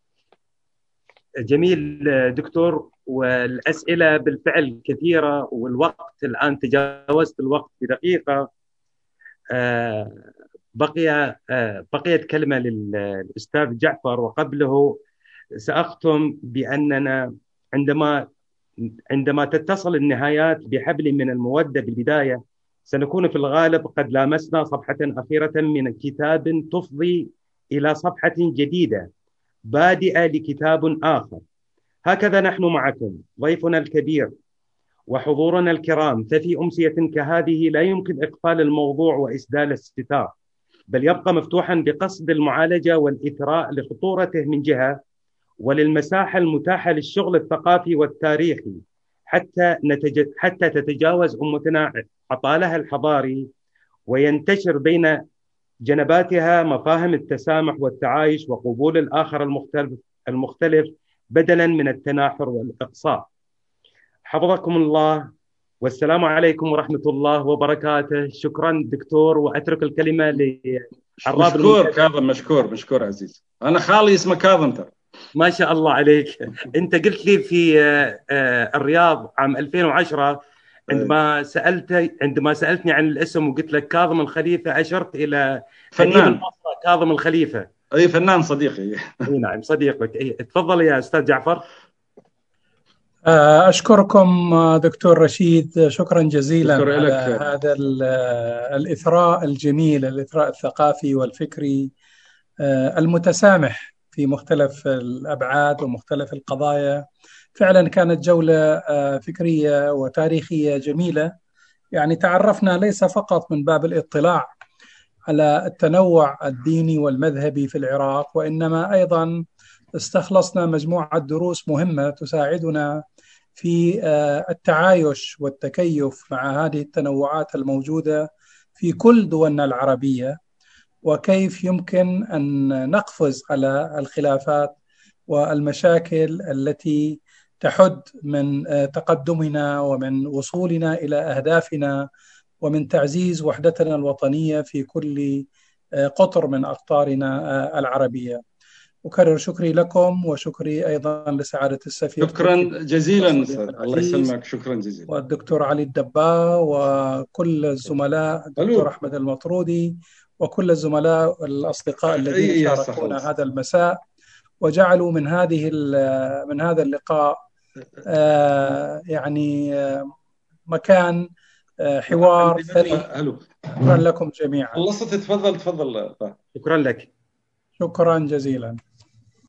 جميل دكتور، والأسئلة بالفعل كثيرة والوقت الآن تجاوزت الوقت بدقيقة. بقيت كلمة للأستاذ جعفر، وقبله سأختم بأننا عندما تتصل النهايات بحبل من المودة بالبداية، سنكون في الغالب قد لامسنا صفحة أخيرة من كتاب تفضي إلى صفحة جديدة بادئة لكتاب آخر. هكذا نحن معكم ضيفنا الكبير وحضورنا الكرام، ففي أمسية كهذه لا يمكن إقفال الموضوع وإسدال الستار، بل يبقى مفتوحا بقصد المعالجة والإثراء لخطورته من جهة، وللمساحة المتاحة للشغل الثقافي والتاريخي حتى تتجاوز أمتنا عطالها الحضاري، وينتشر بين جنباتها مفاهيم التسامح والتعايش وقبول الآخر المختلف بدلا من التناحر والإقصاء. حفظكم الله، والسلام عليكم ورحمة الله وبركاته. شكرا دكتور، وأترك الكلمة لعراب. مشكور كاظم، مشكور عزيز. أنا خالي اسمه كاظم ترى. ما شاء الله عليك. أنت قلت لي في الرياض عام 2010 عندما سألتني عن الاسم وقلت لك كاظم الخليفة، أشرت إلى فنان كاظم الخليفة. أي فنان صديقي. أي نعم صديقك. تفضل يا أستاذ جعفر. أشكركم دكتور رشيد، شكرا جزيلا على هذا الإثراء الجميل، الإثراء الثقافي والفكري المتسامح في مختلف الأبعاد ومختلف القضايا. فعلا كانت جولة فكرية وتاريخية جميلة، يعني تعرفنا ليس فقط من باب الاطلاع على التنوع الديني والمذهبي في العراق، وإنما أيضا استخلصنا مجموعة دروس مهمة تساعدنا في التعايش والتكيف مع هذه التنوعات الموجودة في كل دولنا العربية، وكيف يمكن أن نقفز على الخلافات والمشاكل التي تحد من تقدمنا ومن وصولنا إلى أهدافنا ومن تعزيز وحدتنا الوطنية في كل قطر من أقطارنا العربية. أكرر شكري لكم وشكري أيضا لسعادة السفير. شكرا جزيلا. الله يسلمك. شكرا جزيلا. والدكتور علي الدبا وكل الزملاء، الدكتور أحمد المطرودي وكل الزملاء الأصدقاء الذين شاركونا هذا المساء وجعلوا من هذا اللقاء يعني مكان حوار ثري. شكرا لكم جميعا. خلصت. تفضل. شكرا لك. شكرا جزيلا.